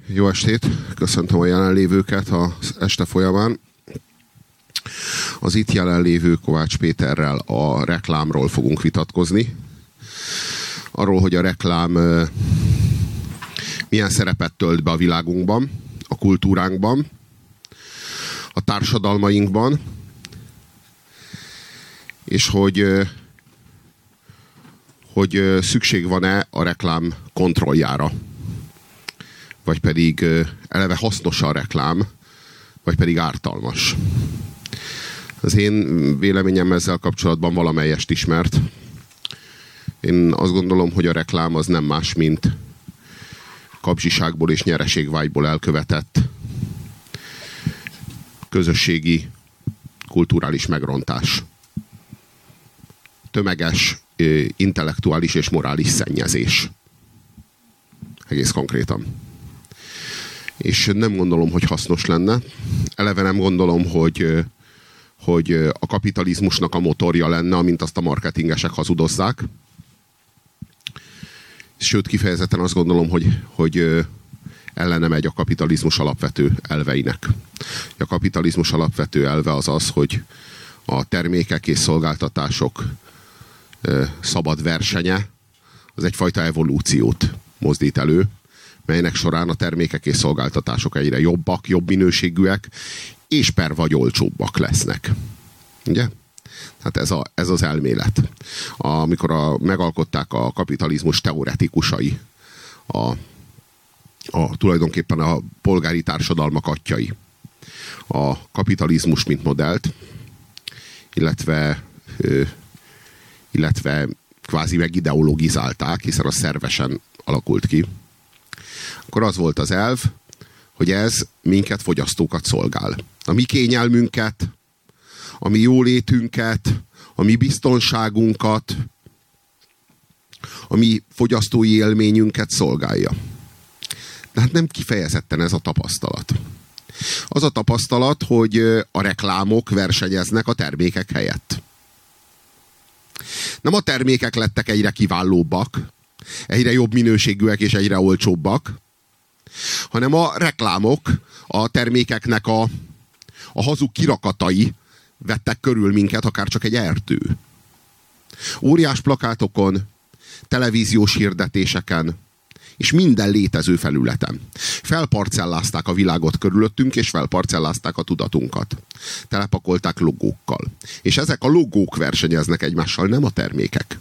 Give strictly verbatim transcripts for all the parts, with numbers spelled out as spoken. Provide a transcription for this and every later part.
Jó estét! Köszöntöm a jelenlévőket az este folyamán. Az itt jelenlévő Kovács Péterrel a reklámról fogunk vitatkozni. Arról, hogy a reklám milyen szerepet tölt be a világunkban, a kultúránkban, a társadalmainkban, és hogy, hogy szükség van-e a reklám kontrolljára. Vagy pedig eleve hasznos a reklám, vagy pedig ártalmas. Az én véleményem ezzel kapcsolatban valamelyest ismert. Én azt gondolom, hogy a reklám az nem más, mint kapzsiságból és nyereségvágyból elkövetett közösségi, kulturális megrontás. Tömeges, intellektuális és morális szennyezés. Egész konkrétan. És nem gondolom, hogy hasznos lenne. Eleve nem gondolom, hogy, hogy a kapitalizmusnak a motorja lenne, amint azt a marketingesek hazudozzák. Sőt, kifejezetten azt gondolom, hogy, hogy ellene megy a kapitalizmus alapvető elveinek. A kapitalizmus alapvető elve az az, hogy a termékek és szolgáltatások szabad versenye az egyfajta evolúciót mozdít elő, melynek során a termékek és szolgáltatások egyre jobbak, jobb minőségűek, és per vagy olcsóbbak lesznek. Ugye? Hát ez, a, ez az elmélet. Amikor a, megalkották a kapitalizmus teoretikusai, a, a, tulajdonképpen a polgári társadalmak atyai, a kapitalizmus mint modellt, illetve, ö, illetve kvázi megideologizálták, hiszen az szervesen alakult ki, akkor az volt az elv, hogy ez minket, fogyasztókat szolgál. A mi kényelmünket, a mi jólétünket, a mi biztonságunkat, a mi fogyasztói élményünket szolgálja. De hát nem kifejezetten ez a tapasztalat. Az a tapasztalat, hogy a reklámok versenyeznek a termékek helyett. Nem a termékek lettek egyre kiválóbbak, egyre jobb minőségűek és egyre olcsóbbak, hanem a reklámok, a termékeknek a, a hazug kirakatai vettek körül minket, akár csak egy erdő. Óriás plakátokon, televíziós hirdetéseken, és minden létező felületen. Felparcellázták a világot körülöttünk, és felparcellázták a tudatunkat. Telepakolták logókkal. És ezek a logók versenyeznek egymással, nem a termékek.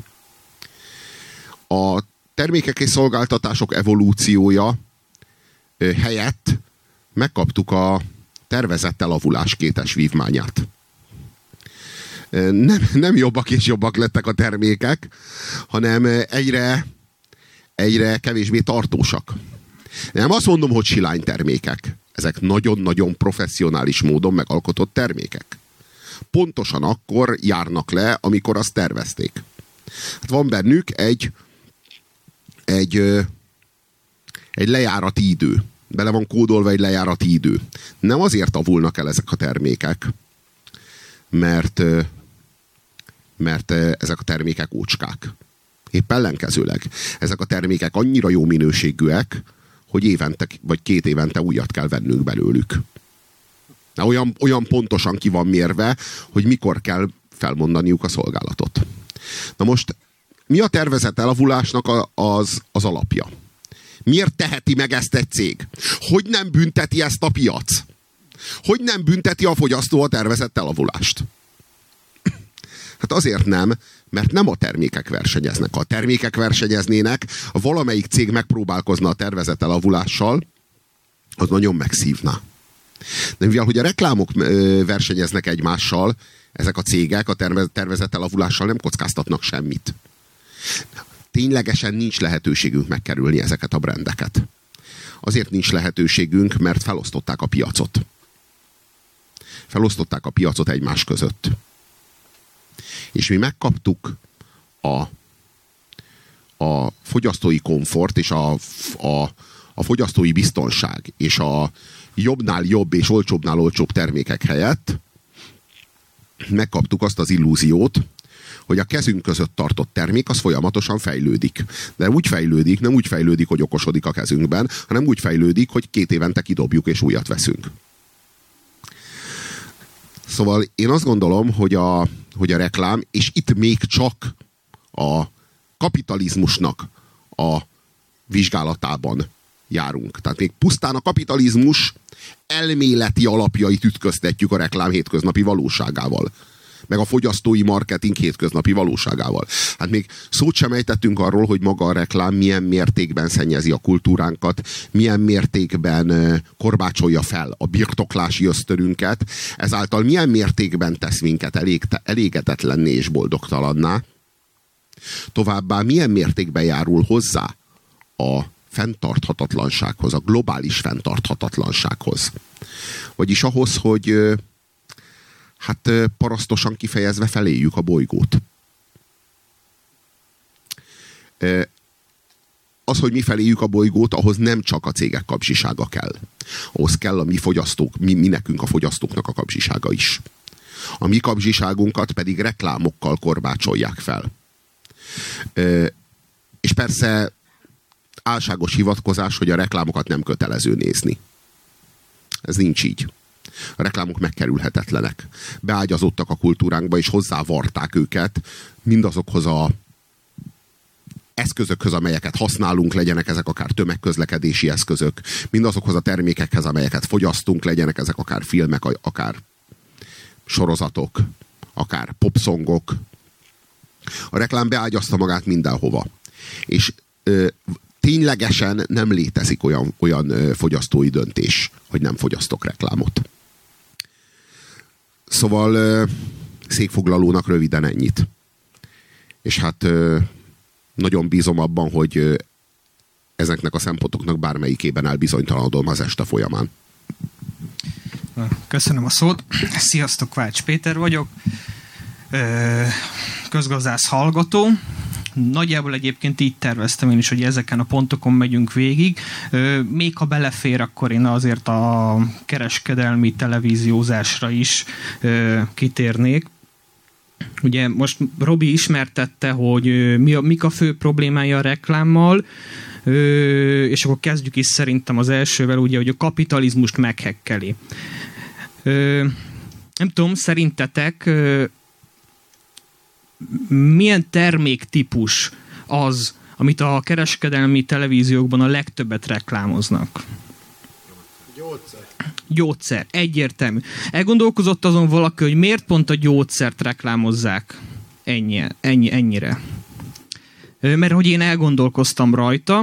A termékek és szolgáltatások evolúciója helyett megkaptuk a tervezett elavulás kétes vívmányát. Nem, nem jobbak és jobbak lettek a termékek, hanem egyre, egyre kevésbé tartósak. Nem azt mondom, hogy silány termékek. Ezek nagyon-nagyon professzionális módon megalkotott termékek. Pontosan akkor járnak le, amikor azt tervezték. Hát van bennük egy Egy, egy lejárati idő. Bele van kódolva egy lejárati idő. Nem azért avulnak el ezek a termékek, mert, mert ezek a termékek ócskák. Épp ellenkezőleg. Ezek a termékek annyira jó minőségűek, hogy évente, vagy két évente újat kell vennünk belőlük. De olyan, olyan pontosan ki van mérve, hogy mikor kell felmondaniuk a szolgálatot. Na most mi a tervezett elavulásnak a, az, az alapja? Miért teheti meg ezt egy cég? Hogy nem bünteti ezt a piac? Hogy nem bünteti a fogyasztó a tervezett elavulást? Hát azért nem, mert nem a termékek versenyeznek. Ha a termékek versenyeznének, ha valamelyik cég megpróbálkozna a tervezett elavulással, az nagyon megszívná. De mivel, hogy a reklámok versenyeznek egymással, ezek a cégek a tervezett elavulással nem kockáztatnak semmit. Ténylegesen nincs lehetőségünk megkerülni ezeket a brandeket. Azért nincs lehetőségünk, mert felosztották a piacot. Felosztották a piacot egymás között. És mi megkaptuk a, a fogyasztói komfort és a, a, a fogyasztói biztonság és a jobbnál jobb és olcsóbbnál olcsóbb termékek helyett megkaptuk azt az illúziót, hogy a kezünk között tartott termék az folyamatosan fejlődik. De úgy fejlődik, nem úgy fejlődik, hogy okosodik a kezünkben, hanem úgy fejlődik, hogy két évente kidobjuk és újat veszünk. Szóval én azt gondolom, hogy a, hogy a reklám, és itt még csak a kapitalizmusnak a vizsgálatában járunk. Tehát még pusztán a kapitalizmus elméleti alapjait ütköztetjük a reklám hétköznapi valóságával. Meg a fogyasztói marketing hétköznapi valóságával. Hát még szót sem ejtettünk arról, hogy maga a reklám milyen mértékben szennyezi a kultúránkat, milyen mértékben korbácsolja fel a birtoklási ösztönünket, ezáltal milyen mértékben tesz minket elég, elégedetlenné és boldogtalanná. Továbbá milyen mértékben járul hozzá a fenntarthatatlansághoz, a globális fenntarthatatlansághoz. Vagyis ahhoz, hogy hát parasztosan kifejezve feléljük a bolygót. Az, hogy mi feléljük a bolygót, ahhoz nem csak a cégek kapzsisága kell. Ahhoz kell a mi fogyasztók, mi, mi nekünk a fogyasztóknak a kapzsisága is. A mi kapzsiságunkat pedig reklámokkal korbácsolják fel. És persze álságos hivatkozás, hogy a reklámokat nem kötelező nézni. Ez nincs így. A reklámok megkerülhetetlenek. Beágyazódtak a kultúránkba, és hozzávarták őket mindazokhoz a eszközökhöz, amelyeket használunk, legyenek ezek akár tömegközlekedési eszközök, mindazokhoz a termékekhez, amelyeket fogyasztunk, legyenek ezek akár filmek, akár sorozatok, akár popszongok. A reklám beágyazta magát mindenhova. És ö, ténylegesen nem létezik olyan, olyan fogyasztói döntés, hogy nem fogyasztok reklámot. Szóval székfoglalónak röviden ennyit. És hát nagyon bízom abban, hogy ezeknek a szempontoknak bármelyikében elbizonytalanodom az este folyamán. Köszönöm a szót. Sziasztok, Kovács Péter vagyok. Közgazdász hallgató. Nagyjából egyébként így terveztem én is, hogy ezeken a pontokon megyünk végig. Még ha belefér, akkor én azért a kereskedelmi televíziózásra is kitérnék. Ugye most Robi ismertette, hogy mi a, mik a fő problémája a reklámmal, és akkor kezdjük is szerintem az elsővel, ugye, hogy a kapitalizmust meghekkeli. Nem tudom, szerintetek milyen terméktípus az, amit a kereskedelmi televíziókban a legtöbbet reklámoznak? Gyógyszer. Gyógyszer, egyértelmű. Elgondolkozott azon valaki, hogy miért pont a gyógyszert reklámozzák ennyi, ennyi, ennyire? Mert hogy én elgondolkoztam rajta,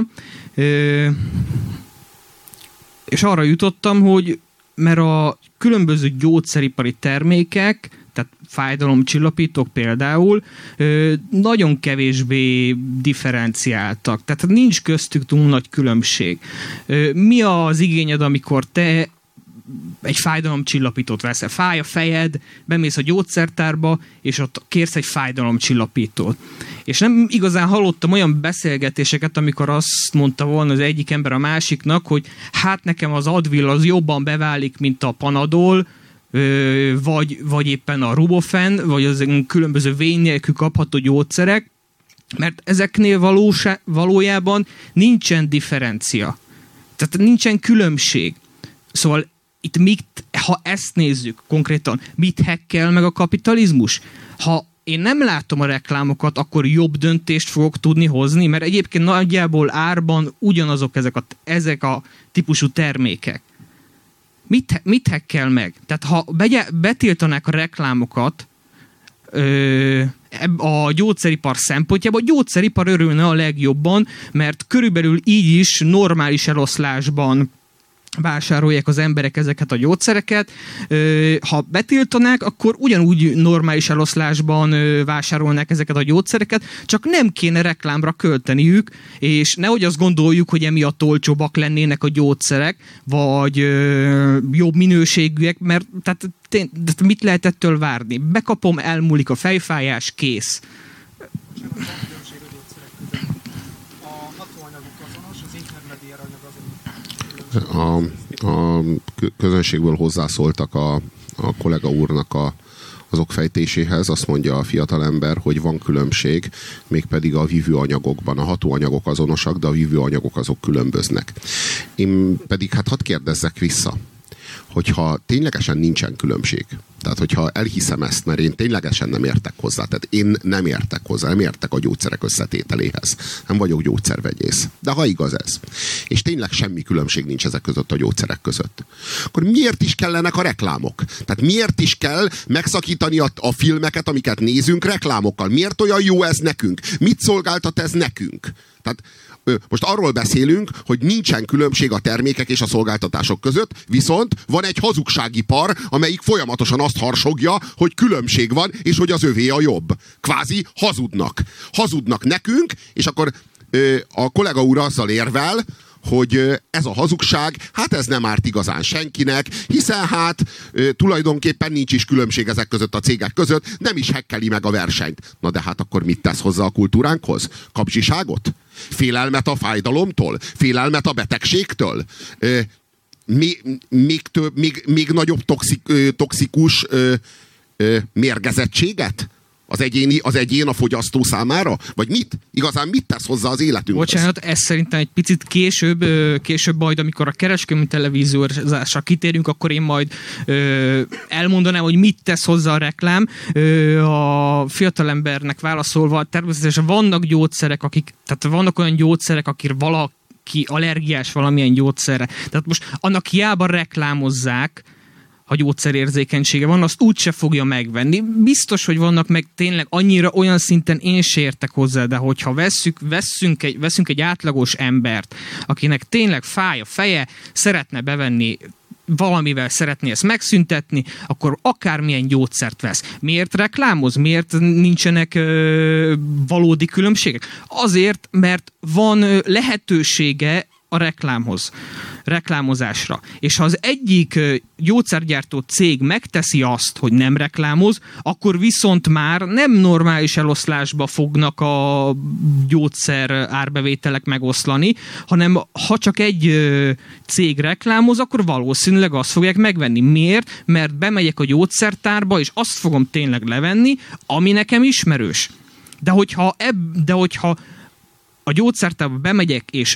és arra jutottam, hogy mert a különböző gyógyszeripari termékek, tehát fájdalomcsillapítók például, nagyon kevésbé differenciáltak. Tehát nincs köztük túl nagy különbség. Mi az igényed, amikor te egy fájdalomcsillapítót veszel? Fáj a fejed, bemész a gyógyszertárba, és ott kérsz egy fájdalomcsillapítót. És nem igazán hallottam olyan beszélgetéseket, amikor azt mondta volna az egyik ember a másiknak, hogy hát nekem az Advil az jobban beválik, mint a Panadol, vagy, vagy éppen a Rubofen, vagy az különböző vény nélkül kapható gyógyszerek, mert ezeknél valósá, valójában nincsen differencia. Tehát nincsen különbség. Szóval itt mit, ha ezt nézzük konkrétan, mit hekkel meg a kapitalizmus? Ha én nem látom a reklámokat, akkor jobb döntést fogok tudni hozni, mert egyébként nagyjából árban ugyanazok ezek a, ezek a típusú termékek. Mit, mit hekkel meg? Tehát ha begye, betiltanák a reklámokat ö, a gyógyszeripar szempontjából, a gyógyszeripar örülne a legjobban, mert körülbelül így is normális eloszlásban vásárolják az emberek ezeket a gyógyszereket. Ha betiltanák, akkor ugyanúgy normális eloszlásban vásárolnák ezeket a gyógyszereket, csak nem kéne reklámra költeniük, és nehogy azt gondoljuk, hogy emiatt olcsóbbak lennének a gyógyszerek, vagy jobb minőségűek, mert tehát, tehát mit lehet ettől várni? Bekapom, elmúlik a fejfájás, kész. A, a közönségből hozzászóltak a, a kollega úrnak a, az okfejtéséhez azt mondja a fiatalember, hogy van különbség, mégpedig a vívőanyagokban. A hatóanyagok azonosak, de a vívőanyagok azok különböznek. Én pedig hát hadd kérdezzek vissza, hogyha ténylegesen nincsen különbség, tehát hogyha elhiszem ezt, mert én ténylegesen nem értek hozzá, tehát én nem értek hozzá, nem értek a gyógyszerek összetételéhez. Nem vagyok gyógyszervegyész. De ha igaz ez, és tényleg semmi különbség nincs ezek között a gyógyszerek között, akkor miért is kellenek a reklámok? Tehát miért is kell megszakítani a, a filmeket, amiket nézünk reklámokkal? Miért olyan jó ez nekünk? Mit szolgáltat ez nekünk? Tehát most arról beszélünk, hogy nincsen különbség a termékek és a szolgáltatások között, viszont van egy hazugságipar, amelyik folyamatosan azt harsogja, hogy különbség van, és hogy az övé a jobb. Kvázi hazudnak. Hazudnak nekünk, és akkor a kollega úr azzal érvel, hogy ez a hazugság, hát ez nem árt igazán senkinek, hiszen hát tulajdonképpen nincs is különbség ezek között a cégek között, nem is hekkeli meg a versenyt. Na de hát akkor mit tesz hozzá a kultúránkhoz? Kapzsiságot? Félelmet a fájdalomtól? Félelmet a betegségtől? Még, még, több, még, még nagyobb toxik, toxikus mérgezettséget? Az, egyéni, az egyén a fogyasztó számára? Vagy mit? Igazán mit tesz hozzá az életünkhez? Bocsánat, ez szerintem egy picit később, később majd, amikor a kereskedelmi televíziózásra kitérünk, akkor én majd ö, elmondanám, hogy mit tesz hozzá a reklám. Ö, a fiatalembernek válaszolva, természetesen vannak gyógyszerek, akik, tehát vannak olyan gyógyszerek, akik valaki allergiás valamilyen gyógyszerre. Tehát most annak hiába reklámozzák, ha gyógyszerérzékenysége van, azt úgyse fogja megvenni. Biztos, hogy vannak meg tényleg annyira olyan szinten én se értek hozzá, de hogyha vesszük, veszünk, egy, veszünk egy átlagos embert, akinek tényleg fáj a feje, szeretne bevenni, valamivel szeretné ezt megszüntetni, akkor akármilyen gyógyszert vesz. Miért reklámoz? Miért nincsenek ö, valódi különbségek? Azért, mert van ö, lehetősége a reklámhoz, reklámozásra. És ha az egyik gyógyszergyártó cég megteszi azt, hogy nem reklámoz, akkor viszont már nem normális eloszlásba fognak a gyógyszer árbevételek megoszlani, hanem ha csak egy cég reklámoz, akkor valószínűleg azt fogják megvenni. Miért? Mert bemegyek a gyógyszertárba, és azt fogom tényleg levenni, ami nekem ismerős. De hogyha, eb, de hogyha a gyógyszertárba bemegyek, és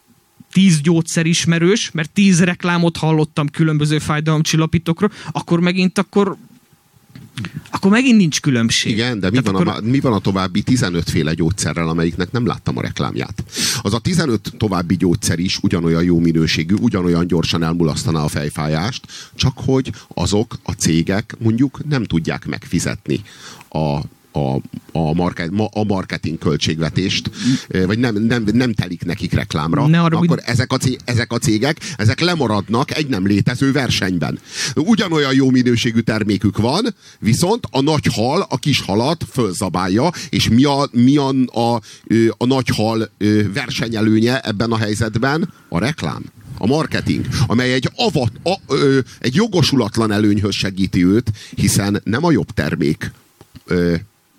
tíz gyógyszer ismerős, mert tíz reklámot hallottam különböző fájdalomcsillapítókról, akkor megint akkor akkor megint nincs különbség. Igen, de mi van, akkor... a, mi van a további tizenöt féle gyógyszerrel, amelyiknek nem láttam a reklámját? Az a tizenöt további gyógyszer is ugyanolyan jó minőségű, ugyanolyan gyorsan elmulasztaná a fejfájást, csak hogy azok a cégek mondjuk nem tudják megfizetni a A, a, market, a marketing költségvetést, vagy nem, nem, nem telik nekik reklámra, ne arra, akkor úgy... ezek, a cég, ezek a cégek, ezek lemaradnak egy nem létező versenyben. Ugyanolyan jó minőségű termékük van, viszont a nagy hal a kis halat fölzabálja, és mi a, mi a, a, a nagy hal versenyelőnye ebben a helyzetben? A reklám. A marketing, amely egy, avat, a, ö, egy jogosulatlan előnyhöz segíti őt, hiszen nem a jobb termék ö,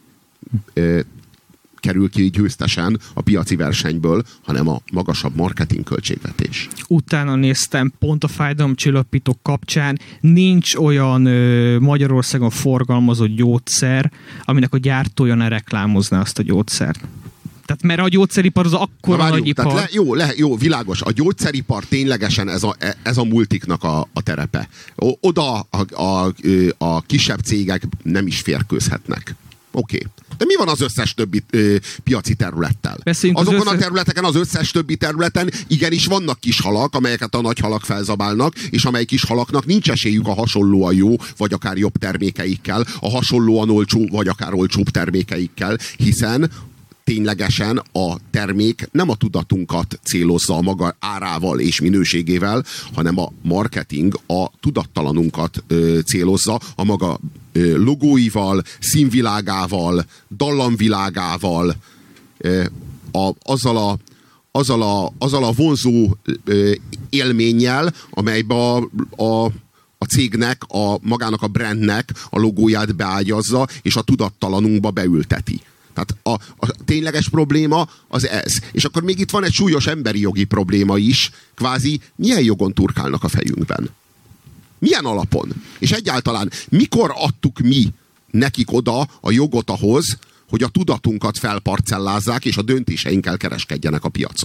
Ö, kerül ki győztesen a piaci versenyből, hanem a magasabb marketing költségvetés. Utána néztem, pont a fájdalomcsillapítók kapcsán nincs olyan ö, Magyarországon forgalmazott gyógyszer, aminek a gyártója ne reklámozná azt a gyógyszert. Tehát mert a gyógyszeripar az akkora nagy ipar. Le, jó, le, jó, világos. A gyógyszeripar ténylegesen ez a, ez a multiknak a, a terepe. O, oda a, a, a kisebb cégek nem is férkőzhetnek. Oké. Okay. De mi van az összes többi ö, piaci területtel? Beszéljünk Azokon az összes... a területeken, az összes többi területen igenis vannak kis halak, amelyeket a nagy halak felzabálnak, és amely kis halaknak nincs esélyük a hasonlóan jó, vagy akár jobb termékeikkel, a hasonlóan olcsó, vagy akár olcsóbb termékeikkel, hiszen ténylegesen a termék nem a tudatunkat célozza a maga árával és minőségével, hanem a marketing a tudattalanunkat ö, célozza a maga ö, logóival, színvilágával, dallamvilágával, ö, a, azzal, a, azzal, a, azzal a vonzó ö, élménnyel, amelybe a, a a cégnek, a, magának a brandnek a logóját beágyazza, és a tudattalanunkba beülteti. Tehát a, a tényleges probléma az ez. És akkor még itt van egy súlyos emberi jogi probléma is, kvázi milyen jogon turkálnak a fejünkben? Milyen alapon? És egyáltalán mikor adtuk mi nekik oda a jogot ahhoz, hogy a tudatunkat felparcellázzák, és a döntéseinkkel kereskedjenek a piacon.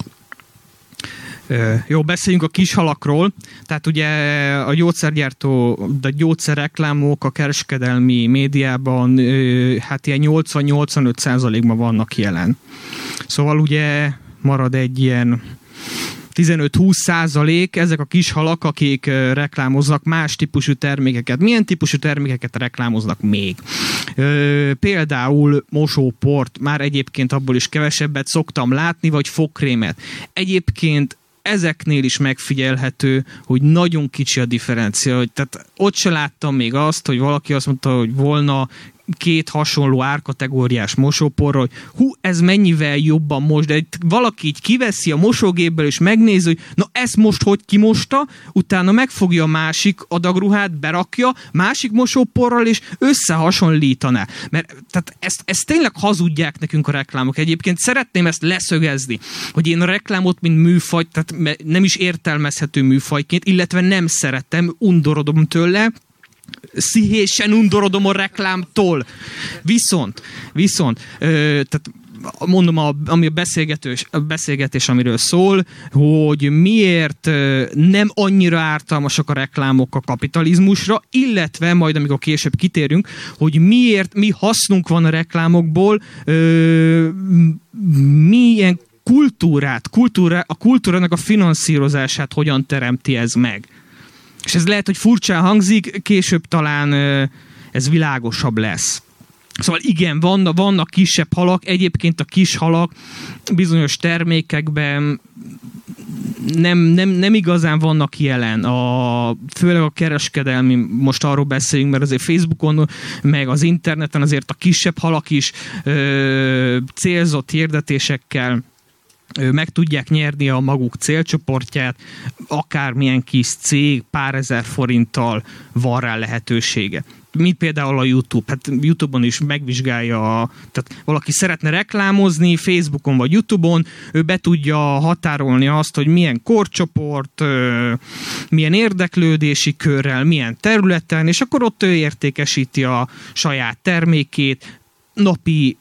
Jó, beszéljünk a kis halakról. Tehát ugye a gyógyszergyártó, a gyógyszerreklámok a kereskedelmi médiában hát ilyen nyolcvan-nyolcvanöt százalékban vannak jelen. Szóval ugye marad egy ilyen tizenöt-húsz százalék ezek a kis halak, akik reklámoznak más típusú termékeket. Milyen típusú termékeket reklámoznak még? Például mosóport, már egyébként abból is kevesebbet szoktam látni, vagy fogkrémet. Egyébként ezeknél is megfigyelhető, hogy nagyon kicsi a differencia. Tehát ott se láttam még azt, hogy valaki azt mondta, hogy volna két hasonló árkategóriás mosóporra, hogy hú, ez mennyivel jobban most, de valaki így kiveszi a mosógépből, és megnézi, hogy na ezt most hogy kimosta, utána megfogja a másik adagruhát, berakja, másik mosóporral, és összehasonlítaná. Mert tehát ezt, ezt tényleg hazudják nekünk a reklámok. Egyébként szeretném ezt leszögezni, hogy én a reklámot, mint műfaj, tehát nem is értelmezhető műfajként, illetve nem szeretem, undorodom tőle, szíhésen undorodom a reklámtól. Viszont, viszont, ö, tehát mondom, a, ami a beszélgetés, a beszélgetés, amiről szól, hogy miért nem annyira ártalmasak a reklámok a kapitalizmusra, illetve majd, amikor később kitérünk, hogy miért, mi hasznunk van a reklámokból, ö, milyen kultúrát, kultúrá, a kultúrának a finanszírozását hogyan teremti ez meg. És ez lehet, hogy furcsán hangzik, később talán ez világosabb lesz. Szóval igen, vannak, vannak kisebb halak, egyébként a kis halak bizonyos termékekben nem, nem, nem igazán vannak jelen. A, főleg a kereskedelmi, most arról beszéljünk, mert azért Facebookon, meg az interneten azért a kisebb halak is ö, célzott hirdetésekkel meg tudják nyerni a maguk célcsoportját, akármilyen kis cég pár ezer forinttal van rá lehetősége. Mint például a YouTube. Hát YouTube-on is megvizsgálja, a, tehát valaki szeretne reklámozni Facebookon vagy YouTube-on, ő be tudja határolni azt, hogy milyen korcsoport, milyen érdeklődési körrel, milyen területen, és akkor ott ő értékesíti a saját termékét napi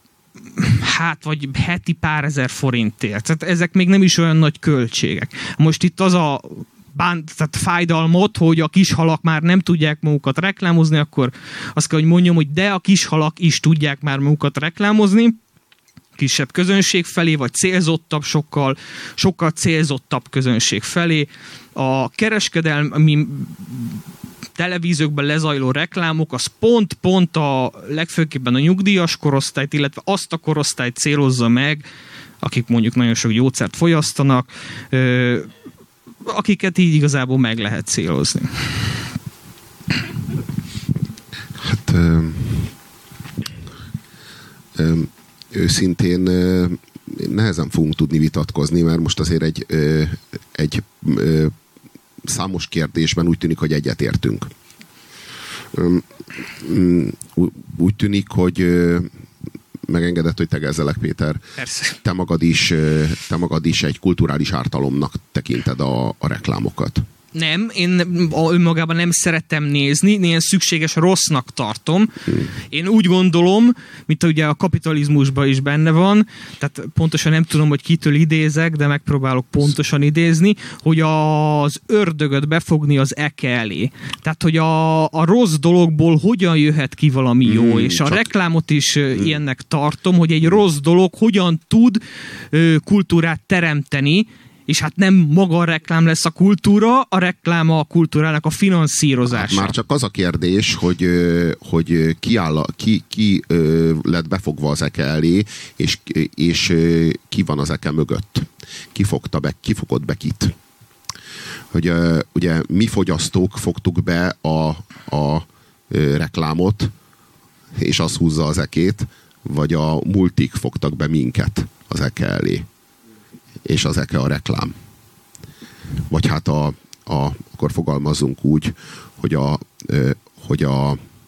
hát vagy heti pár ezer forintért. Tehát ezek még nem is olyan nagy költségek. Most itt az a bán, tehát fájdalmot, hogy a kis halak már nem tudják magukat reklámozni, akkor azt kell, hogy mondjam, hogy de a kis halak is tudják már magukat reklámozni, kisebb közönség felé, vagy célzottabb, sokkal, sokkal célzottabb közönség felé. A kereskedelmi televíziókban lezajló reklámok, az pont-pont a legfőképpen a nyugdíjas korosztályt, illetve azt a korosztályt célozza meg, akik mondjuk nagyon sok gyógyszert fogyasztanak, akiket így igazából meg lehet célozni. Hát ö, ö, őszintén ö, nehezen fogunk tudni vitatkozni, mert most azért egy, ö, egy ö, számos kérdésben úgy tűnik, hogy egyetértünk. Úgy tűnik, hogy megengedett, hogy tegezzelek, Péter. Persze. Te magad is, te magad is egy kulturális ártalomnak tekinted a, a reklámokat. Nem, én önmagában nem szeretem nézni, én ilyen szükséges rossznak tartom. Hmm. Én úgy gondolom, mint ugye a kapitalizmusban is benne van, tehát pontosan nem tudom, hogy kitől idézek, de megpróbálok pontosan idézni, hogy az ördögöt befogni az eke elé. Tehát, hogy a, a rossz dologból hogyan jöhet ki valami jó, hmm, és a csak... reklámot is hmm. ilyennek tartom, hogy egy rossz dolog hogyan tud ö, kultúrát teremteni, és hát nem maga a reklám lesz a kultúra, a reklám a kultúrának a finanszírozása. Hát már csak az a kérdés, hogy, hogy ki, áll, ki, ki lett befogva az eke elé, és, és ki van az eke mögött. Ki fogta be, ki fogott be kit. Hogy ugye mi fogyasztók fogtuk be a, a reklámot, és az húzza az ekét, vagy a multik fogtak be minket az eke elé. És az eke a reklám. Vagy hát a, a, akkor fogalmazunk úgy, hogy a, hogy a,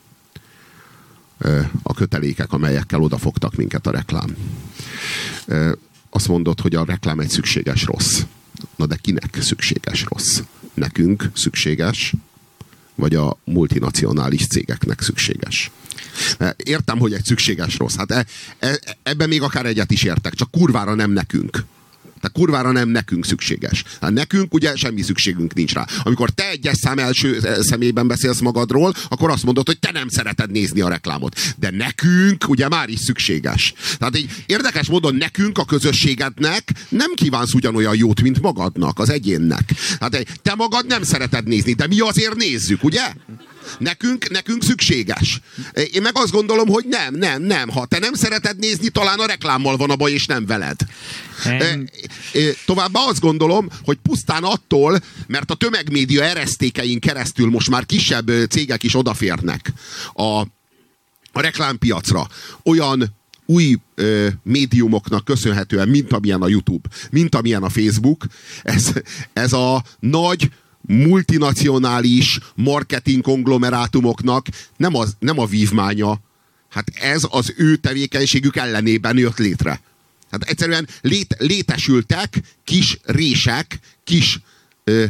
a kötelékek, amelyekkel odafogtak minket a reklám. Azt mondod, hogy a reklám egy szükséges rossz. Na de kinek szükséges rossz? Nekünk szükséges, vagy a multinacionális cégeknek szükséges? Értem, hogy egy szükséges rossz. Hát e, e, ebben még akár egyet is értek, csak kurvára nem nekünk. Tehát kurvára nem nekünk szükséges. Hát nekünk ugye semmi szükségünk nincs rá. Amikor te egyes szám első személyben beszélsz magadról, akkor azt mondod, hogy te nem szereted nézni a reklámot. De nekünk ugye már is szükséges. Tehát egy érdekes módon nekünk, a közösségednek nem kívánsz ugyanolyan jót, mint magadnak, az egyénnek. Hát te magad nem szereted nézni, de mi azért nézzük, ugye? Nekünk, nekünk szükséges. Én meg azt gondolom, hogy nem, nem, nem. Ha te nem szereted nézni, talán a reklámmal van a baj, és nem veled. Nem. Továbbá azt gondolom, hogy pusztán attól, mert a tömegmédia eresztékein keresztül most már kisebb cégek is odaférnek a, a reklámpiacra. Olyan új ö, médiumoknak köszönhetően, mint amilyen a YouTube, mint amilyen a Facebook, ez, ez a nagy multinacionális marketing konglomerátumoknak nem, az, nem a vívmánya. Hát ez az ő tevékenységük ellenében jött létre. Hát egyszerűen lét, létesültek kis rések, kis, ö,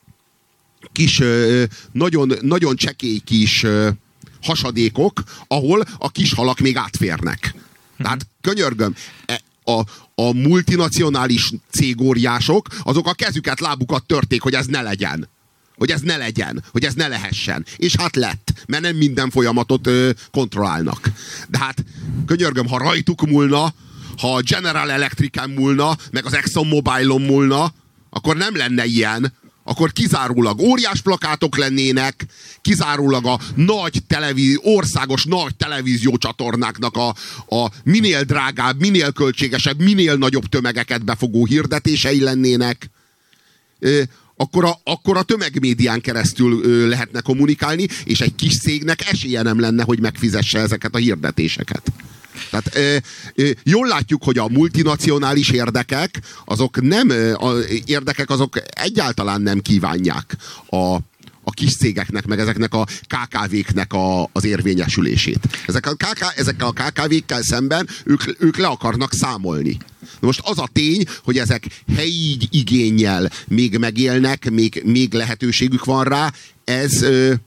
kis ö, nagyon, nagyon csekély kis ö, hasadékok, ahol a kis halak még átférnek. Tehát könyörgöm, a, a multinacionális cégóriások, azok a kezüket, lábukat törték, hogy ez ne legyen. Hogy ez ne legyen, hogy ez ne lehessen. És hát lett, mert nem minden folyamatot ö, kontrollálnak. De hát könyörgöm, ha rajtuk múlna, ha a General Electricen múlna, meg az Exxon Mobilon múlna, akkor nem lenne ilyen. Akkor kizárólag óriás plakátok lennének, kizárólag a nagy televíz, országos nagy televíziócsatornáknak a, a minél drágább, minél költségesebb, minél nagyobb tömegeket befogó hirdetései lennének. Ö, akkor a, akkor a tömegmédián keresztül ö, lehetne kommunikálni, és egy kis cégnek esélye nem lenne, hogy megfizesse ezeket a hirdetéseket. Tehát ö, ö, jól látjuk, hogy a multinacionális érdekek, azok nem, a érdekek azok egyáltalán nem kívánják a, a kis cégeknek, meg ezeknek a ká ká véknek a, az érvényesülését. Ezek a ká ká, ezekkel a ká ká vékkel szemben ők, ők le akarnak számolni. Most az a tény, hogy ezek helyi igénnyel még megélnek, még, még lehetőségük van rá, ez,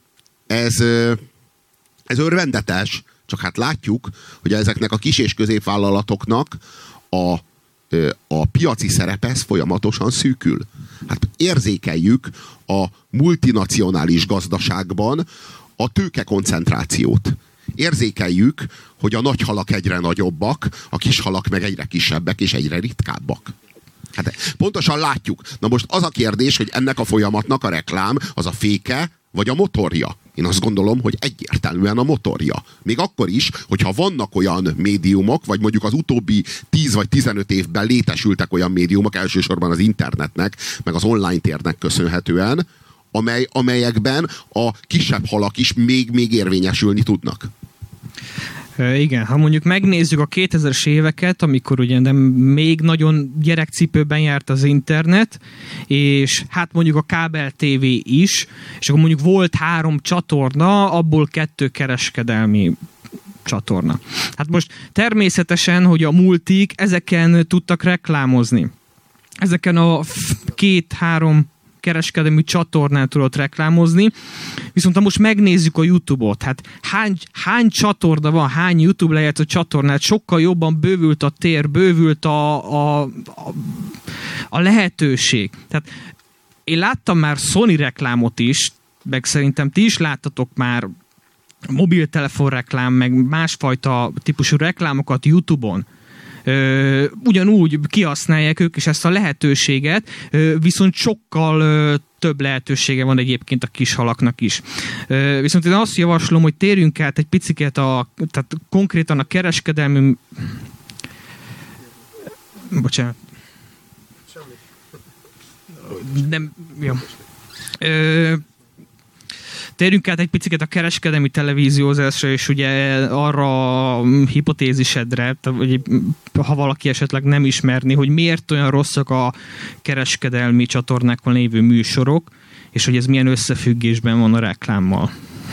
ez, ez örvendetes. Csak hát látjuk, hogy ezeknek a kis és középvállalatoknak a, a piaci szerepe folyamatosan szűkül. Hát érzékeljük a multinacionális gazdaságban a tőkekoncentrációt. Érzékeljük, hogy a nagy halak egyre nagyobbak, a kis halak meg egyre kisebbek és egyre ritkábbak. Hát pontosan látjuk. Na most az a kérdés, hogy ennek a folyamatnak a reklám az a féke, vagy a motorja. Én azt gondolom, hogy egyértelműen a motorja. Még akkor is, hogyha vannak olyan médiumok, vagy mondjuk az utóbbi tíz vagy tizenöt évben létesültek olyan médiumok, elsősorban az internetnek, meg az online térnek köszönhetően, amely, amelyekben a kisebb halak is még-még érvényesülni tudnak. Igen, ha mondjuk megnézzük a kétezres éveket, amikor ugye nem még nagyon gyerekcipőben járt az internet, és hát mondjuk a kábel tévé is, és akkor mondjuk volt három csatorna, abból kettő kereskedelmi csatorna. Hát most természetesen, hogy a multik ezeken tudtak reklámozni. Ezeken a két-három kereskedelmi csatornán tudott reklámozni, viszont ha most megnézzük a YouTube-ot, hát hány, hány csatorna van, hány YouTube lejátszott csatornát, sokkal jobban bővült a tér, bővült a, a, a, a lehetőség. Tehát én láttam már Sony reklámot is, meg szerintem ti is láttatok már mobiltelefon reklám, meg másfajta típusú reklámokat YouTube-on. Ö, ugyanúgy kihasználják ők is ezt a lehetőséget, ö, viszont sokkal ö, több lehetősége van egyébként a kis halaknak is. Ö, viszont én azt javaslom, hogy térjünk át egy picit a, tehát konkrétan a kereskedelmi... Bocsánat. Nem, jó. Ö, Térjünk át egy picit a kereskedelmi televíziózásra, és ugye arra a hipotézisedre, hogy ha valaki esetleg nem ismerni, hogy miért olyan rosszak a kereskedelmi csatornákon lévő műsorok, és hogy ez milyen összefüggésben van a reklámmal.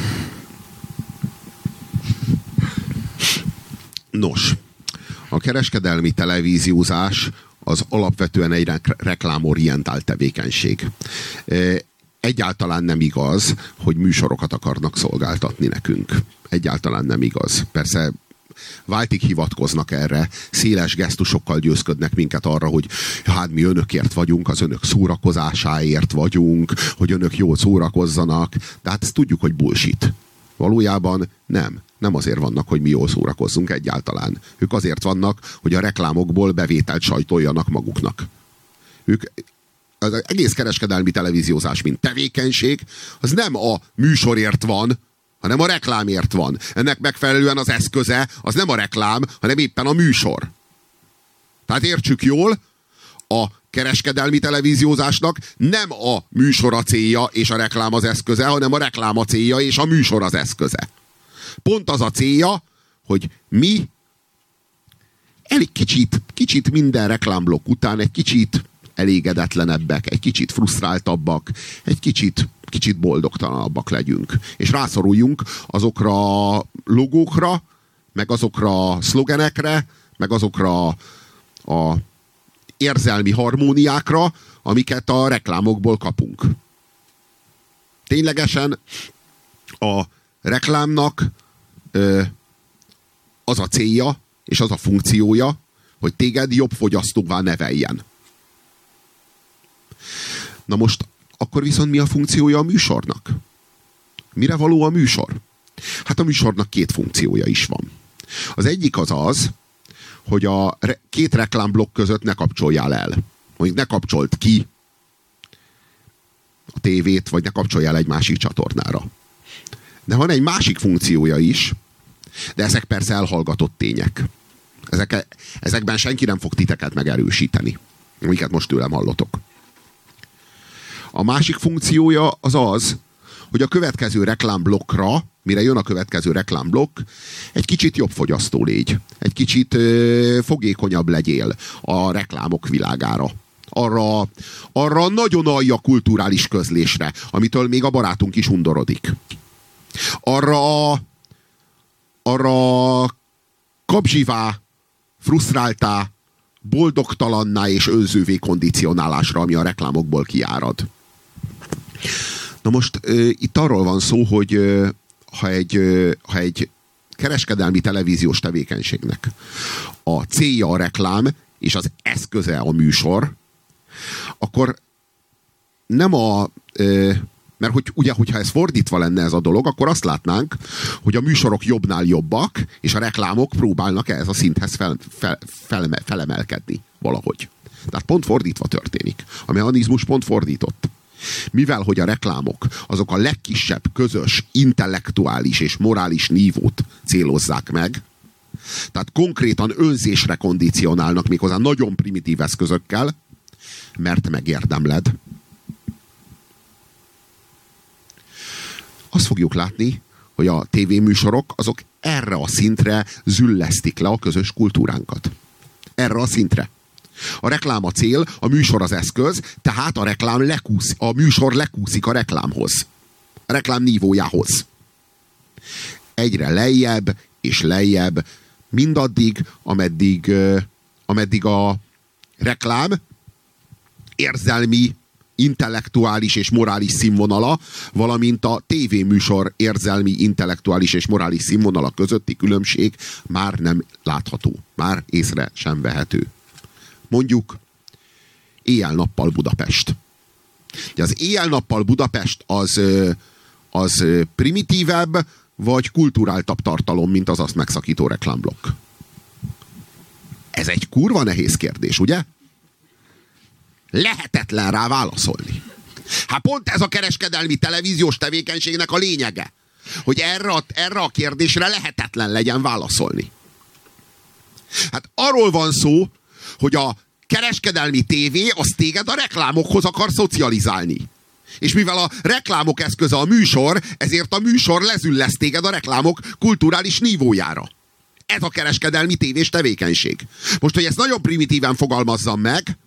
Nos, a kereskedelmi televíziózás az alapvetően egy reklámorientált tevékenység. egyáltalán nem igaz, hogy műsorokat akarnak szolgáltatni nekünk. Egyáltalán nem igaz. Persze váltig hivatkoznak erre, széles gesztusokkal győzködnek minket arra, hogy hát mi önökért vagyunk, az önök szórakozásáért vagyunk, hogy önök jól szórakozzanak, de hát ezt tudjuk, hogy bullshit. Valójában nem. Nem azért vannak, hogy mi jól szórakozzunk egyáltalán. Ők azért vannak, hogy a reklámokból bevételt sajtoljanak maguknak. Ők, az egész kereskedelmi televíziózás, mint tevékenység, az nem a műsorért van, hanem a reklámért van. Ennek megfelelően az eszköze az nem a reklám, hanem éppen a műsor. Tehát értsük jól, a kereskedelmi televíziózásnak nem a műsor a célja és a reklám az eszköze, hanem a reklám a célja és a műsor az eszköze. Pont az a célja, hogy mi elég kicsit, kicsit minden reklámblokk után egy kicsit elégedetlenebbek, egy kicsit frusztráltabbak, egy kicsit, kicsit boldogtalanabbak legyünk. És rászoruljunk azokra a logókra, meg azokra a szlogenekre, meg azokra a érzelmi harmóniákra, amiket a reklámokból kapunk. Ténylegesen a reklámnak ö, az a célja, és az a funkciója, hogy téged jobb fogyasztóvá neveljen. Na most, akkor viszont mi a funkciója a műsornak? Mire való a műsor? Hát a műsornak két funkciója is van. Az egyik az az, hogy a re- két reklámblokk között ne kapcsoljál el. Mondjuk ne kapcsolt ki a tévét, vagy ne kapcsoljál egy másik csatornára. De van egy másik funkciója is, de ezek persze elhallgatott tények. Ezek, ezekben senki nem fog titeket megerősíteni, amiket most tőlem hallotok. A másik funkciója az az, hogy a következő reklámblokkra, mire jön a következő reklámblokk, egy kicsit jobb fogyasztó légy. Egy kicsit ö, fogékonyabb legyél a reklámok világára. Arra, arra nagyon alja kulturális közlésre, amitől még a barátunk is undorodik. Arra, arra kapzsivá, frusztráltá, boldogtalanná és önzővé kondicionálásra, ami a reklámokból kiárad. Na most uh, itt arról van szó, hogy uh, ha, egy, uh, ha egy kereskedelmi televíziós tevékenységnek a célja a reklám, és az eszköze a műsor, akkor nem a... Uh, mert hogy, ugye, hogyha ez fordítva lenne ez a dolog, akkor azt látnánk, hogy a műsorok jobbnál jobbak, és a reklámok próbálnak ehhez a szinthez fel, fel, fel, felemelkedni valahogy. Tehát pont fordítva történik. A mechanizmus pont fordított. Mivel, hogy a reklámok azok a legkisebb közös intellektuális és morális nívót célozzák meg, tehát konkrétan önzésre kondicionálnak méghozzá nagyon primitív eszközökkel, mert megérdemled. Azt fogjuk látni, hogy a tévéműsorok azok erre a szintre züllesztik le a közös kultúránkat. Erre a szintre. A reklám a cél, a műsor az eszköz, tehát a reklám lekúsz, a műsor lekúszik a reklámhoz. A reklám nívójához. Egyre lejjebb és lejjebb, mindaddig, ameddig, ameddig a reklám érzelmi, intellektuális és morális színvonala, valamint a tévéműsor érzelmi, intellektuális és morális színvonala közötti különbség már nem látható. Már észre sem vehető. Mondjuk éjjel-nappal Budapest. Az éjjel-nappal Budapest az, az primitívebb, vagy kulturáltabb tartalom, mint az azt megszakító reklámblokk? Ez egy kurva nehéz kérdés, ugye? Lehetetlen rá válaszolni. Hát pont ez a kereskedelmi televíziós tevékenységnek a lényege. Hogy erre a, erre a kérdésre lehetetlen legyen válaszolni. Hát arról van szó, hogy a kereskedelmi tévé az téged a reklámokhoz akar szocializálni. És mivel a reklámok eszköze a műsor, ezért a műsor lezüllesz téged a reklámok kulturális nívójára. Ez a kereskedelmi tévés tevékenység. Most, hogy ezt nagyon primitíven fogalmazzam meg,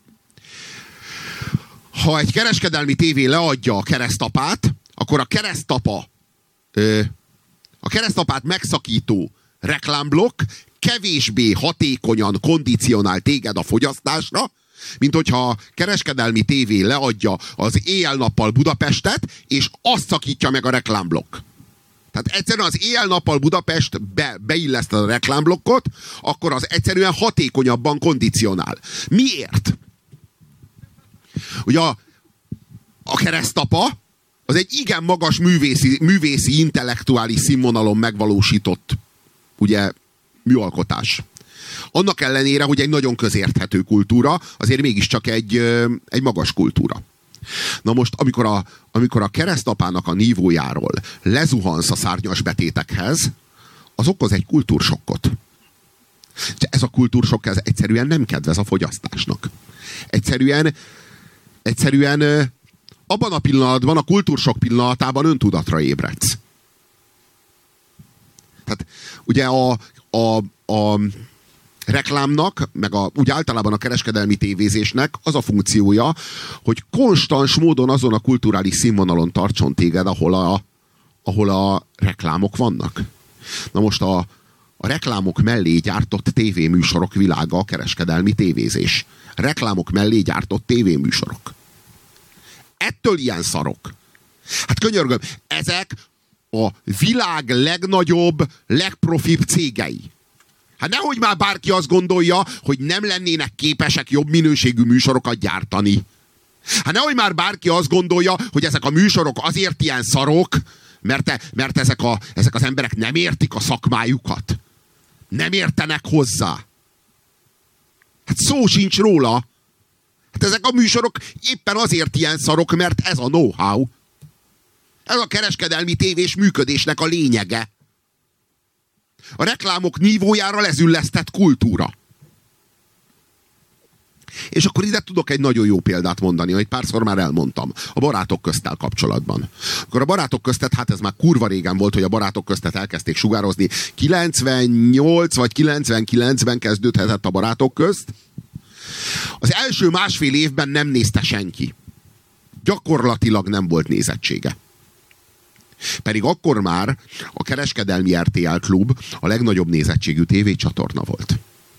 ha egy kereskedelmi tévé leadja a keresztapát, akkor a keresztapa ö, a keresztapát megszakító reklámblokk kevésbé hatékonyan kondicionál téged a fogyasztásra, Mint hogyha a kereskedelmi tévé leadja az éjjel-nappal Budapestet, és azt szakítja meg a reklámblokk. Tehát egyszerűen az éjjel-nappal Budapest be, beilleszted a reklámblokkot, akkor az egyszerűen hatékonyabban kondicionál. Miért? Ugye a, a Keresztapa az egy igen magas művészi, művészi intellektuális színvonalon megvalósított ugye, műalkotás. Annak ellenére, hogy egy nagyon közérthető kultúra, azért mégiscsak egy, egy magas kultúra. Na most, amikor a, amikor a Keresztapának a nívójáról lezuhansz a szárnyas betétekhez, az okoz egy kultúrsokkot. Ez a kultúrsokk ez egyszerűen nem kedvez a fogyasztásnak. Egyszerűen, egyszerűen abban a pillanatban, a kultúrsokk pillanatában öntudatra ébredsz. Tehát ugye a, a, a reklámnak, meg a, úgy általában a kereskedelmi tévézésnek az a funkciója, hogy konstans módon azon a kulturális színvonalon tartson téged, ahol a, ahol a reklámok vannak. Na most a, a reklámok mellé gyártott tévéműsorok világa a kereskedelmi tévézés. Reklámok mellé gyártott tévéműsorok. Ettől ilyen szarok. Hát könyörgöm, ezek a világ legnagyobb, legprofibb cégei. Hát nehogy már bárki azt gondolja, hogy nem lennének képesek jobb minőségű műsorokat gyártani. Hát nehogy már bárki azt gondolja, hogy ezek a műsorok azért ilyen szarok, mert, te, mert ezek, a, ezek az emberek nem értik a szakmájukat. Nem értenek hozzá. Hát szó sincs róla. Hát ezek a műsorok éppen azért ilyen szarok, mert ez a know-how. Ez a kereskedelmi tévés működésnek a lényege. A reklámok nívójára lezüllesztett kultúra. És akkor ide tudok egy nagyon jó példát mondani, amit párszor már elmondtam. A Barátok közttel kapcsolatban. Akkor a Barátok köztet, hát ez már kurva régen volt, hogy a Barátok köztet elkezdték sugározni. kilencvennyolc vagy kilencvenkilencben kezdődhetett a Barátok közt. Az első másfél évben nem nézte senki. Gyakorlatilag nem volt nézettsége. Pedig akkor már a kereskedelmi er té el Klub a legnagyobb nézettségű tévécsatorna volt.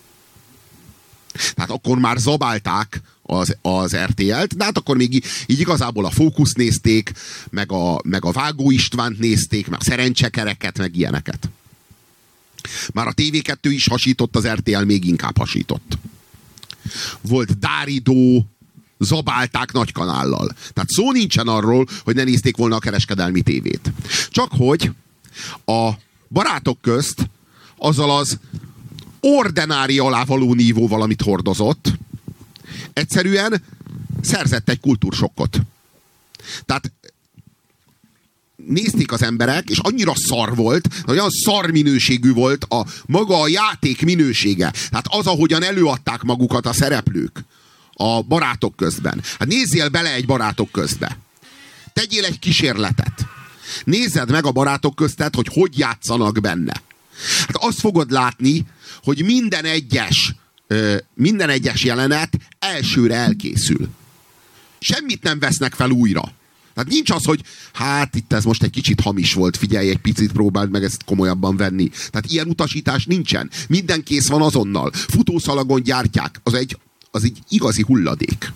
Tehát akkor már zabálták az, az er té el-t, de hát akkor még így, így igazából a Fókusz nézték, meg a, meg a Vágó Istvánt nézték, meg a Szerencsekereket, meg ilyeneket. Már a té vé kettő is hasított, az er té el még inkább hasított. Volt Dáridó, zabálták nagy kanállal. Tehát szó nincsen arról, hogy ne nézték volna a kereskedelmi tévét. Csak hogy a Barátok közt azzal az ordinári alá való nívóval, amit hordozott, egyszerűen szerzett egy kultúrsokkot. Tehát nézték az emberek, és annyira szar volt, olyan szar minőségű volt a maga a játék minősége. Tehát az, ahogyan előadták magukat a szereplők a Barátok közben. Hát nézzél bele egy Barátok közbe. Tegyél egy kísérletet. Nézzed meg a Barátok köztet, hogy hogy játszanak benne. Hát azt fogod látni, hogy minden egyes, minden egyes jelenet elsőre elkészül. Semmit nem vesznek fel újra. Tehát nincs az, hogy hát itt ez most egy kicsit hamis volt, figyelj, egy picit próbáld meg ezt komolyabban venni. Tehát ilyen utasítás nincsen. Minden kész van azonnal. Futószalagon gyártják. Az egy, az egy igazi hulladék.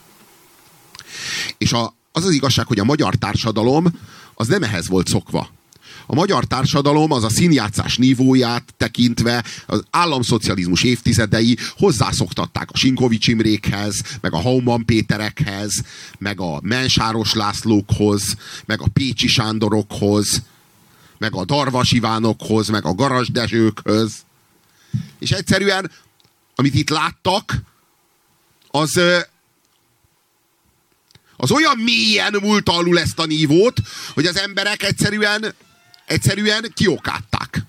És a, az az igazság, hogy a magyar társadalom az nem ehhez volt szokva. A magyar társadalom az a színjátszás nívóját tekintve az államszocializmus évtizedei hozzászoktatták a Sinkovics Imrékhez, meg a Hauman Péterekhez, meg a Mensáros Lászlókhoz, meg a Pécsi Sándorokhoz, meg a Darvas Ivánokhoz, meg a Garas Dezsőkhöz. És egyszerűen, amit itt láttak, az, az olyan mélyen múlt alul ezt a nívót, hogy az emberek egyszerűen Egyszerűen kiokátták.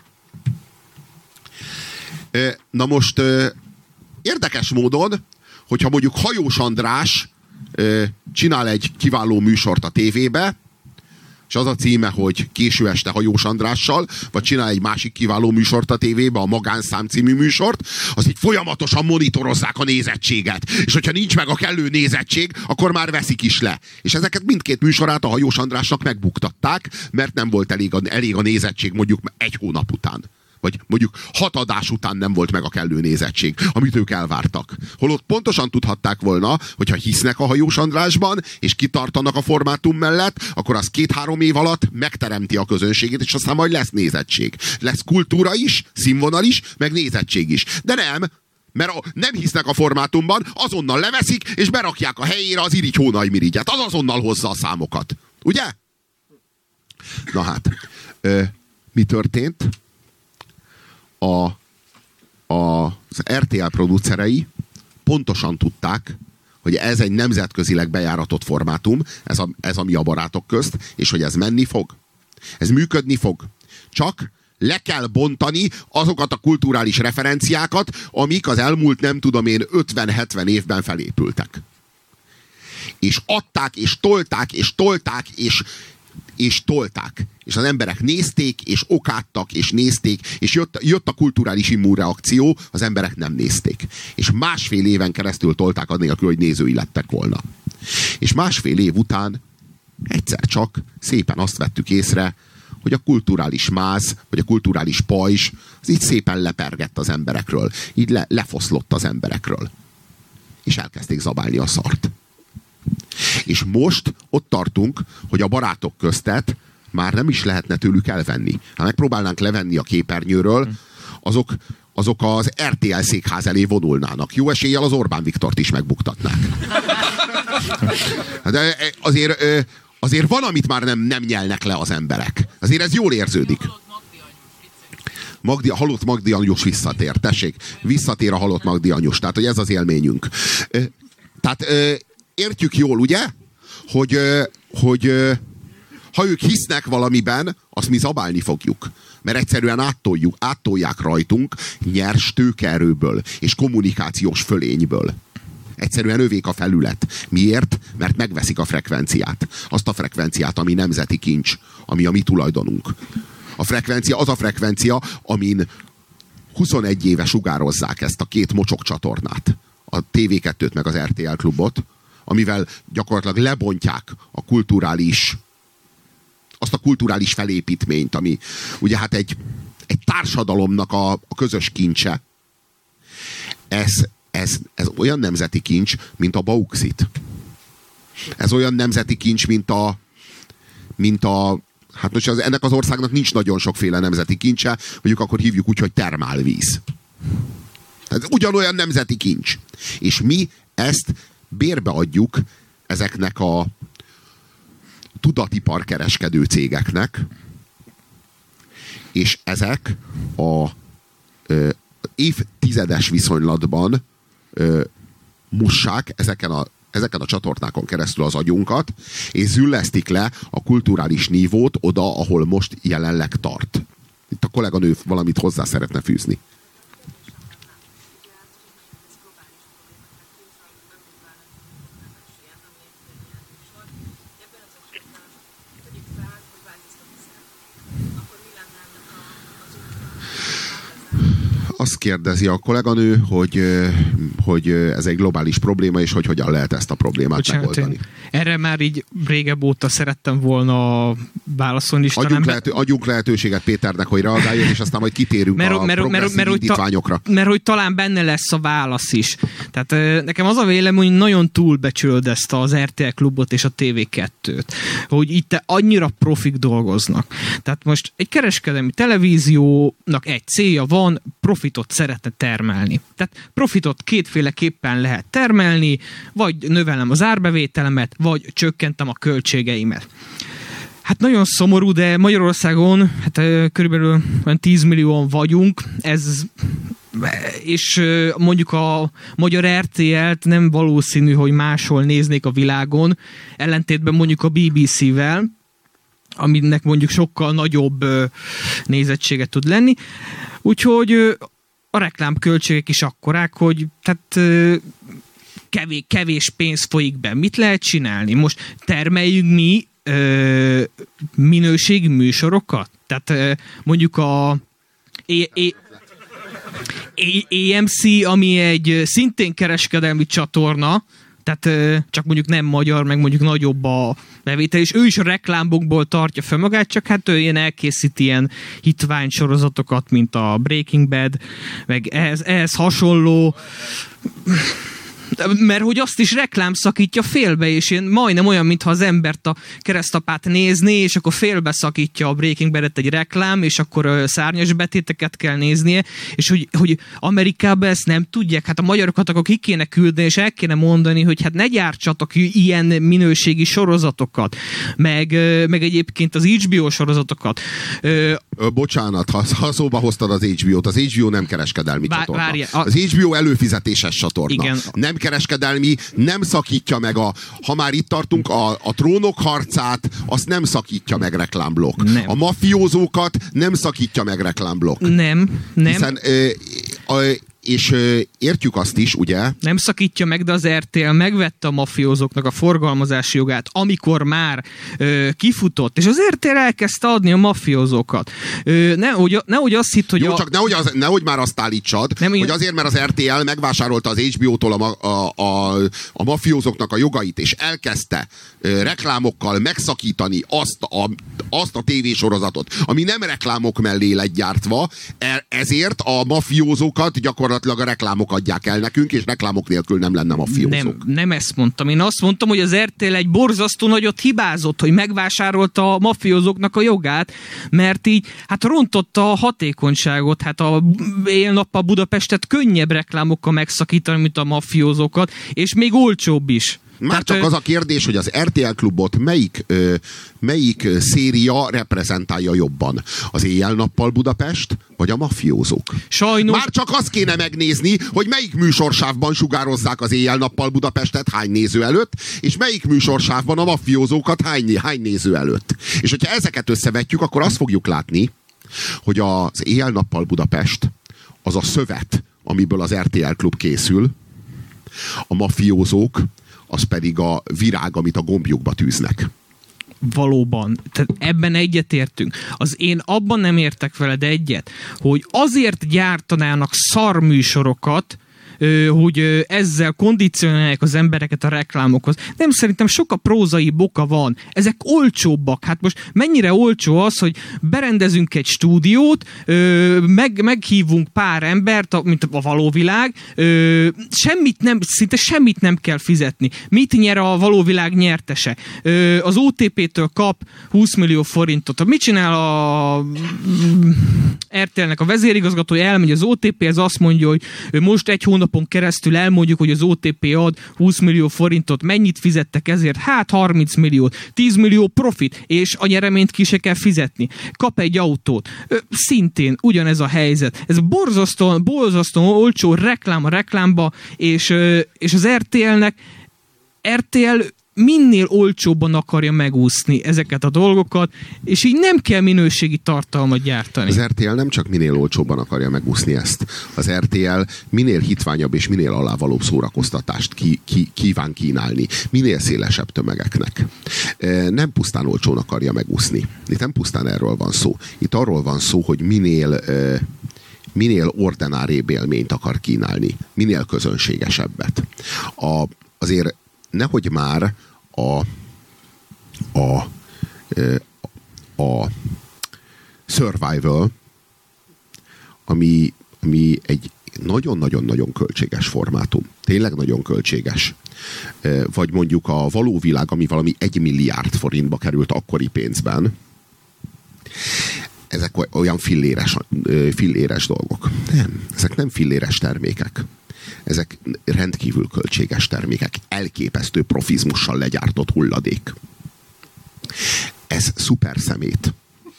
Na most érdekes módon, hogyha mondjuk Hajós András csinál egy kiváló műsort a tévébe, és az a címe, hogy Késő este Hajós Andrással, vagy csinál egy másik kiváló műsort a tévébe, a Magánszám című műsort, az így folyamatosan monitorozzák a nézettséget. És hogyha nincs meg a kellő nézettség, akkor már veszik is le. És ezeket mindkét műsorát a Hajós Andrásnak megbuktatták, mert nem volt elég a, elég a nézettség mondjuk egy hónap után. Vagy mondjuk hat adás után nem volt meg a kellő nézettség, amit ők elvártak. Holott pontosan tudhatták volna, hogyha hisznek a Hajós Andrásban, és kitartanak a formátum mellett, akkor az két-három év alatt megteremti a közönségét, és aztán majd lesz nézettség. Lesz kultúra is, színvonal is, meg nézettség is. De nem, mert a, nem hisznek a formátumban, azonnal leveszik, és berakják a helyére az Irigy Hónaj-mirigyet. Az azonnal hozza a számokat. Ugye? Na hát, ö, mi történt? A, a, az er té el producerei pontosan tudták, hogy ez egy nemzetközileg bejáratott formátum, ez a, ez a Mi a Barátok közt, és hogy ez menni fog. Ez működni fog. Csak le kell bontani azokat a kulturális referenciákat, amik az elmúlt nem tudom én ötven-hetven évben felépültek. És adták, és tolták, és tolták, és, és tolták. És az emberek nézték, és okáttak, és nézték, és jött, jött a kulturális immunreakció, az emberek nem nézték. És másfél éven keresztül tolták annélkül, hogy nézői lettek volna. És másfél év után egyszer csak szépen azt vettük észre, hogy a kulturális máz, vagy a kulturális pajzs, az így szépen lepergett az emberekről. Így le, lefoszlott az emberekről. És elkezdték zabálni a szart. És most ott tartunk, hogy a Barátok köztet már nem is lehetne tőlük elvenni. Ha megpróbálnánk levenni a képernyőről, azok, azok az er té el székház elé vonulnának. Jó eséllyel az Orbán Viktort is megbuktatnák. De azért, azért van, amit már nem, nem nyelnek le az emberek. Azért ez jól érződik. Magdi, a halott Magdi anyus visszatér. Tessék, visszatér a halott Magdi anyus. Tehát, hogy ez az élményünk. Tehát értjük jól, ugye? Hogy, hogy ha ők hisznek valamiben, azt mi zabálni fogjuk. Mert egyszerűen áttoljuk, áttolják rajtunk nyers tőkeerőből és kommunikációs fölényből. Egyszerűen övék a felület. Miért? Mert megveszik a frekvenciát. Azt a frekvenciát, ami nemzeti kincs, ami a mi tulajdonunk. A frekvencia az a frekvencia, amin huszonegy éve sugározzák ezt a két mocsok csatornát. A té vé kettőt meg az er té el klubot, amivel gyakorlatilag lebontják a kulturális, azt a kulturális felépítményt, ami ugye hát egy, egy társadalomnak a, a közös kincse. Ez, ez, ez olyan nemzeti kincs, mint a bauxit. Ez olyan nemzeti kincs, mint a mint a hát most az, ennek az országnak nincs nagyon sokféle nemzeti kincse, mondjuk akkor hívjuk úgy, hogy termálvíz. Tehát ugyanolyan nemzeti kincs. És mi ezt bérbe adjuk ezeknek a tudatiparkereskedő cégeknek, és ezek a ö, évtizedes viszonylatban ö, mussák ezeken a, ezeken a csatornákon keresztül az agyunkat, és züllesztik le a kulturális nívót oda, ahol most jelenleg tart. Itt a kolléganő valamit hozzá szeretne fűzni. Azt kérdezi a kolléganő, hogy, hogy ez egy globális probléma, és hogy hogyan lehet ezt a problémát Bocsánat, megoldani. Erre már így régebb óta szerettem volna válaszolni. És adjunk, lehető, adjunk lehetőséget Péternek, hogy reagáljon, és aztán majd kitérünk mert, a mert, progresszív mert, mert, indítványokra. Mert, mert hogy talán benne lesz a válasz is. Tehát nekem az a vélemény, hogy nagyon túlbecsülöd ezt az er té el klubot és a té vé kettőt. Hogy itt annyira profik dolgoznak. Tehát most egy kereskedelmi televíziónak egy célja van, profitot szeretne termelni. Tehát profitot kétféleképpen lehet termelni, vagy növelem az árbevételemet, vagy csökkentem a költségeimet. Hát nagyon szomorú, de Magyarországon hát körülbelül tíz millióan vagyunk, ez és mondjuk a magyar er té el-t nem valószínű, hogy máshol néznék a világon, ellentétben mondjuk a bé bé cé-vel, aminek mondjuk sokkal nagyobb nézettséget tud lenni. Úgyhogy a reklámköltségek is akkorák, hogy tehát kevés, kevés pénz folyik be. Mit lehet csinálni? Most termeljünk mi ö, minőségi műsorokat? Tehát ö, mondjuk a a em cé, ami egy szintén kereskedelmi csatorna, Tehát csak mondjuk nem magyar, meg mondjuk nagyobb a bevétel, és ő is a reklámokból tartja fel magát, csak hát ő ilyen elkészít ilyen hitvány sorozatokat, mint a Breaking Bad, meg ehhez, ehhez hasonló, mert hogy azt is reklám szakítja félbe, és én majdnem olyan, mintha az embert a keresztapát nézné, és akkor félbe szakítja a Breaking Bad-et egy reklám, és akkor uh, szárnyas betéteket kell néznie, és hogy, hogy Amerikában ezt nem tudják, hát a magyarokat akkor ki kéne küldeni, és el kéne mondani, hogy hát ne gyártsatok ilyen minőségi sorozatokat, meg, uh, meg egyébként az há bé o sorozatokat. Uh, Ö, bocsánat, ha, ha szóba hoztad az há bé ó-t, az há bé ó nem kereskedelmi Vár, csatorna. Várja, a... Az há bé ó előfizetéses csatorna. Igen. Nem kereskedelmi, nem szakítja meg a, ha már itt tartunk, a, a trónok harcát, azt nem szakítja meg reklámblokk. Nem. A mafiózókat nem szakítja meg reklámblokk. Nem, nem. Hiszen, ö, ö, és ö, értjük azt is, ugye? Nem szakítja meg, de az er té el megvette a mafiózóknak a forgalmazási jogát, amikor már ö, kifutott, és az er té el elkezdte adni a mafiózókat. Ö, nehogy, nehogy azt hitt, hogy Jó, a... csak nehogy, az, nehogy már azt állítsad, Nem, hogy én... azért, mert az er té el megvásárolta az há bé ó-tól a, a, a, a mafiózóknak a jogait, és elkezdte ö, reklámokkal megszakítani azt a, azt a tévésorozatot, ami nem reklámok mellé lett gyártva, ezért a mafiózókat gyakorlatilag a reklámok adják el nekünk, és reklámok nélkül nem lenne mafiózók. Nem, nem ezt mondtam. Én azt mondtam, hogy az er té el egy borzasztó nagyot hibázott, hogy megvásárolta a mafiózóknak a jogát, mert így hát rontotta a hatékonyságot. Hát a éjjel-nappal Budapestet könnyebb reklámokkal megszakítani, mint a mafiózókat, és még olcsóbb is. Már Tehát, csak ö... az a kérdés, hogy az er té el klubot melyik, ö, melyik széria reprezentálja jobban? Az éjjel-nappal Budapest, vagy a mafiózók? Sajnos... Már csak azt kéne megnézni, hogy melyik műsorsávban sugározzák az éjjel-nappal Budapestet hány néző előtt, és melyik műsorsávban a mafiózókat hány, hány néző előtt. És hogyha ezeket összevetjük, akkor azt fogjuk látni, hogy az éjjel-nappal Budapest az a szövet, amiből az er té el klub készül, a mafiózók az pedig a virág, amit a gombjukba tűznek. Valóban. Tehát ebben egyetértünk. Az én abban nem értek veled egyet, hogy azért gyártanának szarműsorokat, hogy ezzel kondicionálják az embereket a reklámokhoz. Nem, szerintem sok a prózai boka van. Ezek olcsóbbak. Hát most mennyire olcsó az, hogy berendezünk egy stúdiót, meg, meghívunk pár embert, mint a való világ, semmit nem, szinte semmit nem kell fizetni. Mit nyer a való világ nyertese? Az o té pé-től kap húsz millió forintot. Mit csinál a er té el-nek a vezérigazgatója? Elmegy az o té pé-hez, azt mondja, hogy most egy hónap keresztül elmondjuk, hogy az o té pé ad húsz millió forintot, mennyit fizettek ezért? Hát harminc milliót, tíz millió profit, és a nyereményt ki se kell fizetni. Kap egy autót. Szintén ugyanez a helyzet. Ez borzasztóan, borzasztóan olcsó reklám a reklámba, és, és az er té el-nek er té el minél olcsóbban akarja megúszni ezeket a dolgokat, és így nem kell minőségi tartalmat gyártani. Az er té el nem csak minél olcsóbban akarja megúszni ezt. Az er té el minél hitványabb és minél alávalóbb szórakoztatást ki, ki, kíván kínálni. Minél szélesebb tömegeknek. Nem pusztán olcsón akarja megúszni. Itt nem pusztán erről van szó. Itt arról van szó, hogy minél minél ordinárébb élményt akar kínálni. Minél közönségesebbet. A, azért nehogy már a, a, a Survival, ami, ami egy nagyon-nagyon-nagyon költséges formátum. Tényleg nagyon költséges. Vagy mondjuk a való világ, ami valami egy milliárd forintba került akkori pénzben. Ezek olyan filléres, filléres dolgok. Nem, ezek nem filléres termékek. Ezek rendkívül költséges termékek. Elképesztő profizmussal legyártott hulladék. Ez szuper szemét.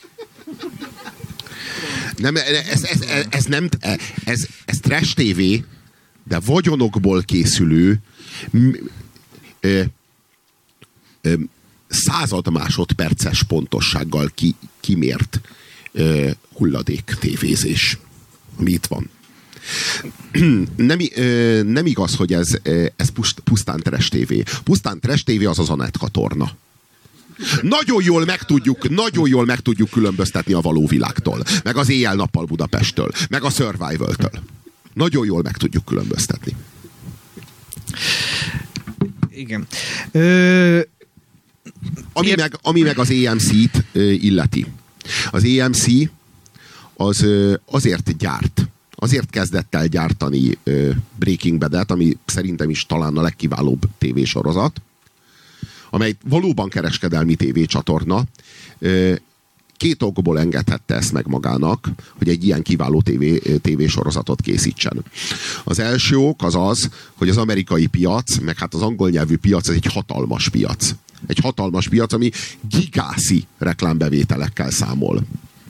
Nem, ez, ez, ez, ez nem, ez, ez trash tévé, de vagyonokból készülő ö, ö, század másodperces pontossággal ki, kimért ö, hulladék tévézés, ami itt van. Nem, nem igaz, hogy ez, ez pusztán trash tévé. Pusztán trash tévé az az Anett csatorna. Nagyon jól meg tudjuk, nagyon jól meg tudjuk különböztetni a való világtól, meg az éjjel-nappal Budapesttől, meg a Survival-től. Nagyon jól meg tudjuk különböztetni. Igen. Ö... Ami, Ér... meg, ami meg az á em cé-t ö, illeti. Az á em cé az ö, azért gyárt, azért kezdett el gyártani ö, Breaking Bad-et, ami szerintem is talán a legkiválóbb tévésorozat, amely valóban kereskedelmi tévécsatorna. Ö, két okból engedhette ezt meg magának, hogy egy ilyen kiváló tévé, tévésorozatot készítsen. Az első ok az az, hogy az amerikai piac, meg hát az angol nyelvű piac, ez egy hatalmas piac. Egy hatalmas piac, ami gigászi reklámbevételekkel számol.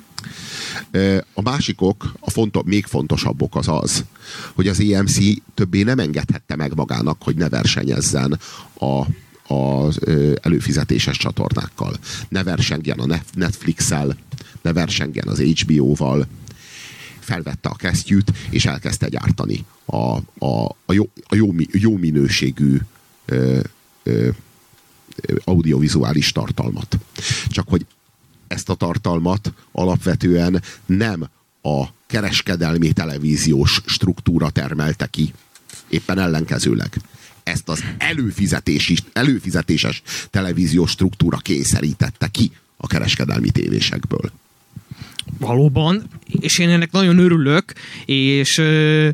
A másik ok, a fontos, még fontosabb ok az az, hogy az á em cé többé nem engedhette meg magának, hogy ne versenyezzen a az előfizetéses csatornákkal. Ne versengjen a Netflix-el, ne versengjen az há bé ó-val. Felvette a kesztyűt, és elkezdte gyártani a, a, a, jó, a jó, jó minőségű ö, ö, audiovizuális tartalmat. Csak hogy ezt a tartalmat alapvetően nem a kereskedelmi televíziós struktúra termelte ki, éppen ellenkezőleg. Ezt az előfizetési, előfizetéses televíziós struktúra kényszerítette ki a kereskedelmi tévésekből. Valóban, és én ennek nagyon örülök, és ö,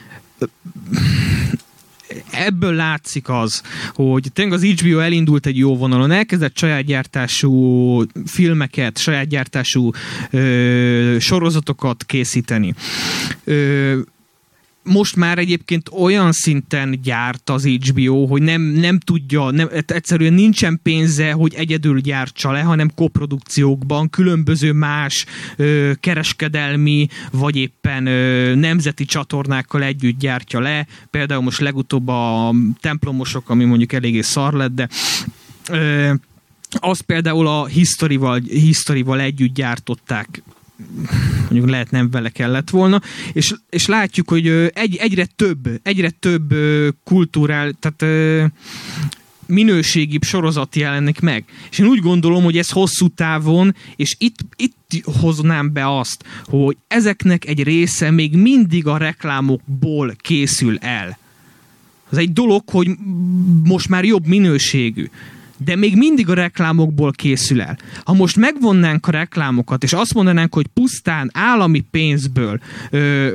ebből látszik az, hogy tényleg az há bé ó elindult egy jó vonalon, elkezdett saját gyártású filmeket, saját gyártású ö, sorozatokat készíteni. Ö, most már egyébként olyan szinten gyárt az há bé ó, hogy nem, nem tudja, nem, egyszerűen nincsen pénze, hogy egyedül gyártsa le, hanem koprodukciókban, különböző más ö, kereskedelmi, vagy éppen ö, nemzeti csatornákkal együtt gyártja le. Például most legutóbb a Templomosok, ami mondjuk eléggé szar lett, de ö, azt például a History-val, History-val együtt gyártották, mondjuk lehet nem vele kellett volna, és, és látjuk, hogy egy, egyre több, egyre több kultúrál, tehát minőségibb sorozat jelenik meg. És én úgy gondolom, hogy ez hosszú távon, és itt, itt hoznám be azt, hogy ezeknek egy része még mindig a reklámokból készül el. Az egy dolog, hogy most már jobb minőségű, de még mindig a reklámokból készül el. Ha most megvonnánk a reklámokat, és azt mondanánk, hogy pusztán állami pénzből ö,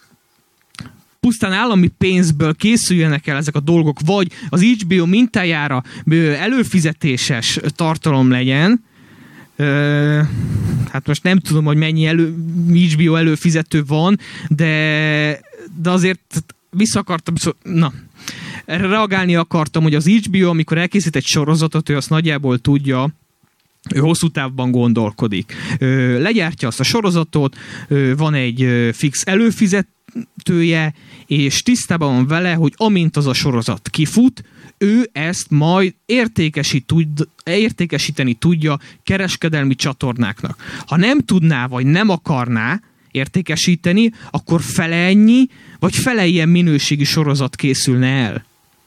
pusztán állami pénzből készüljenek el ezek a dolgok, vagy az há bé ó mintájára ö, előfizetéses tartalom legyen, ö, hát most nem tudom, hogy mennyi elő, há bé ó előfizető van, de, de azért vissza akartam, na, erre reagálni akartam, hogy az há bé ó, amikor elkészít egy sorozatot, ő azt nagyjából tudja, ő hosszú távban gondolkodik. Ö, legyártja azt a sorozatot, ö, van egy ö, fix előfizetője, és tisztában van vele, hogy amint az a sorozat kifut, ő ezt majd értékesít, tud, értékesíteni tudja kereskedelmi csatornáknak. Ha nem tudná, vagy nem akarná értékesíteni, akkor fele ennyi, vagy fele ilyen minőségi sorozat készülne el.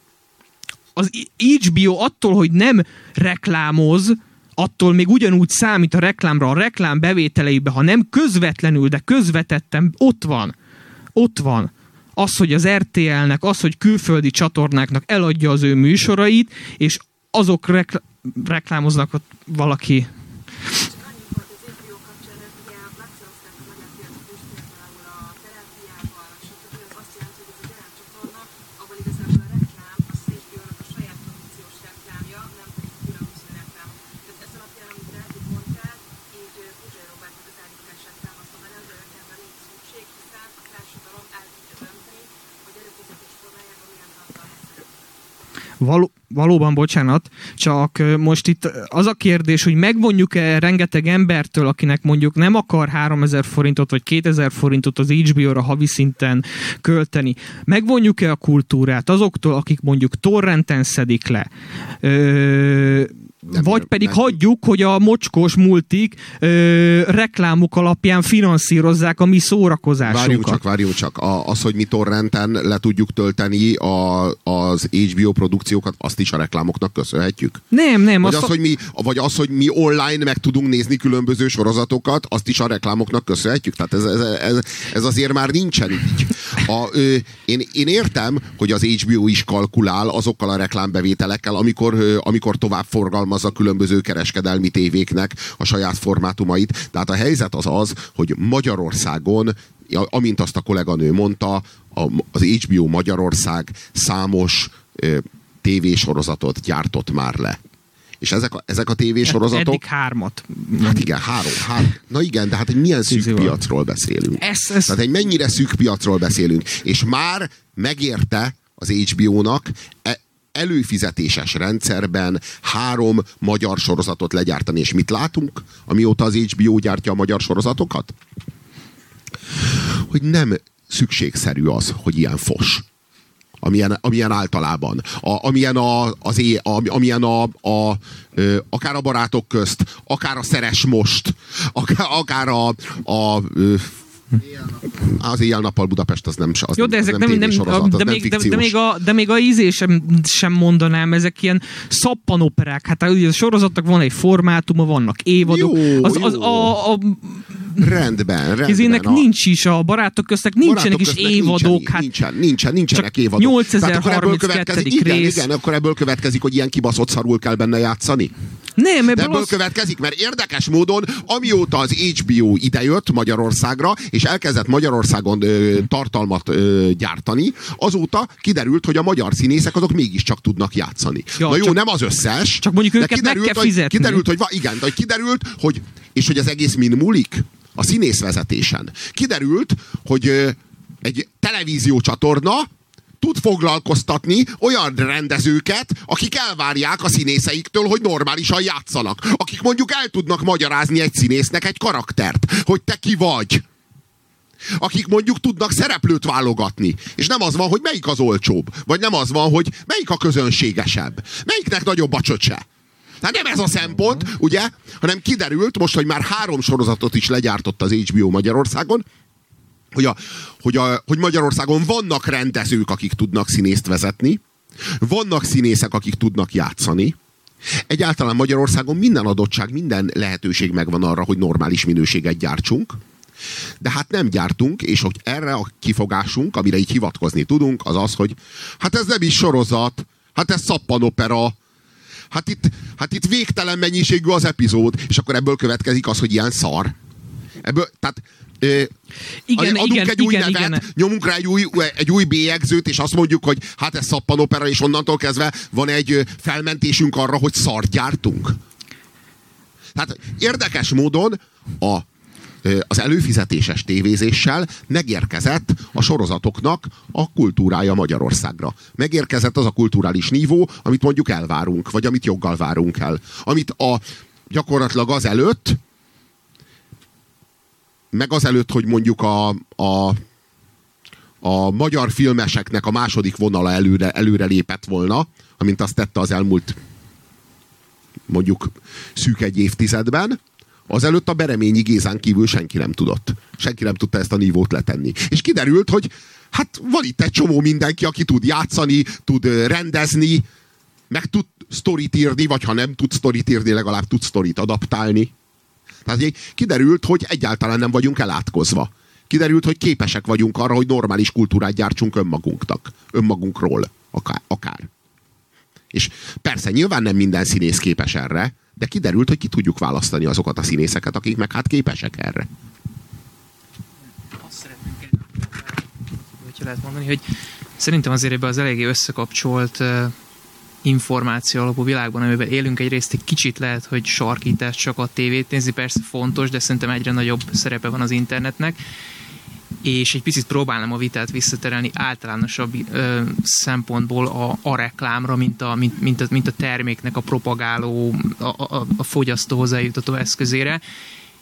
Az há bé ó attól, hogy nem reklámoz, attól még ugyanúgy számít a reklámra, a reklám bevételeibe, ha nem közvetlenül, de közvetetten ott van. Ott van. Az, hogy az er té el-nek, az, hogy külföldi csatornáknak eladja az ő műsorait, és azok rekl- reklámoznak ott valaki. Való, valóban, bocsánat, csak most itt az a kérdés, hogy megvonjuk-e rengeteg embertől, akinek mondjuk nem akar háromezer forintot vagy kétezer forintot az há bé ó-ra havi szinten költeni. Megvonjuk-e a kultúrát azoktól, akik mondjuk torrenten szedik le? Ö, Nem Vagy ér, pedig nem. hagyjuk, hogy a mocskos multik ö, reklámok alapján finanszírozzák a mi szórakozásunkat. Várjunk csak, várjunk csak. A, az, hogy mi torrenten le tudjuk tölteni a, az há bé o produkciókat, azt is a reklámoknak köszönhetjük? Nem, nem. Vagy azt az, hogy mi, vagy az, hogy mi online meg tudunk nézni különböző sorozatokat, azt is a reklámoknak köszönhetjük? Tehát ez, ez, ez, ez azért már nincsen így. A, ö, én, én értem, hogy az há bé o is kalkulál azokkal a reklámbevételekkel, amikor, ö, amikor tovább forgalmazza különböző kereskedelmi tévéknek a saját formátumait. Tehát a helyzet az az, hogy Magyarországon, amint azt a kolléganő mondta, az há bé o Magyarország számos ö, tévésorozatot gyártott már le. És ezek a, ezek a tévésorozatok... Eddig hármat. Hát igen, három, három. Na igen, de hát egy milyen szűk piacról beszélünk. Ez, ez... Tehát egy mennyire szűk piacról beszélünk. És már megérte az há bé o-nak előfizetéses rendszerben három magyar sorozatot legyártani. És mit látunk, amióta az há bé o gyártja a magyar sorozatokat? Hogy nem szükségszerű az, hogy ilyen fos. Amilyen, amilyen általában. A, amilyen a, az é, a, amilyen a, a, ö, akár a barátok közt, akár a Szeres most, akár, akár a, a ö, az Éjjel-nappal Budapest, az nem, az Jó, de ezek nem, nem, nem, sorozat, de, nem még, de, de, még a, de még a ízé sem, sem mondanám, ezek ilyen szappanoperák. Hát a sorozatnak van egy formátuma, vannak évadok. Jó, az, jó. az, a, a, rendben, rendben. Kézének a... nincs is, a barátok köztek nincsenek barátok is évadok. Nincsen, hát nincsen, nincsen, nincsenek évadok. nyolcezer-harminckettő igen, rész. igen, akkor ebből következik, hogy ilyen kibaszott szarul kell benne játszani. Nem, De ebből, ebből az... következik, mert érdekes módon, amióta az há bé o idejött Magyarországra, és elkezdett Magyarországon ö, tartalmat ö, gyártani, azóta kiderült, hogy a magyar színészek azok mégiscsak tudnak játszani. Ja, Na jó, csak, nem az összes. Csak mondjuk őket meg kell hogy, fizetni. Kiderült, hogy, igen, de hogy kiderült, hogy, és hogy az egész min múlik a színészvezetésen. Kiderült, hogy ö, egy televíziócsatorna tud foglalkoztatni olyan rendezőket, akik elvárják a színészeiktől, hogy normálisan játszanak. Akik mondjuk el tudnak magyarázni egy színésznek egy karaktert, hogy te ki vagy. Akik mondjuk tudnak szereplőt válogatni. És nem az van, hogy melyik az olcsóbb. Vagy nem az van, hogy melyik a közönségesebb. Melyiknek nagyobb a csöcse. Tehát nem ez a szempont, ugye? Hanem kiderült most, hogy már három sorozatot is legyártott az há bé o Magyarországon, Hogy, a, hogy, a, hogy Magyarországon vannak rendezők, akik tudnak színészt vezetni, vannak színészek, akik tudnak játszani. Egyáltalán Magyarországon minden adottság, minden lehetőség megvan arra, hogy normális minőséget gyártsunk, de hát nem gyártunk, és hogy erre a kifogásunk, amire így hivatkozni tudunk, az az, hogy hát ez nem is sorozat, hát ez szappanopera, hát itt, hát itt végtelen mennyiségű az epizód, és akkor ebből következik az, hogy ilyen szar. Ebből, tehát Ö, igen, adunk igen, egy új igen, nevet, igen. nyomunk rá egy új, egy új bélyegzőt, és azt mondjuk, hogy hát ez szappanopera, és onnantól kezdve van egy felmentésünk arra, hogy szart gyártunk. Tehát érdekes módon a, az előfizetéses tévézéssel megérkezett a sorozatoknak a kultúrája Magyarországra. Megérkezett az a kulturális nívó, amit mondjuk elvárunk, vagy amit joggal várunk el. Amit a, gyakorlatilag azelőtt, meg azelőtt, hogy mondjuk a, a, a magyar filmeseknek a második vonala előre, előre lépett volna, amint azt tette az elmúlt mondjuk szűk egy évtizedben, azelőtt a Bereményi Gézán kívül senki nem tudott. Senki nem tudta ezt a nívót letenni. És kiderült, hogy hát van itt egy csomó mindenki, aki tud játszani, tud rendezni, meg tud sztorit írni, vagy ha nem tud sztorit írni, legalább tud sztorit adaptálni. Tehát kiderült, hogy egyáltalán nem vagyunk elátkozva. Kiderült, hogy képesek vagyunk arra, hogy normális kultúrát gyártsunk önmagunknak. Önmagunkról akár. akár. És persze nyilván nem minden színész képes erre, de kiderült, hogy ki tudjuk választani azokat a színészeket, akik meg hát képesek erre. Azt szeretnénk, hogyha lehet mondani, hogy szerintem azért ebben az eléggé összekapcsolt információ alapú világban, amiben élünk, egyrészt egy kicsit lehet, hogy sarkítás csak a tévét nézni, persze fontos, de szerintem egyre nagyobb szerepe van az internetnek, és egy picit próbálnám a vitát visszaterelni általánosabb ö, szempontból a, a reklámra, mint a, mint, mint, a, mint a terméknek a propagáló, a, a, a fogyasztó hozzájutató eszközére,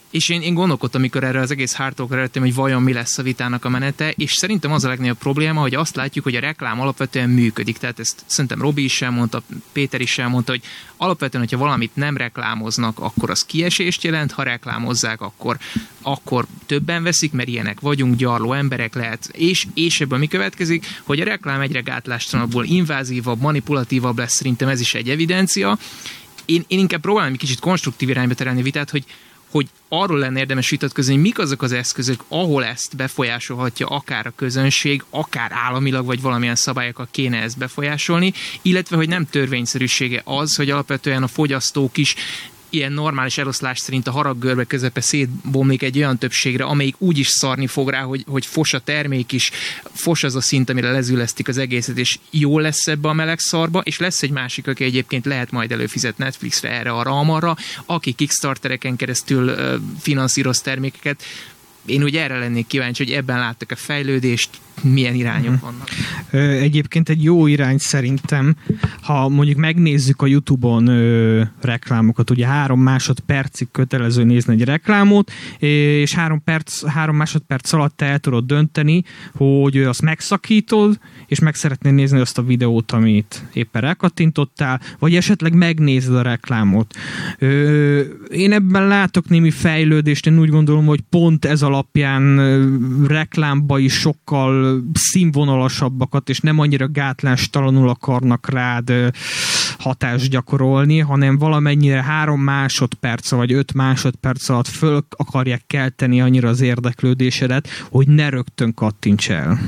És én, én gondolkodtam, amikor erre az egész hardtalkra előttem, hogy vajon mi lesz a vitának a menete, és szerintem az a legnagyobb probléma, hogy azt látjuk, hogy a reklám alapvetően működik. Tehát ezt szerintem Robi is elmondta, Péter is elmondta, hogy alapvetően, hogyha valamit nem reklámoznak, akkor az kiesést jelent, ha reklámozzák, akkor, akkor többen veszik, mert ilyenek vagyunk, gyarló emberek lehet, és, és ebből mi következik, hogy a reklám egyre gátlástalanabbul invázívabb, manipulatívabb lesz, szerintem ez is egy evidencia. Én, én inkább próbálom egy kicsit konstruktív irányba terelni a vitát, hogy hogy arról lenne érdemes vitatkozni, hogy mik azok az eszközök, ahol ezt befolyásolhatja akár a közönség, akár államilag, vagy valamilyen szabályokkal kéne ezt befolyásolni, illetve hogy nem törvényszerűsége az, hogy alapvetően a fogyasztók is ilyen normális eloszlás szerint a haraggörbe közepe szétbomlik egy olyan többségre, amelyik úgy is szarni fog rá, hogy, hogy fos a termék is, fos az a szint, amire lezülesztik az egészet, és jól lesz ebbe a meleg szarba, és lesz egy másik, aki egyébként lehet majd előfizet Netflixre, erre, arra, amarra, aki Kickstartereken keresztül uh, finanszíroz termékeket. Én úgy erre lennék kíváncsi, hogy ebben láttak a fejlődést, milyen irányok vannak. Egyébként egy jó irány szerintem, ha mondjuk megnézzük a YouTube-on ö, reklámokat, ugye három másodpercig kötelező nézni egy reklámot, és három, perc, három másodperc alatt te el tudod dönteni, hogy azt megszakítod, és meg szeretnél nézni azt a videót, amit éppen rákattintottál, vagy esetleg megnézed a reklámot. Ö, én ebben látok némi fejlődést, én úgy gondolom, hogy pont ez alapján ö, reklámba is sokkal színvonalasabbakat, és nem annyira gátlástalanul akarnak rád hatást gyakorolni, hanem valamennyire három másodperc vagy öt másodperc alatt föl akarják kelteni annyira az érdeklődésedet, hogy ne rögtön kattints el.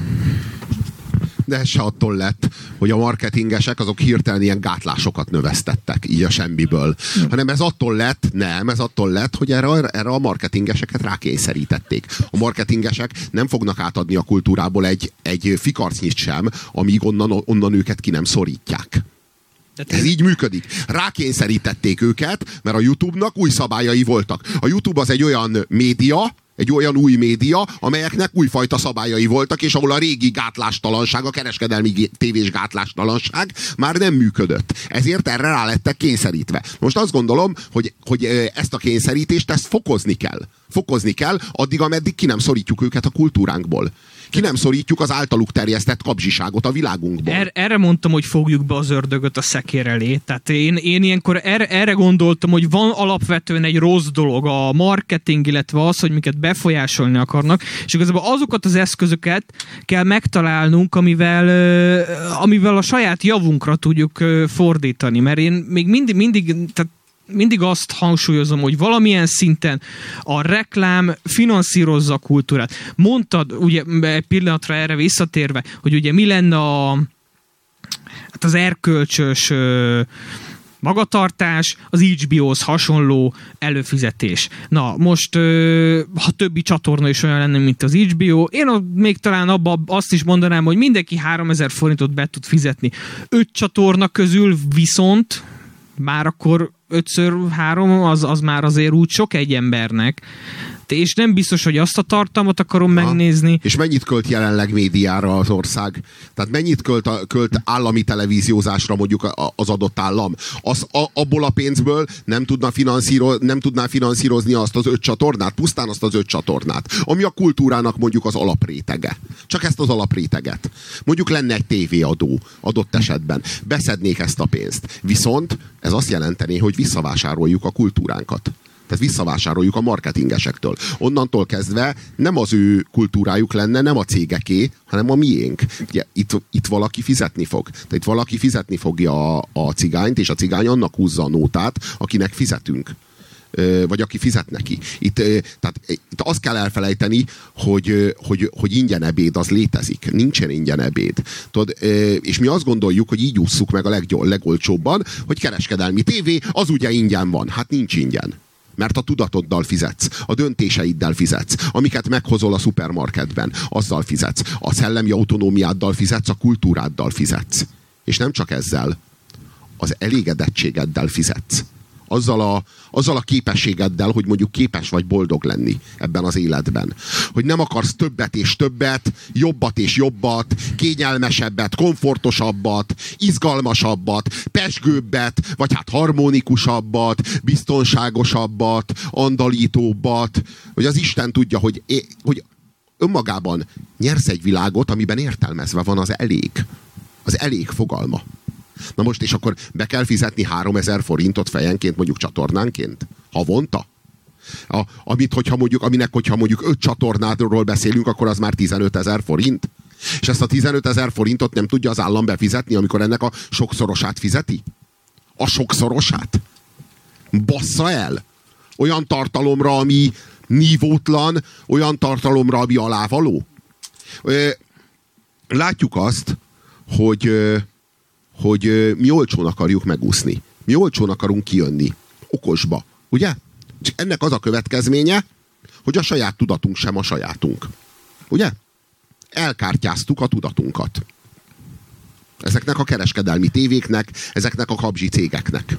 De ez se attól lett, hogy a marketingesek azok hirtelen ilyen gátlásokat növesztettek, így a semmiből. Hanem ez attól lett, nem, ez attól lett, hogy erre, erre a marketingeseket rákényszerítették. A marketingesek nem fognak átadni a kultúrából egy, egy fikarcnyit sem, amíg onnan, onnan őket ki nem szorítják. Ez így működik. Rákényszerítették őket, mert a YouTube-nak új szabályai voltak. A YouTube az egy olyan média, egy olyan új média, amelyeknek újfajta szabályai voltak, és ahol a régi gátlástalanság, a kereskedelmi tévés gátlástalanság már nem működött. Ezért erre rá lettek kényszerítve. Most azt gondolom, hogy, hogy ezt a kényszerítést, ezt fokozni kell. Fokozni kell, addig, ameddig ki nem szorítjuk őket a kultúránkból. Ki nem szorítjuk az általuk terjesztett kapzsiságot a világunkból. Er, erre mondtam, hogy fogjuk be az ördögöt a szekér elé. Tehát én, én ilyenkor erre, erre gondoltam, hogy van alapvetően egy rossz dolog, a marketing, illetve az, hogy minket befolyásolni akarnak, és igazából azokat az eszközöket kell megtalálnunk, amivel, amivel a saját javunkra tudjuk fordítani. Mert én még mindig, mindig tehát mindig azt hangsúlyozom, hogy valamilyen szinten a reklám finanszírozza a kultúrát. Mondtad, ugye egy pillanatra erre visszatérve, hogy ugye mi lenne a, hát az erkölcsös ö, magatartás, az há bé ó-hoz hasonló előfizetés. Na, most ö, ha többi csatorna is olyan lenne, mint az há bé ó, én még talán abba azt is mondanám, hogy mindenki háromezer forintot be tud fizetni. Öt csatorna közül viszont már akkor ötször három, az, az már azért úgy sok egy embernek. És nem biztos, hogy azt a tartalmat akarom ha. megnézni. És mennyit költ jelenleg médiára az ország? Tehát mennyit költ, a, költ állami televíziózásra mondjuk az adott állam? Az, a, abból a pénzből nem, tudna finanszíroz, nem tudná finanszírozni azt az öt csatornát, pusztán azt az öt csatornát, ami a kultúrának mondjuk az alaprétege. Csak ezt az alapréteget. Mondjuk lenne egy tévéadó adott esetben. Beszednék ezt a pénzt. Viszont ez azt jelenteni, hogy visszavásároljuk a kultúránkat. Tehát visszavásároljuk a marketingesektől. Onnantól kezdve nem az ő kultúrájuk lenne, nem a cégeké, hanem a miénk. Ugye, itt, itt valaki fizetni fog. Tehát itt valaki fizetni fogja a, a cigányt, és a cigány annak húzza a nótát, akinek fizetünk. Vagy aki fizet neki. Itt, tehát, itt azt kell elfelejteni, hogy, hogy, hogy ingyen ebéd az létezik. Nincsen ingyen ebéd. Tudod, és mi azt gondoljuk, hogy így ússzuk meg a leggyol, legolcsóbban, hogy kereskedelmi tévé az ugye ingyen van. Hát nincs ingyen. Mert a tudatoddal fizetsz, a döntéseiddel fizetsz, amiket meghozol a szupermarketben, azzal fizetsz. A szellemi autonómiáddal fizetsz, a kultúráddal fizetsz. És nem csak ezzel, az elégedettségeddel fizetsz. azzal a, azzal a képességeddel, hogy mondjuk képes vagy boldog lenni ebben az életben. Hogy nem akarsz többet és többet, jobbat és jobbat, kényelmesebbet, komfortosabbat, izgalmasabbat, pezsgőbbet, vagy hát harmonikusabbat, biztonságosabbat, andalítóbbat, hogy az Isten tudja, hogy, hogy önmagában nyersz egy világot, amiben értelmezve van az elég. Az elég fogalma. Na most, és akkor be kell fizetni háromezer forintot fejenként, mondjuk csatornánként? Havonta? A, amit, hogyha mondjuk, aminek, hogyha mondjuk öt csatornádról beszélünk, akkor az már tizenötezer forint. És ezt a tizenötezer forintot nem tudja az állam befizetni, amikor ennek a sokszorosát fizeti? A sokszorosát? Bassza el! Olyan tartalomra, ami nívótlan, olyan tartalomra, ami alávaló. Látjuk azt, hogy, hogy mi olcsón akarjuk megúszni. Mi olcsón akarunk kijönni. Okosba. Ugye? És ennek az a következménye, hogy a saját tudatunk sem a sajátunk. Ugye? Elkártyáztuk a tudatunkat. Ezeknek a kereskedelmi tévéknek, ezeknek a kabzsi cégeknek.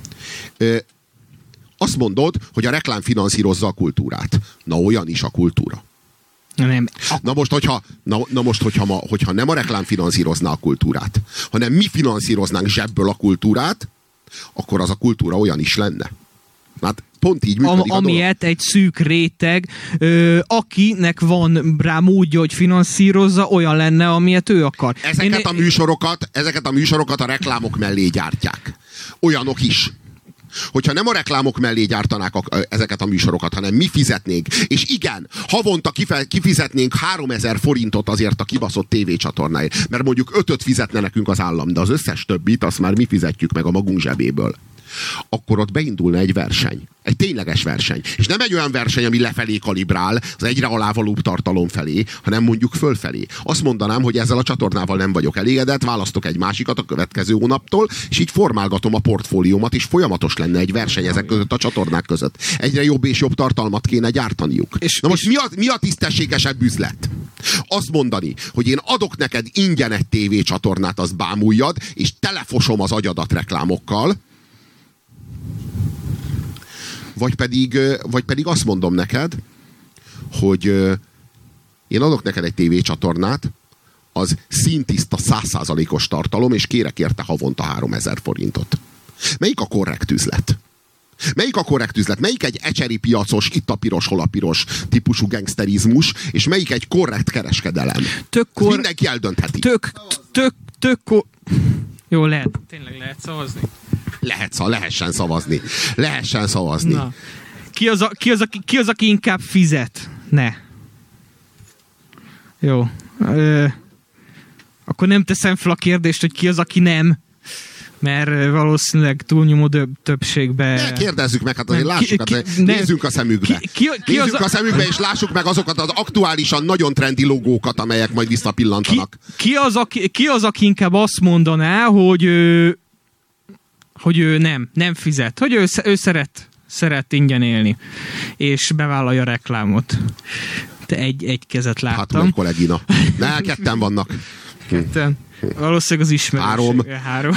Azt mondod, hogy a reklám finanszírozza a kultúrát. Na, olyan is a kultúra. Nem. Na most, hogyha, na, na most hogyha, ma, hogyha nem a reklám finanszírozná a kultúrát, hanem mi finanszíroznánk zsebből a kultúrát, akkor az a kultúra olyan is lenne. Hát pont így működik a, a Amilyet dolog. Egy szűk réteg, ö, akinek van rá módja, hogy finanszírozza, olyan lenne, amilyet ő akar. Ezeket Én, a műsorokat, ezeket a műsorokat a reklámok mellé gyártják. Olyanok is. Hogyha nem a reklámok mellé gyártanák a, ezeket a műsorokat, hanem mi fizetnénk, és igen, havonta kife, kifizetnénk háromezer forintot azért a kibaszott tévécsatornáért, mert mondjuk ötöt fizetne nekünk az állam, de az összes többit azt már mi fizetjük meg a magunk zsebéből. Akkor ott beindulna egy verseny. Egy tényleges verseny. És nem egy olyan verseny, ami lefelé kalibrál, az egyre alávalóbb tartalom felé, hanem mondjuk fölfelé. Azt mondanám, hogy ezzel a csatornával nem vagyok elégedett, választok egy másikat a következő hónaptól, és így formálgatom a portfóliómat, és folyamatos lenne egy verseny ezek között a csatornák között. Egyre jobb és jobb tartalmat kéne gyártaniuk. És, Na most és... mi, a, mi a tisztességesebb üzlet? Azt mondani, hogy én adok neked ingyen egy tévécsatornát, azt bámuljad, és telefosom az agyadat reklámokkal, Vagy pedig, vagy pedig azt mondom neked, hogy én adok neked egy tévécsatornát, az színtiszta száz százalékos tartalom, és kérek érte havonta háromezer forintot. Melyik a korrekt üzlet? Melyik a korrekt üzlet? Melyik egy ecseri piacos, itt a piros, hol a piros típusú gangsterizmus, és melyik egy korrekt kereskedelem? Tök kor... Mindenki eldöntheti. Tök, tök, tök, tök... Jó, lehet. Tényleg lehet szavazni? Lehet, lehessen szavazni. Lehessen szavazni. Na. Ki az, a, ki, az, aki, ki az, aki inkább fizet? Ne. Jó. Ö, akkor nem teszem fel a kérdést, hogy ki az, aki nem. Mert valószínűleg túlnyomó többségben... Ne, kérdezzük meg, hát azért lássuk, ki, hát, ki, nézzünk ne, a szemükbe. Ki, ki, ki nézzünk a... a szemükbe, és lássuk meg azokat az aktuálisan nagyon trendi logókat, amelyek majd visszapillantanak. Ki, ki, az, aki, ki az, aki inkább azt mondaná, hogy, ő, hogy ő nem, nem fizet. Hogy ő, ő szeret, szeret ingyen élni. És bevállalja a reklámot. Te egy, egy kezet láttam. Hát, kollégina. Ne, ketten vannak. Ketten. Valószínűleg az ismerőség. Három. Három.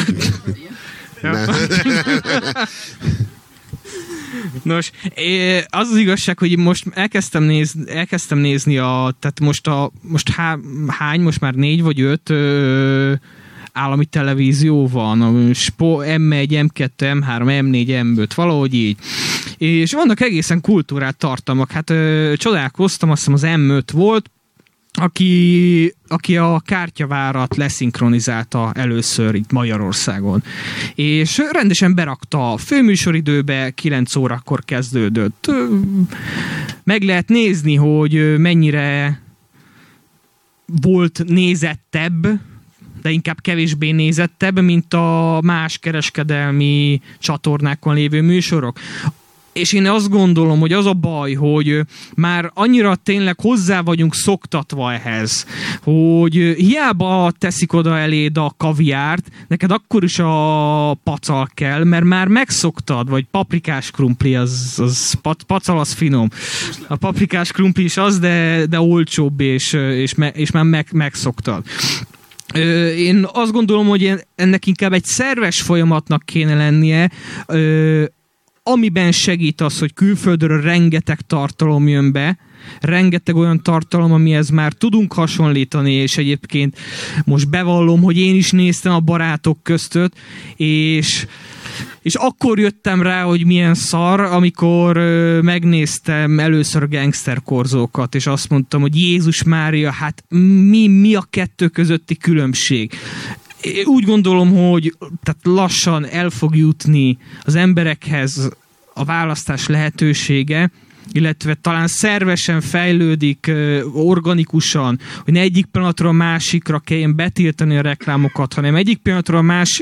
Nos, az az igazság, hogy most elkezdtem nézni, elkezdtem nézni a, tehát most a, most há, hány, most már négy vagy öt ö, állami televízió van, em egy, em kettő, em három, em négy, em öt, valahogy így. És vannak egészen kultúrát tartalmak. Hát ö, csodálkoztam, azt hiszem az em öt volt, Aki, aki a Kártyavárat leszinkronizálta először itt Magyarországon. És rendesen berakta a főműsoridőbe, kilenc órakor kezdődött. Meg lehet nézni, hogy mennyire volt nézettebb, de inkább kevésbé nézettebb, mint a más kereskedelmi csatornákon lévő műsorok. És én azt gondolom, hogy az a baj, hogy már annyira tényleg hozzá vagyunk szoktatva ehhez, hogy hiába teszik oda eléd a kaviárt, neked akkor is a pacal kell, mert már megszoktad, vagy paprikás krumpli, az, az pacal az finom. A paprikás krumpli is az, de, de olcsóbb, és, és, me, és már meg, megszoktad. Én azt gondolom, hogy ennek inkább egy szerves folyamatnak kéne lennie, amiben segít az, hogy külföldről rengeteg tartalom jön be, rengeteg olyan tartalom, amihez már tudunk hasonlítani, és egyébként most bevallom, hogy én is néztem a Barátok köztöt, és és akkor jöttem rá, hogy milyen szar, amikor ö, megnéztem először a gangsterkorzókat, és azt mondtam, hogy Jézus Mária, hát mi, mi a kettő közötti különbség? Én úgy gondolom, hogy tehát lassan el fog jutni az emberekhez a választás lehetősége, illetve talán szervesen fejlődik, organikusan, hogy ne egyik pillanatról a másikra kelljen betiltani a reklámokat, hanem egyik pillanatról a más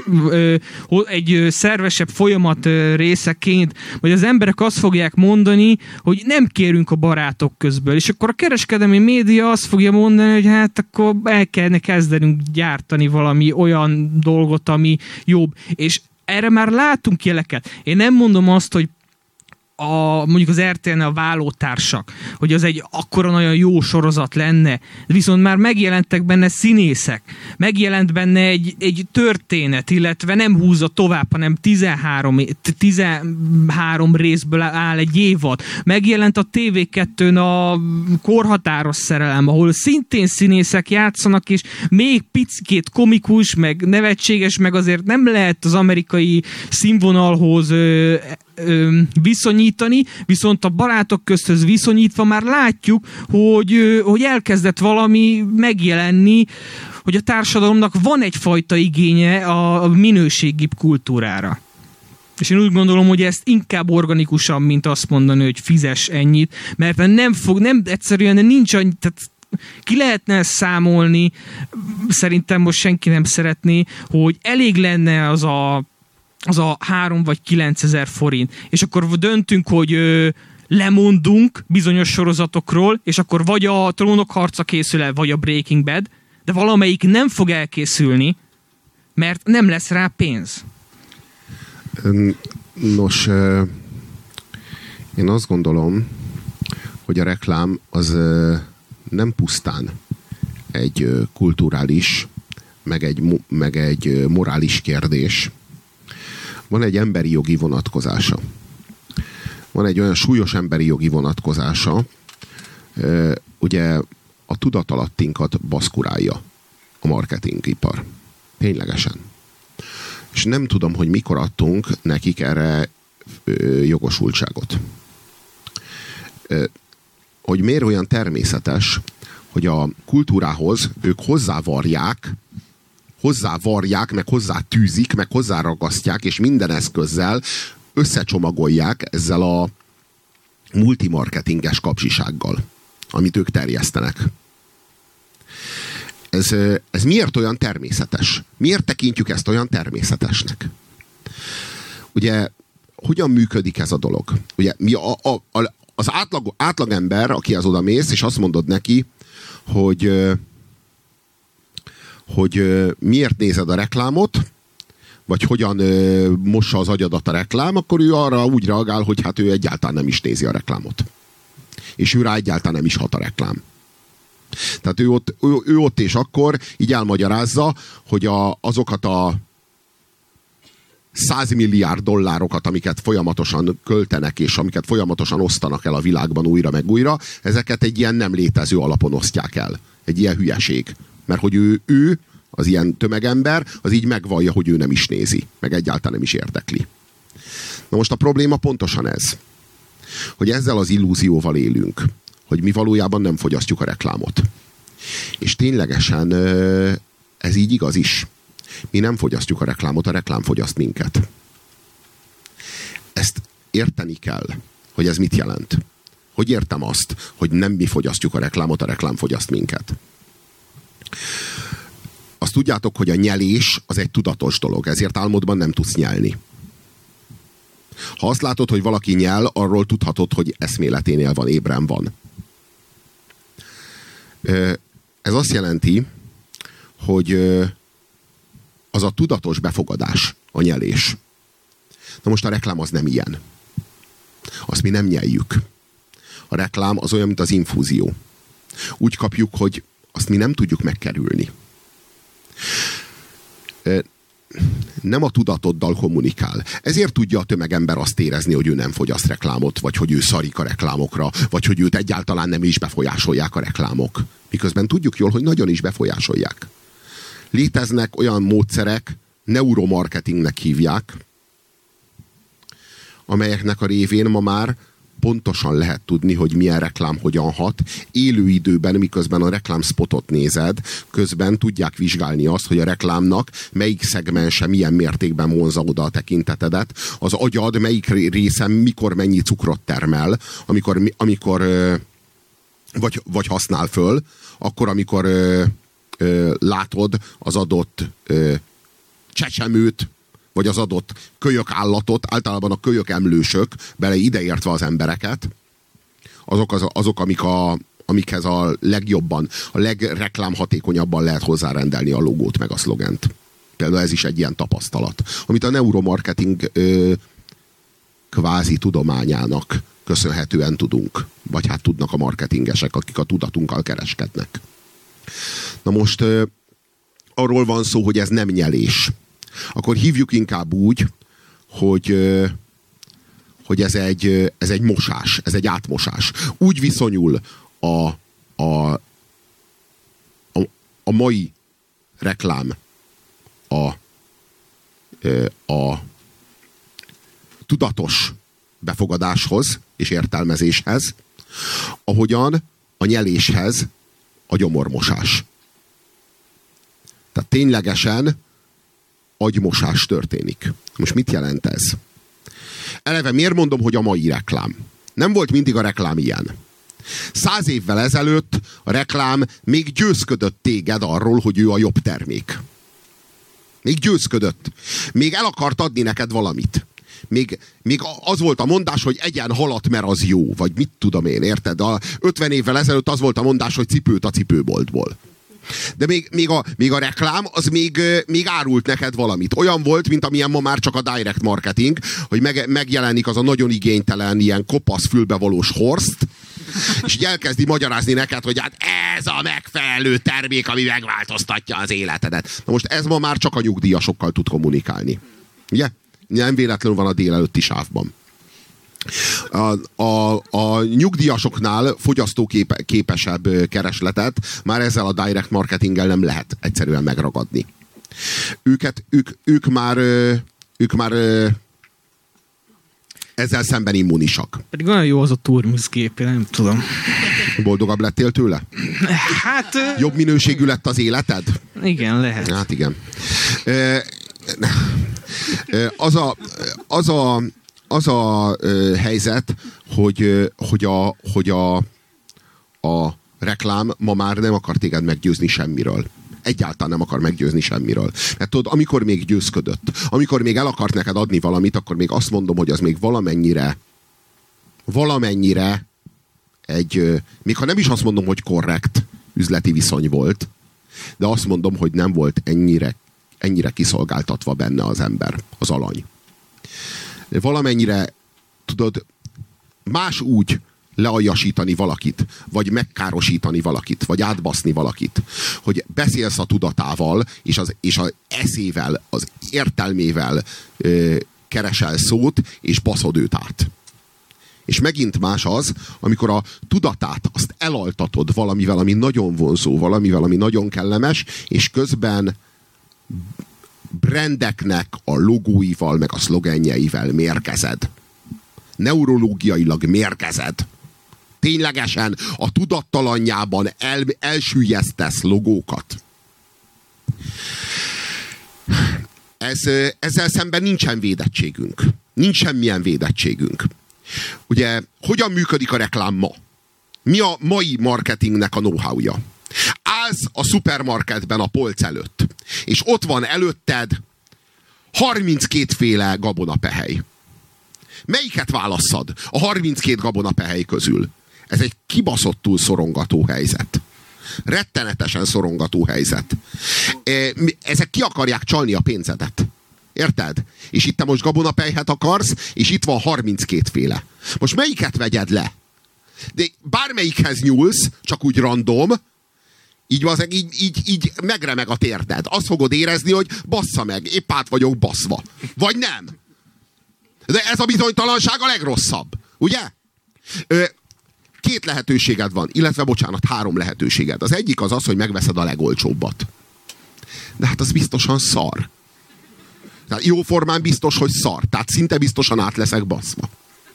egy szervesebb folyamat részeként, vagy az emberek azt fogják mondani, hogy nem kérünk a Barátok közből, és akkor a kereskedelmi média azt fogja mondani, hogy hát akkor el kellene kezdenünk gyártani valami olyan dolgot, ami jobb, és erre már látunk jeleket. Én nem mondom azt, hogy a, mondjuk az er té el-nél a Vállótársak, hogy az egy akkora nagyon jó sorozat lenne, viszont már megjelentek benne színészek, megjelent benne egy, egy történet, illetve nem húzza tovább, hanem tizenhárom, tizenhárom részből áll egy évad. Megjelent a té vé kettőn a Korhatáros szerelem, ahol szintén színészek játszanak, és még picikét komikus, meg nevetséges, meg azért nem lehet az amerikai színvonalhoz ö, ö, viszonyítani, viszont a Barátok közthöz viszonyítva már látjuk, hogy, ö, hogy elkezdett valami megjelenni, hogy a társadalomnak van egyfajta igénye a minőségi kultúrára. És én úgy gondolom, hogy ezt inkább organikusan, mint azt mondani, hogy fizes ennyit, mert nem fog, nem egyszerűen nincs annyi, tehát ki lehetne számolni, szerintem most senki nem szeretné, hogy elég lenne az a, az a három vagy kilencezer forint, és akkor döntünk, hogy ö, lemondunk bizonyos sorozatokról, és akkor vagy a Trónok harca készül el, vagy a Breaking Bad, de valamelyik nem fog elkészülni, mert nem lesz rá pénz. Nos, én azt gondolom, hogy a reklám az nem pusztán egy kulturális, meg egy, meg egy morális kérdés. Van egy emberi jogi vonatkozása. Van egy olyan súlyos emberi jogi vonatkozása, ugye a tudatalattinkat baszkurálja a marketingipar. Ténylegesen. És nem tudom, hogy mikor adtunk nekik erre ö, jogosultságot. Ö, hogy miért olyan természetes, hogy a kultúrához ők hozzávarják, hozzávarják, meg hozzátűzik, meg hozzáragasztják, és minden eszközzel összecsomagolják ezzel a multimarketinges kapzsisággal, amit ők terjesztenek. Ez, ez miért olyan természetes? Miért tekintjük ezt olyan természetesnek? Ugye, hogyan működik ez a dolog? Ugye, mi a, a, a, az átlag, átlagember, aki az oda mész, és azt mondod neki, hogy, hogy miért nézed a reklámot, vagy hogyan mossa az agyadat a reklám, akkor ő arra úgy reagál, hogy hát ő egyáltalán nem is nézi a reklámot. És ő rá egyáltalán nem is hat a reklám. Tehát ő ott, ő, ő ott és akkor így elmagyarázza, hogy a, azokat a száz milliárd dollárokat, amiket folyamatosan költenek, és amiket folyamatosan osztanak el a világban újra meg újra, ezeket egy ilyen nem létező alapon osztják el. Egy ilyen hülyeség. Mert hogy ő, ő az ilyen tömegember, az így megvallja, hogy ő nem is nézi, meg egyáltalán nem is érdekli. Na most a probléma pontosan ez, hogy ezzel az illúzióval élünk, hogy mi valójában nem fogyasztjuk a reklámot. És ténylegesen ez így igaz is. Mi nem fogyasztjuk a reklámot, a reklám fogyaszt minket. Ezt érteni kell, hogy ez mit jelent. Hogy értem azt, hogy nem mi fogyasztjuk a reklámot, a reklám fogyaszt minket. Azt tudjátok, hogy a nyelés az egy tudatos dolog, ezért álmodban nem tudsz nyelni. Ha azt látod, hogy valaki nyel, arról tudhatod, hogy eszméleténél van, ébren van. Ez azt jelenti, hogy az a tudatos befogadás, a nyelés. Na most a reklám az nem ilyen. Azt mi nem nyeljük. A reklám az olyan, mint az infúzió. Úgy kapjuk, hogy azt mi nem tudjuk megkerülni. nem a tudatoddal kommunikál. Ezért tudja a tömegember azt érezni, hogy ő nem fogyaszt reklámot, vagy hogy ő szarik a reklámokra, vagy hogy őt egyáltalán nem is befolyásolják a reklámok. Miközben tudjuk jól, hogy nagyon is befolyásolják. Léteznek olyan módszerek, neuromarketingnek hívják, amelyeknek a révén ma már pontosan lehet tudni, hogy milyen reklám hogyan hat. Élő időben, miközben a reklámspotot nézed, közben tudják vizsgálni azt, hogy a reklámnak melyik szegmense milyen mértékben vonza oda a tekintetedet, az agyad melyik része mikor mennyi cukrot termel, amikor, amikor vagy, vagy használ föl, akkor, amikor látod az adott csecsemőt, vagy az adott kölyök állatot, általában a kölyök emlősök, bele ideértve az embereket, azok, az, azok amik a, amikhez a legjobban, a legreklámhatékonyabban lehet hozzárendelni a logót meg a szlogent. Például ez is egy ilyen tapasztalat, amit a neuromarketing ö, kvázi tudományának köszönhetően tudunk. Vagy hát tudnak a marketingesek, akik a tudatunkkal kereskednek. Na most ö, arról van szó, hogy ez nem nyelés. Akkor hívjuk inkább úgy, hogy, hogy ez, egy, ez egy mosás, ez egy átmosás. Úgy viszonyul a, a, a, a mai reklám a, a tudatos befogadáshoz és értelmezéshez, ahogyan a nyeléshez a gyomormosás. Tehát ténylegesen agymosás történik. Most mit jelent ez? Eleve miért mondom, hogy a mai reklám? Nem volt mindig a reklám ilyen. Száz évvel ezelőtt a reklám még győzködött téged arról, hogy ő a jobb termék. Még győzködött. Még el akart adni neked valamit. Még, még az volt a mondás, hogy egyen halat, mert az jó. Vagy mit tudom én, érted? A ötven évvel ezelőtt az volt a mondás, hogy cipőt a cipőboltból. De még, még, a, még a reklám, az még, még árult neked valamit. Olyan volt, mint amilyen ma már csak a direct marketing, hogy meg, megjelenik az a nagyon igénytelen, ilyen kopasz, fülbevalós Horst, és így elkezdi magyarázni neked, hogy hát ez a megfelelő termék, ami megváltoztatja az életedet. Na most ez ma már csak a nyugdíjasokkal tud kommunikálni. Ugye? Nem véletlenül van a délelőtti sávban. A, a, a nyugdíjasoknál fogyasztóképesebb keresletet már ezzel a direct marketinggel nem lehet egyszerűen megragadni. Őket, ők, ők már, ők már ezzel szemben immunisak. Pedig olyan jó az a turmixgép, nem tudom. Boldogabb lettél tőle? Hát... Jobb minőségű lett az életed? Igen, lehet. Hát igen. Az a... Az a Az a ö, helyzet, hogy, ö, hogy, a, hogy a, a reklám ma már nem akar téged meggyőzni semmiről. Egyáltalán nem akar meggyőzni semmiről. Mert tudod, amikor még győzködött, amikor még el akart neked adni valamit, akkor még azt mondom, hogy az még valamennyire valamennyire egy, ö, még ha nem is azt mondom, hogy korrekt üzleti viszony volt, de azt mondom, hogy nem volt ennyire, ennyire kiszolgáltatva benne az ember, az alany. Valamennyire, tudod, más úgy lealjasítani valakit, vagy megkárosítani valakit, vagy átbaszni valakit, hogy beszélsz a tudatával, és az, és az eszével, az értelmével ö, keresel szót, és baszod őt át. És megint más az, amikor a tudatát azt elaltatod valamivel, ami nagyon vonzó, valamivel, ami nagyon kellemes, és közben brandeknek a logóival, meg a szlogenjeivel mérgezed. Neurológiailag mérgezed. Ténylegesen a tudattalanjában el, elsüllyesztesz logókat. Ez, ezzel szemben nincsen védettségünk. Nincs semmilyen védettségünk. Ugye, hogyan működik a reklám ma? Mi a mai marketingnek a know-howja? Állsz a szupermarketben a polc előtt, és ott van előtted harminckét féle gabonapehely. Melyiket válasszad a harminckét gabonapehely közül? Ez egy kibaszottul szorongató helyzet. Rettenetesen szorongató helyzet. Ezek ki akarják csalni a pénzedet. Érted? És itt te most gabonapelyhet akarsz, és itt van harminckét féle. Most melyiket vegyed le? De bármelyikhez nyúlsz, csak úgy random, Így, van, így, így, így megremeg a térded. Azt fogod érezni, hogy bassza meg, épp át vagyok baszva. Vagy nem. De ez a bizonytalanság a legrosszabb. Ugye? Ö, két lehetőséged van, illetve bocsánat, három lehetőséged. Az egyik az az, hogy megveszed a legolcsóbbat. De hát az biztosan szar. Tehát jó formán biztos, hogy szar. Tehát szinte biztosan át leszek baszva.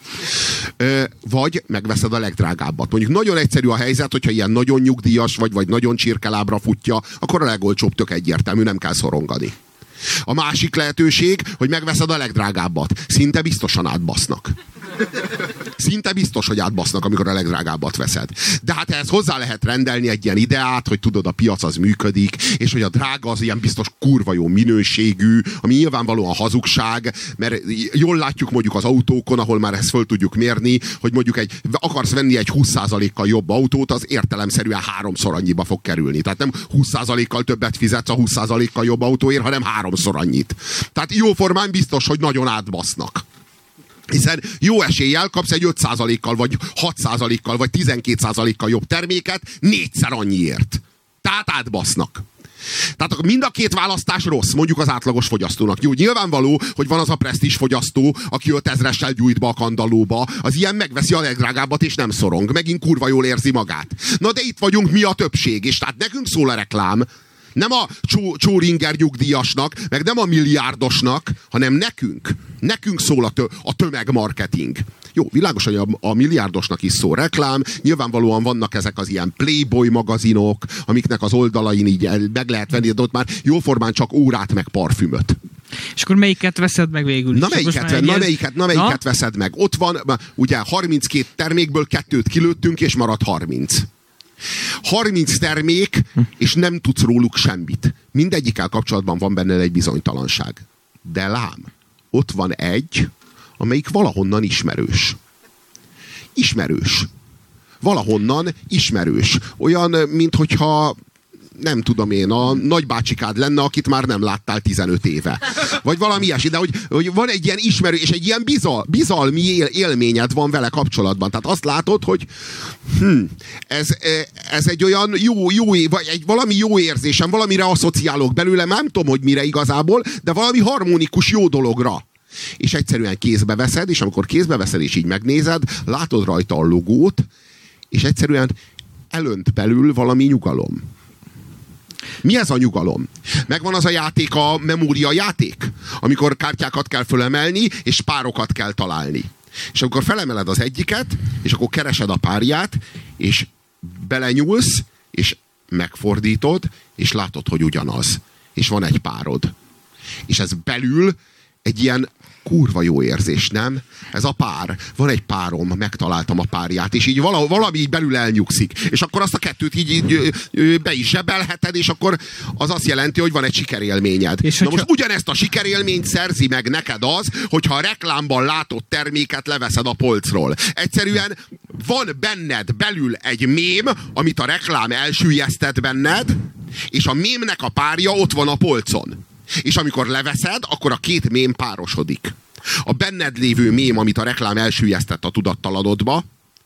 Ö, vagy megveszed a legdrágábbat. Mondjuk nagyon egyszerű a helyzet, hogyha ilyen nagyon nyugdíjas vagy, vagy nagyon csirkelábra futja, akkor a legolcsóbb tök egyértelmű, nem kell szorongani. A másik lehetőség, hogy megveszed a legdrágábbat. Szinte biztosan átbasznak. Szinte biztos, hogy átbasznak, amikor a legdrágábbat veszed. De hát ehhez hozzá lehet rendelni egy ilyen ideát, hogy tudod, a piac az működik, és hogy a drága az ilyen biztos kurva jó minőségű, ami nyilvánvalóan hazugság, mert jól látjuk mondjuk az autókon, ahol már ezt föl tudjuk mérni, hogy mondjuk egy, akarsz venni egy húsz százalékkal jobb autót, az értelemszerűen háromszor annyiba fog kerülni. Tehát nem húsz százalékkal többet fizetsz a húsz százalékkal jobb autóért, hanem háromszor annyit. Tehát jóformán biztos, hogy nagyon átbasznak. Hiszen jó eséllyel kapsz egy öt százalékkal, vagy hat százalékkal, vagy tizenkét százalékkal jobb terméket négyszer annyiért. Tehát átbasznak. Tehát mind a két választás rossz, mondjuk az átlagos fogyasztónak. Jó, nyilvánvaló, hogy van az a presztízs fogyasztó, aki ötezressel gyújt be a kandallóba, az ilyen megveszi a legdrágábbat és nem szorong. Megint kurva jól érzi magát. Na de itt vagyunk mi a többség, és tehát nekünk szól a reklám. Nem a csó, csóringer nyugdíjasnak, meg nem a milliárdosnak, hanem nekünk. Nekünk szól a, tö, a tömegmarketing. Jó, világos, hogy a, a milliárdosnak is szól reklám. Nyilvánvalóan vannak ezek az ilyen Playboy magazinok, amiknek az oldalain így meg lehet venni, de ott már jóformán csak órát meg parfümöt. És akkor melyiket veszed meg végül? Na melyiket, na, melyiket, na melyiket na? veszed meg? Ott van, ugye harminckét termékből kettőt kilőttünk, és marad harminc. harminc termék, és nem tudsz róluk semmit. Mindegyikkel kapcsolatban van benne egy bizonytalanság. De lám, ott van egy, amelyik valahonnan ismerős. Ismerős. Valahonnan ismerős. Olyan, minthogyha nem tudom én, a nagybácsikád lenne, akit már nem láttál tizenöt éve. Vagy valami ilyesmi, de hogy, hogy van egy ilyen ismerő, és egy ilyen bizal, bizalmi él, élményed van vele kapcsolatban. Tehát azt látod, hogy hm, ez, ez egy olyan jó, jó, vagy egy valami jó érzésem, valamire asszociálok belőle, nem tudom, hogy mire igazából, de valami harmonikus jó dologra. És egyszerűen kézbe veszed, és amikor kézbe veszed, és így megnézed, látod rajta a logót, és egyszerűen elönt belül valami nyugalom. Mi ez a nyugalom? Megvan az a játék, a memória játék, amikor kártyákat kell fölemelni, és párokat kell találni. És amikor felemeled az egyiket, és akkor keresed a párját, és belenyúlsz, és megfordítod, és látod, hogy ugyanaz. És van egy párod. És ez belül egy ilyen kurva jó érzés, nem? Ez a pár. Van egy párom, megtaláltam a párját, és így valami, valami így belül elnyugszik. És akkor azt a kettőt így, így be is zsebelheted, és akkor az azt jelenti, hogy van egy sikerélményed. És Na hogyha... most ugyanezt a sikerélményt szerzi meg neked az, hogyha a reklámban látott terméket leveszed a polcról. Egyszerűen van benned belül egy mém, amit a reklám elsüllyesztett benned, és a mémnek a párja ott van a polcon. És amikor leveszed, akkor a két mém párosodik. A benned lévő mém, amit a reklám elsüllyesztett a tudattalanodba,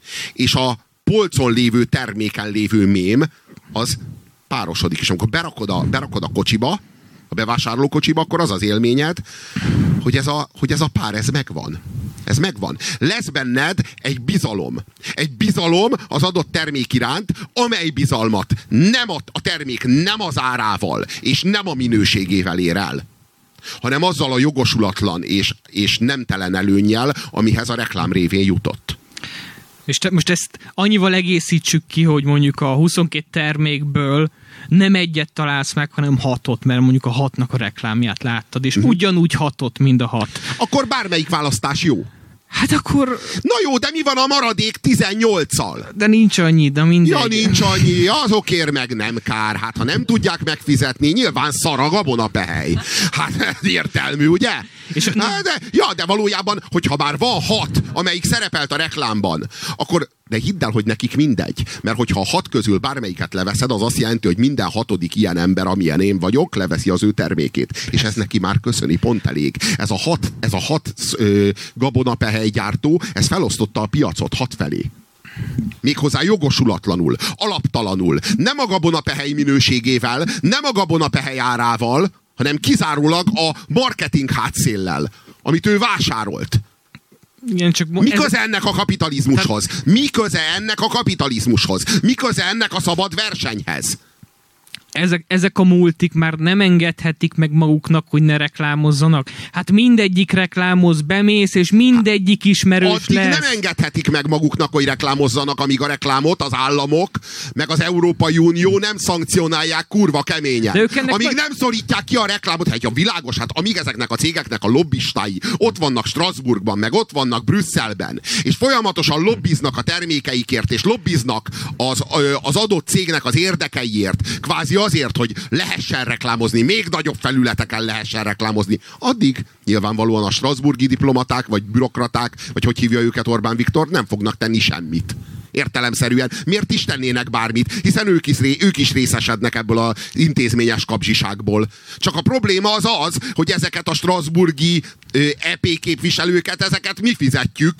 és a polcon lévő terméken lévő mém, az párosodik. És amikor berakod a, berakod a kocsiba, a bevásárlókocsiba, akkor az az élményed, hogy ez a, hogy ez a pár, ez megvan. Ez megvan. Lesz benned egy bizalom. Egy bizalom az adott termék iránt, amely bizalmat nem a, a termék nem az árával, és nem a minőségével ér el, hanem azzal a jogosulatlan és, és nemtelen előnnyel, amihez a reklám révén jutott. És te, most ezt annyival egészítsük ki, hogy mondjuk a huszonkét termékből nem egyet találsz meg, hanem hatot, mert mondjuk a hatnak a reklámját láttad, és uh-huh. ugyanúgy hatot, mint a hat. Akkor bármelyik választás jó. Hát akkor... Na jó, de mi van a maradék tizennyolccal? De nincs annyi, de mindegy. Ja, nincs annyi, azokért meg nem kár. Hát ha nem tudják megfizetni, nyilván szar a gabonapehely. Hát ez értelmű, ugye? És hát, de, ja, de valójában, hogyha már van hat, amelyik szerepelt a reklámban, akkor de hidd el, hogy nekik mindegy. Mert hogyha a hat közül bármelyiket leveszed, az azt jelenti, hogy minden hatodik ilyen ember, amilyen én vagyok, leveszi az ő termékét. És ez neki már köszöni, pont elég. Ez a hat, ez a hat ö, gabonapehely gyártó, ez felosztotta a piacot hat felé. Méghozzá jogosulatlanul, alaptalanul, nem a gabonapehely minőségével, nem a gabonapehely árával, hanem kizárólag a marketing hátszéllel, amit ő vásárolt. Igen, csak Mi köze ennek a kapitalizmushoz? Mi köze ennek a kapitalizmushoz? Mi köze ennek a szabad versenyhez? Ezek, ezek a multik már nem engedhetik meg maguknak, hogy ne reklámozzanak. Hát mindegyik reklámoz, bemész, és mindegyik ismerős addig lesz. nem engedhetik meg maguknak, hogy reklámozzanak, amíg a reklámot az államok, meg az Európai Unió nem szankcionálják kurva keményen. Amíg meg... nem szorítják ki a reklámot, hát a világos, hát amíg ezeknek a cégeknek a lobbistái ott vannak Strasbourgban, meg ott vannak Brüsszelben, és folyamatosan lobbiznak a termékeikért, és lobbiznak az, az adott cégnek az érdekeiért, kvázi azért, hogy lehessen reklámozni, még nagyobb felületeken lehessen reklámozni. Addig nyilvánvalóan a strasbourgi diplomaták, vagy bürokraták, vagy hogy hívja őket Orbán Viktor, nem fognak tenni semmit. Értelemszerűen. Miért is tennének bármit? Hiszen ők is, ők is részesednek ebből az intézményes kapzsiságból. Csak a probléma az az, hogy ezeket a strasbourgi é pé képviselőket, ezeket mi fizetjük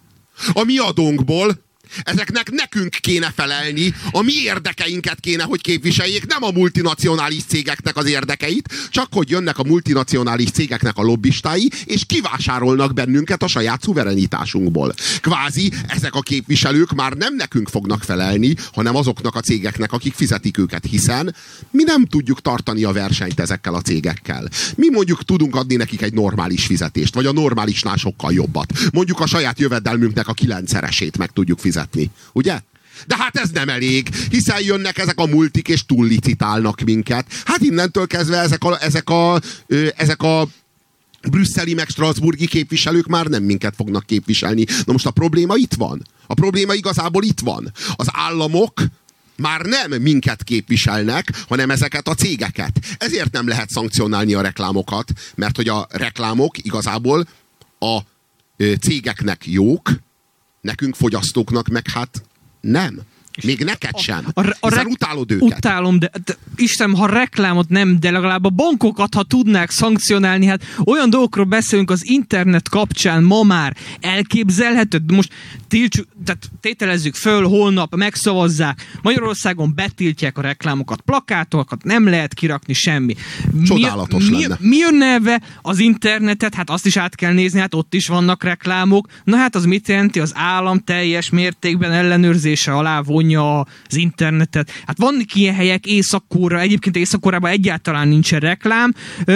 a mi adónkból. Ezeknek nekünk kéne felelni, a mi érdekeinket kéne, hogy képviseljék, nem a multinacionális cégeknek az érdekeit, csak hogy jönnek a multinacionális cégeknek a lobbistái, és kivásárolnak bennünket a saját szuverenitásunkból. Kvázi ezek a képviselők már nem nekünk fognak felelni, hanem azoknak a cégeknek, akik fizetik őket, hiszen mi nem tudjuk tartani a versenyt ezekkel a cégekkel. Mi mondjuk tudunk adni nekik egy normális fizetést, vagy a normálisnál sokkal jobbat. Mondjuk a saját jövedelmünknek a kilencszeresét meg tudjuk fizetni. Ugye? De hát ez nem elég, hiszen jönnek ezek a multik és túllicitálnak minket. Hát innentől kezdve ezek a, ezek a, ö, ezek a brüsszeli meg strasbourgi képviselők már nem minket fognak képviselni. Na most a probléma itt van. A probléma igazából itt van. Az államok már nem minket képviselnek, hanem ezeket a cégeket. Ezért nem lehet szankcionálni a reklámokat, mert hogy a reklámok igazából a ö, cégeknek jók, nekünk fogyasztóknak meg hát nem. Még neked sem. A, a, a hiszen utálod őket. Utálom, de, de Istenem, ha reklámot nem, de legalább a bankokat, ha tudnák szankcionálni, hát olyan dolgokról beszélünk az internet kapcsán ma már elképzelhető. Most tiltsuk, tehát tételezzük föl, holnap megszavazzák. Magyarországon betiltják a reklámokat, plakátokat, nem lehet kirakni semmi. Csodálatos mi, lenne. Mi, mi jönne ebbe az internetet? Hát azt is át kell nézni, hát ott is vannak reklámok. Na hát az mit jelenti? Az állam teljes mértékben ellenőrzése alá vonja az internetet. Hát vannak ilyen helyek, Észak-Korea, egyébként Észak-Koreában egyáltalán nincsen reklám.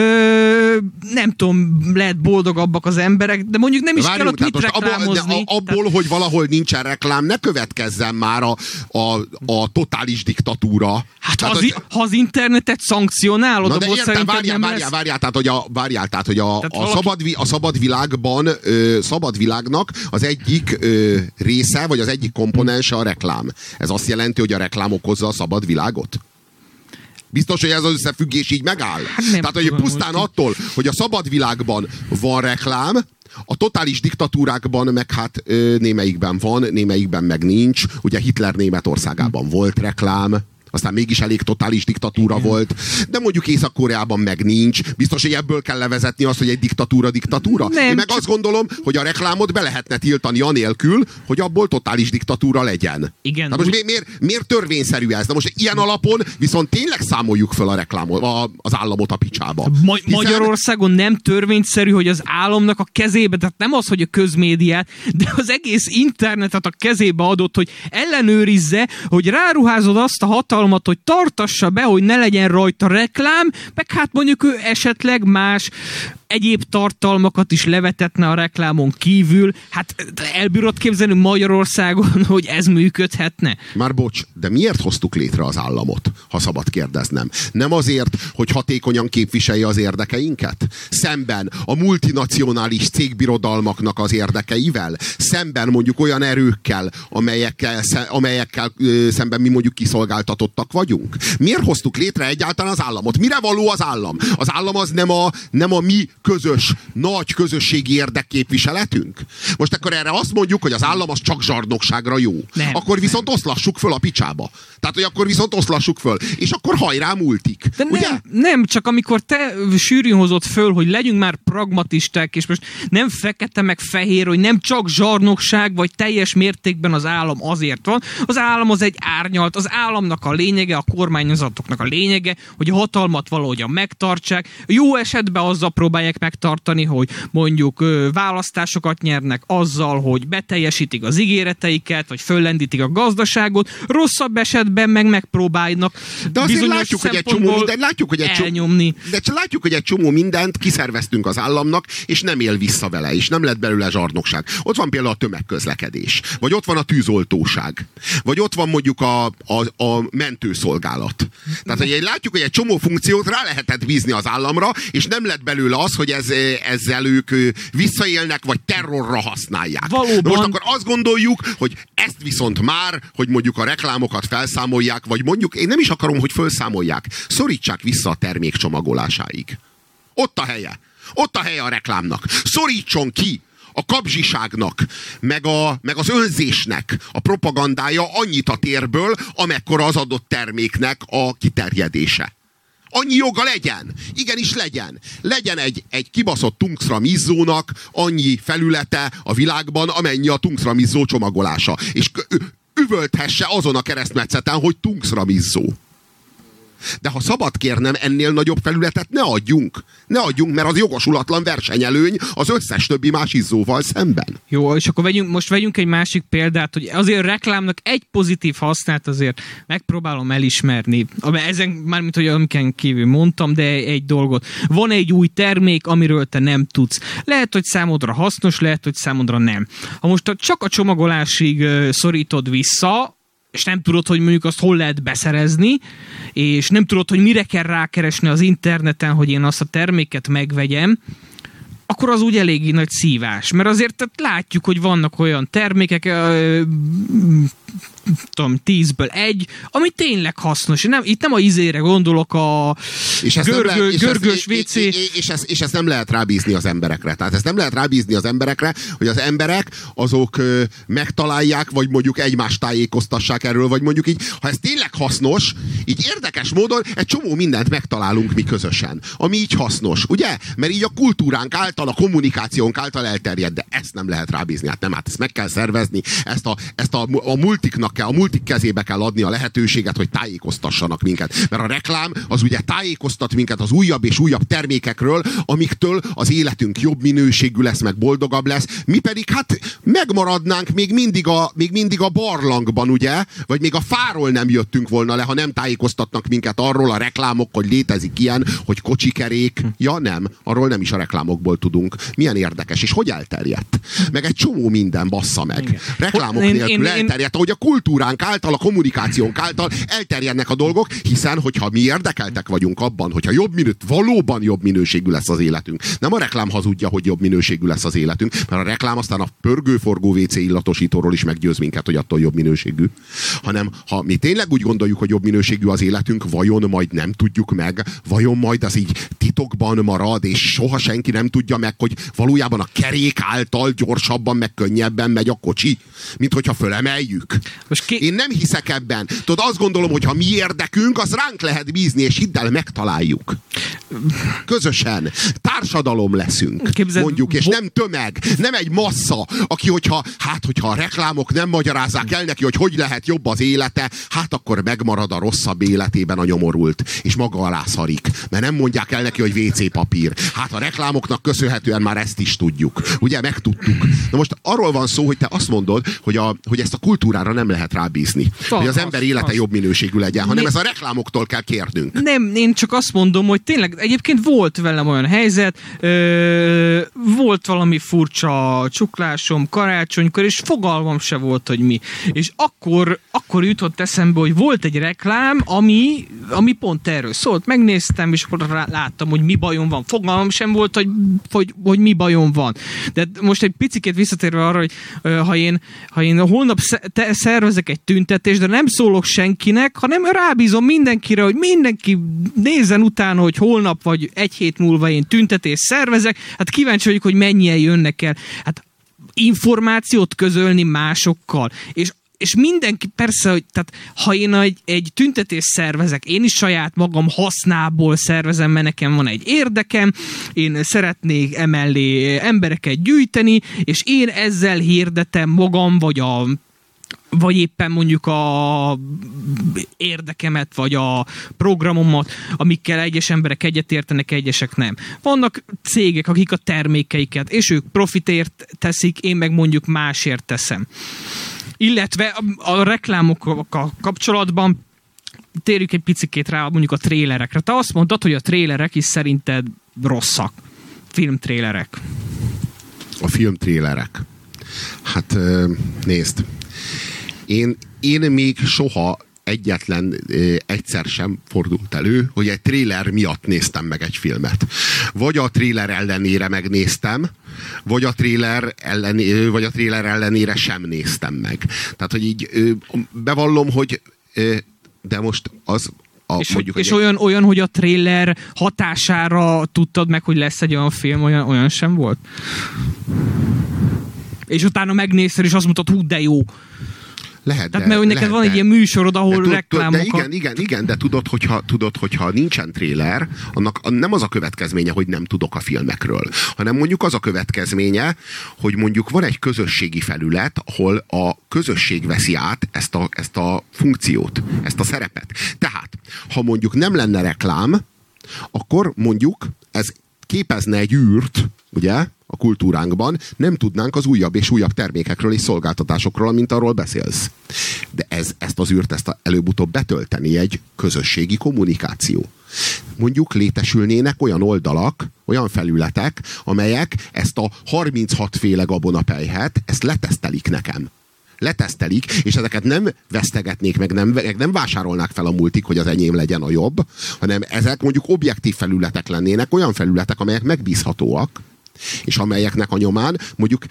Ö, nem tudom, lehet boldogabbak az emberek, de mondjuk nem is Várjunk, kell ott mit reklámozni. Abból, abból tehát... hogy valahol nincsen reklám, ne következzen már a, a, a totális diktatúra. Hát ha az, az, ha az internetet szankcionálod, na de értem, várjál, várjál, várjál, tehát, hogy a, várjál, tehát, hogy a, a, valaki... szabad, a szabad világban, ö, szabad világnak az egyik ö, része, vagy az egyik komponense a reklám. Ez azt jelenti, hogy a reklám okozza a szabad világot? Biztos, hogy ez az összefüggés így megáll? Hát tehát, hogy pusztán úgy. Attól, hogy a szabad világban van reklám, a totális diktatúrákban meg hát ö, némelyikben van, némelyikben meg nincs. Ugye Hitler Németországában volt reklám, aztán mégis elég totális diktatúra igen. volt, de mondjuk Észak-Koreában meg nincs. Biztos, hogy ebből kell levezetni azt, hogy egy diktatúra diktatúra? Nem, Én meg csak... azt gondolom, hogy a reklámot be lehetne tiltani anélkül, hogy abból totális diktatúra legyen. Igen. Na most úgy... miért, miért törvényszerű ez? Na most ilyen alapon viszont tényleg számoljuk föl a reklámot, a, az államot a picsába. Ma- Hiszen... Magyarországon nem törvényszerű, hogy az államnak a kezébe, tehát nem az, hogy a közmédiát, de az egész internetet a kezébe adott, hogy ellenőrizze, hogy ráruházod azt a hatalmat, hogy tartassa be, hogy ne legyen rajta reklám, meg hát mondjuk ő esetleg más egyéb tartalmakat is levetetne a reklámon kívül. Hát elbírod képzelni Magyarországon, hogy ez működhetne? Már bocs, de miért hoztuk létre az államot, ha szabad kérdeznem? Nem azért, hogy hatékonyan képviselje az érdekeinket? Szemben a multinacionális cégbirodalmaknak az érdekeivel? Szemben mondjuk olyan erőkkel, amelyekkel, amelyekkel szemben mi mondjuk kiszolgáltatottak vagyunk? Miért hoztuk létre egyáltalán az államot? Mire való az állam? Az állam az nem a, nem a mi közös, nagy közösségi érdekképviseletünk? Most akkor erre azt mondjuk, hogy az állam az csak zsarnokságra jó. Nem, akkor viszont nem. oszlassuk föl a picsába. Tehát, hogy akkor viszont oszlassuk föl. És akkor hajrá multik. De ugye? nem, nem, csak amikor te sűrűn hozott föl, hogy legyünk már pragmatisták, és most nem fekete meg fehér, hogy nem csak zsarnokság, vagy teljes mértékben az állam azért van. Az állam az egy árnyalt, az államnak a lényege, a kormányzatoknak a lényege, hogy a hatalmat valahogyan megtartsák. Jó esetben azzal próbálják megtartani, hogy mondjuk ö, választásokat nyernek azzal, hogy beteljesítik az ígéreteiket, vagy föllendítik a gazdaságot. Rosszabb esetben meg megpróbálnak de azért bizonyos látjuk, hogy egy csomó minden, látjuk, hogy egy csomó, elnyomni. de csak látjuk, hogy egy csomó mindent kiszerveztünk az államnak, és nem él vissza vele, és nem lett belőle zsarnokság. Ott van például a tömegközlekedés, vagy ott van a tűzoltóság, vagy ott van mondjuk a, a, a mentőszolgálat. Tehát, hogy látjuk, hogy egy csomó funkciót rá lehetett bízni az államra, és nem lett belőle az, hogy ez, ezzel ők visszaélnek, vagy terrorra használják. Valóban. Na most akkor azt gondoljuk, hogy ezt viszont már, hogy mondjuk a reklámokat felszámolják, vagy mondjuk, én nem is akarom, hogy felszámolják, szorítsák vissza a termék csomagolásáig. Ott a helye. Ott a helye a reklámnak. Szorítson ki a kapzsiságnak, meg, a, meg az önzésnek a propagandája annyit a térből, amekkora az adott terméknek a kiterjedése. Annyi joga legyen. Igenis legyen. Legyen egy, egy kibaszott tungsramizzónak annyi felülete a világban, amennyi a tungsramizzó csomagolása. És üvölthesse azon a keresztmetszeten, hogy tungsramizzó. De ha szabad kérnem, ennél nagyobb felületet ne adjunk. Ne adjunk, mert az jogosulatlan versenyelőny az összes többi más izzóval szemben. Jó, és akkor vegyünk, most vegyünk egy másik példát, hogy azért a reklámnak egy pozitív hasznát azért megpróbálom elismerni. Ezen mármint, hogy amiken kívül mondtam, de egy dolgot. Van egy új termék, amiről te nem tudsz. Lehet, hogy számodra hasznos, lehet, hogy számodra nem. Ha most csak a csomagolásig szorítod vissza, és nem tudod, hogy mondjuk azt hol lehet beszerezni, és nem tudod, hogy mire kell rákeresni az interneten, hogy én azt a terméket megvegyem, akkor az úgy eléggé nagy szívás. Mert azért tehát látjuk, hogy vannak olyan termékek, ö, tudom, tízből egy, ami tényleg hasznos. Nem, itt nem a izére gondolok, a és görgő, lehet, és görgős vé cé. És, és, ezt, és ezt nem lehet rábízni az emberekre. Tehát ezt nem lehet rábízni az emberekre, hogy az emberek azok ö, megtalálják, vagy mondjuk egymást tájékoztassák erről, vagy mondjuk így, ha ez tényleg hasznos, így érdekes módon egy csomó mindent megtalálunk mi közösen, ami így hasznos, ugye? Mert így a kultúránk által, a kommunikációnk által elterjed, de ezt nem lehet rábízni. Hát nem, hát ezt meg kell szervezni, ezt a, ezt a, a multiknak kell, a multik kezébe kell adni a lehetőséget, hogy tájékoztassanak minket. Mert a reklám az ugye tájékoztat minket az újabb és újabb termékekről, amiktől az életünk jobb minőségű lesz, meg boldogabb lesz. Mi pedig hát megmaradnánk még mindig a, még mindig a barlangban, ugye? Vagy még a fáról nem jöttünk volna le, ha nem tájékoztatnak minket arról a reklámok, hogy létezik ilyen, hogy kocsikerék. Ja nem, arról nem is a reklámokból tudunk. Milyen érdekes, és hogy elterjedt? Meg egy csomó minden bassza meg. Igen. Reklámok én, nélkül én, elterjedt, ahogy a kultúránk által, a kommunikációnk által elterjednek a dolgok, hiszen hogyha mi érdekeltek vagyunk abban, hogyha jobb minő, valóban jobb minőségű lesz az életünk. Nem a reklám hazudja, hogy jobb minőségű lesz az életünk, mert a reklám aztán a pörgőforgó vé cé illatosítóról is meggyőz minket, hogy attól jobb minőségű. Hanem ha mi tényleg úgy gondoljuk, hogy jobb minőségű az életünk, vajon majd nem tudjuk meg, vajon majd az így titokban marad, és soha senki nem tudja meg, hogy valójában a kerék által gyorsabban, meg könnyebben megy a kocsi, mint hogyha fölemeljük. Most ki... Én nem hiszek ebben. Tudod, azt gondolom, hogy ha mi érdekünk, az ránk lehet bízni, és hidd el, megtaláljuk. Közösen. Társadalom leszünk. Képzeld, mondjuk, és bo- nem tömeg. Nem egy massza, aki, hogyha, hát, hogyha a reklámok nem magyarázzák el neki, hogy hogy lehet jobb az élete, hát akkor megmarad a rosszabb életében a nyomorult, és maga alá szarik. Mert nem mondják el neki, hogy vé cé papír. Hát a reklámoknak köszönhetően már ezt is tudjuk. Ugye, megtudtuk. Na most arról van szó, hogy te azt mondod, hogy, a, hogy ezt a kultúrára nem lehet rábízni. Tal, hogy az ember élete az. jobb minőségű legyen, hanem nem, ez a reklámoktól kell kérnünk. Nem, én csak azt mondom, hogy tényleg egyébként volt velem olyan helyzet, ö, volt valami furcsa csuklásom karácsonykor, és fogalmam se volt, hogy mi. És akkor, akkor jutott eszembe, hogy volt egy reklám, ami, ami pont erről szólt. Megnéztem, és akkor láttam, hogy mi bajom van. Fogalmam sem volt, hogy, hogy, hogy mi bajom van. De most egy picikét visszatérve arra, hogy ha én, ha én holnap szervezek egy tüntetést, de nem szólok senkinek, hanem rábízom mindenkire, hogy mindenki nézzen utána, hogy holnap holnap vagy egy hét múlva én tüntetést szervezek, hát kíváncsi vagyok, hogy mennyien jönnek el. Hát információt közölni másokkal, és És mindenki, persze, hogy tehát, ha én egy, egy tüntetést szervezek, én is saját magam hasznából szervezem, mert nekem van egy érdekem, én szeretnék emellé embereket gyűjteni, és én ezzel hirdetem magam, vagy a vagy éppen mondjuk a érdekemet, vagy a programomat, amikkel egyes emberek egyetértenek, egyesek nem. Vannak cégek, akik a termékeiket, és ők profitért teszik, én meg mondjuk másért teszem. Illetve a, a reklámokkal kapcsolatban térjük egy picikét rá mondjuk a trélerekre. Te azt mondtad, hogy a trélerek is szerinted rosszak. Filmtrélerek. A filmtrélerek. Hát nézd. Én, én még soha egyetlen egyszer sem fordult elő, hogy egy tréler miatt néztem meg egy filmet. Vagy a tréler ellenére megnéztem, vagy a tréler, ellen, vagy a tréler ellenére sem néztem meg. Tehát, hogy így bevallom, hogy de most az a, és mondjuk, és egy, olyan, olyan, hogy a tréler hatására tudtad meg, hogy lesz egy olyan film, olyan, olyan sem volt? És utána megnézted, és azt mondtad, hú, de jó. Lehet, Tehát de, mert hogy neked lehet, van egy de, ilyen műsorod, ahol de, reklámokat... De igen, igen, igen, de tudod, hogyha, tudod, hogyha nincsen tréler, annak nem az a következménye, hogy nem tudok a filmekről, hanem mondjuk az a következménye, hogy mondjuk van egy közösségi felület, ahol a közösség veszi át ezt a, ezt a funkciót, ezt a szerepet. Tehát, ha mondjuk nem lenne reklám, akkor mondjuk ez képezne egy űrt, ugye, a kultúránkban, nem tudnánk az újabb és újabb termékekről és szolgáltatásokról, mint arról beszélsz. De ez, ezt az űrt, ezt előbb-utóbb betölteni egy közösségi kommunikáció. Mondjuk létesülnének olyan oldalak, olyan felületek, amelyek ezt a harminchat féle gabonapelyhet, ezt letesztelik nekem. Letesztelik, és ezeket nem vesztegetnék meg, nem, nem vásárolnák fel a multik, hogy az enyém legyen a jobb, hanem ezek mondjuk objektív felületek lennének, olyan felületek, amelyek megbízhatóak, és amelyeknek a nyomán mondjuk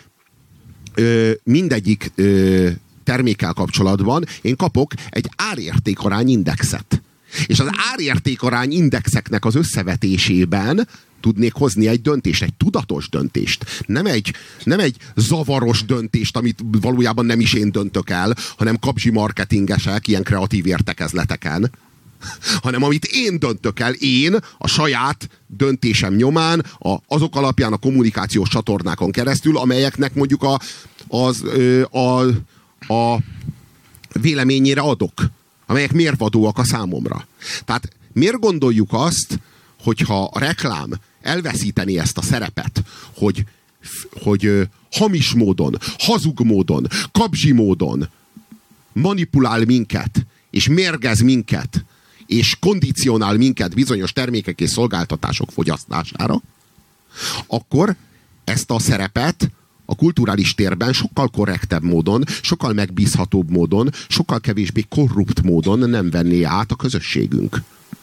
ö, mindegyik ö, termékkel kapcsolatban én kapok egy árértékarány indexet. És az árértékarány indexeknek az összevetésében tudnék hozni egy döntést, egy tudatos döntést. Nem egy, nem egy zavaros döntést, amit valójában nem is én döntök el, hanem kapzsi marketingesek ilyen kreatív értekezleteken, hanem amit én döntök el, én a saját döntésem nyomán, a, azok alapján a kommunikációs csatornákon keresztül, amelyeknek mondjuk a, az, a, a véleményére adok, amelyek mérvadóak a számomra. Tehát miért gondoljuk azt, hogyha a reklám elveszíteni ezt a szerepet, hogy, hogy hamis módon, hazug módon, kapzsi módon manipulál minket, és mérgez minket, és kondicionál minket bizonyos termékek és szolgáltatások fogyasztására, akkor ezt a szerepet a kulturális térben sokkal korrektebb módon, sokkal megbízhatóbb módon, sokkal kevésbé korrupt módon nem venné át a közösségünk.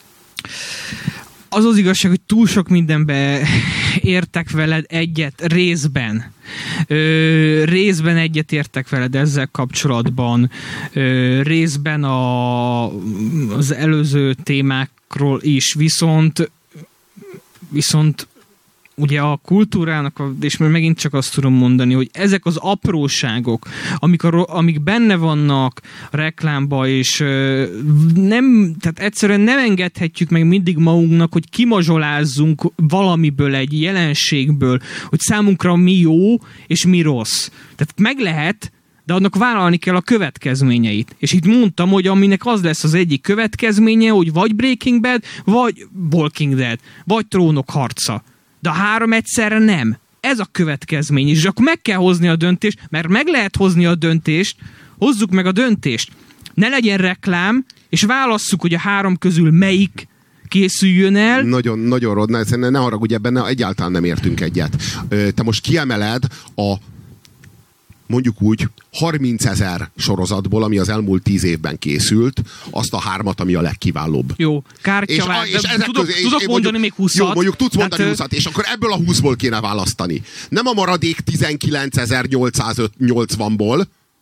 Az az igazság, hogy túl sok mindenbe értek veled egyet részben. Ö, részben egyet értek veled ezzel kapcsolatban. Ö, részben a, az előző témákról is. Viszont viszont ugye a kultúrának, és megint csak azt tudom mondani, hogy ezek az apróságok, amik, a, amik benne vannak a reklámba, és nem, tehát egyszerűen nem engedhetjük meg mindig magunknak, hogy kimazsolázzunk valamiből, egy jelenségből, hogy számunkra mi jó, és mi rossz. Tehát meg lehet, de annak vállalni kell a következményeit. És itt mondtam, hogy aminek az lesz az egyik következménye, hogy vagy Breaking Bad, vagy Walking Dead, vagy Trónok harca. De a három egyszerre nem. Ez a következmény. És akkor meg kell hozni a döntést, mert meg lehet hozni a döntést, hozzuk meg a döntést. Ne legyen reklám, és válasszuk, hogy a három közül melyik készüljön el. Nagyon, nagyon rodna, ne, ne haragudj, ebben egyáltalán nem értünk egyet. Te most kiemeled a mondjuk úgy harmincezer sorozatból, ami az elmúlt tíz évben készült, azt a hármat, ami a legkiválóbb. Jó, kártyavár, és, és tudok, közé, tudok és mondani mondjuk, még húszat. Jó, mondjuk tudsz mondani tehát, húszat, és akkor ebből a húszból kéne választani. Nem a maradék tizenkilencezer-nyolcszáznyolcvanból,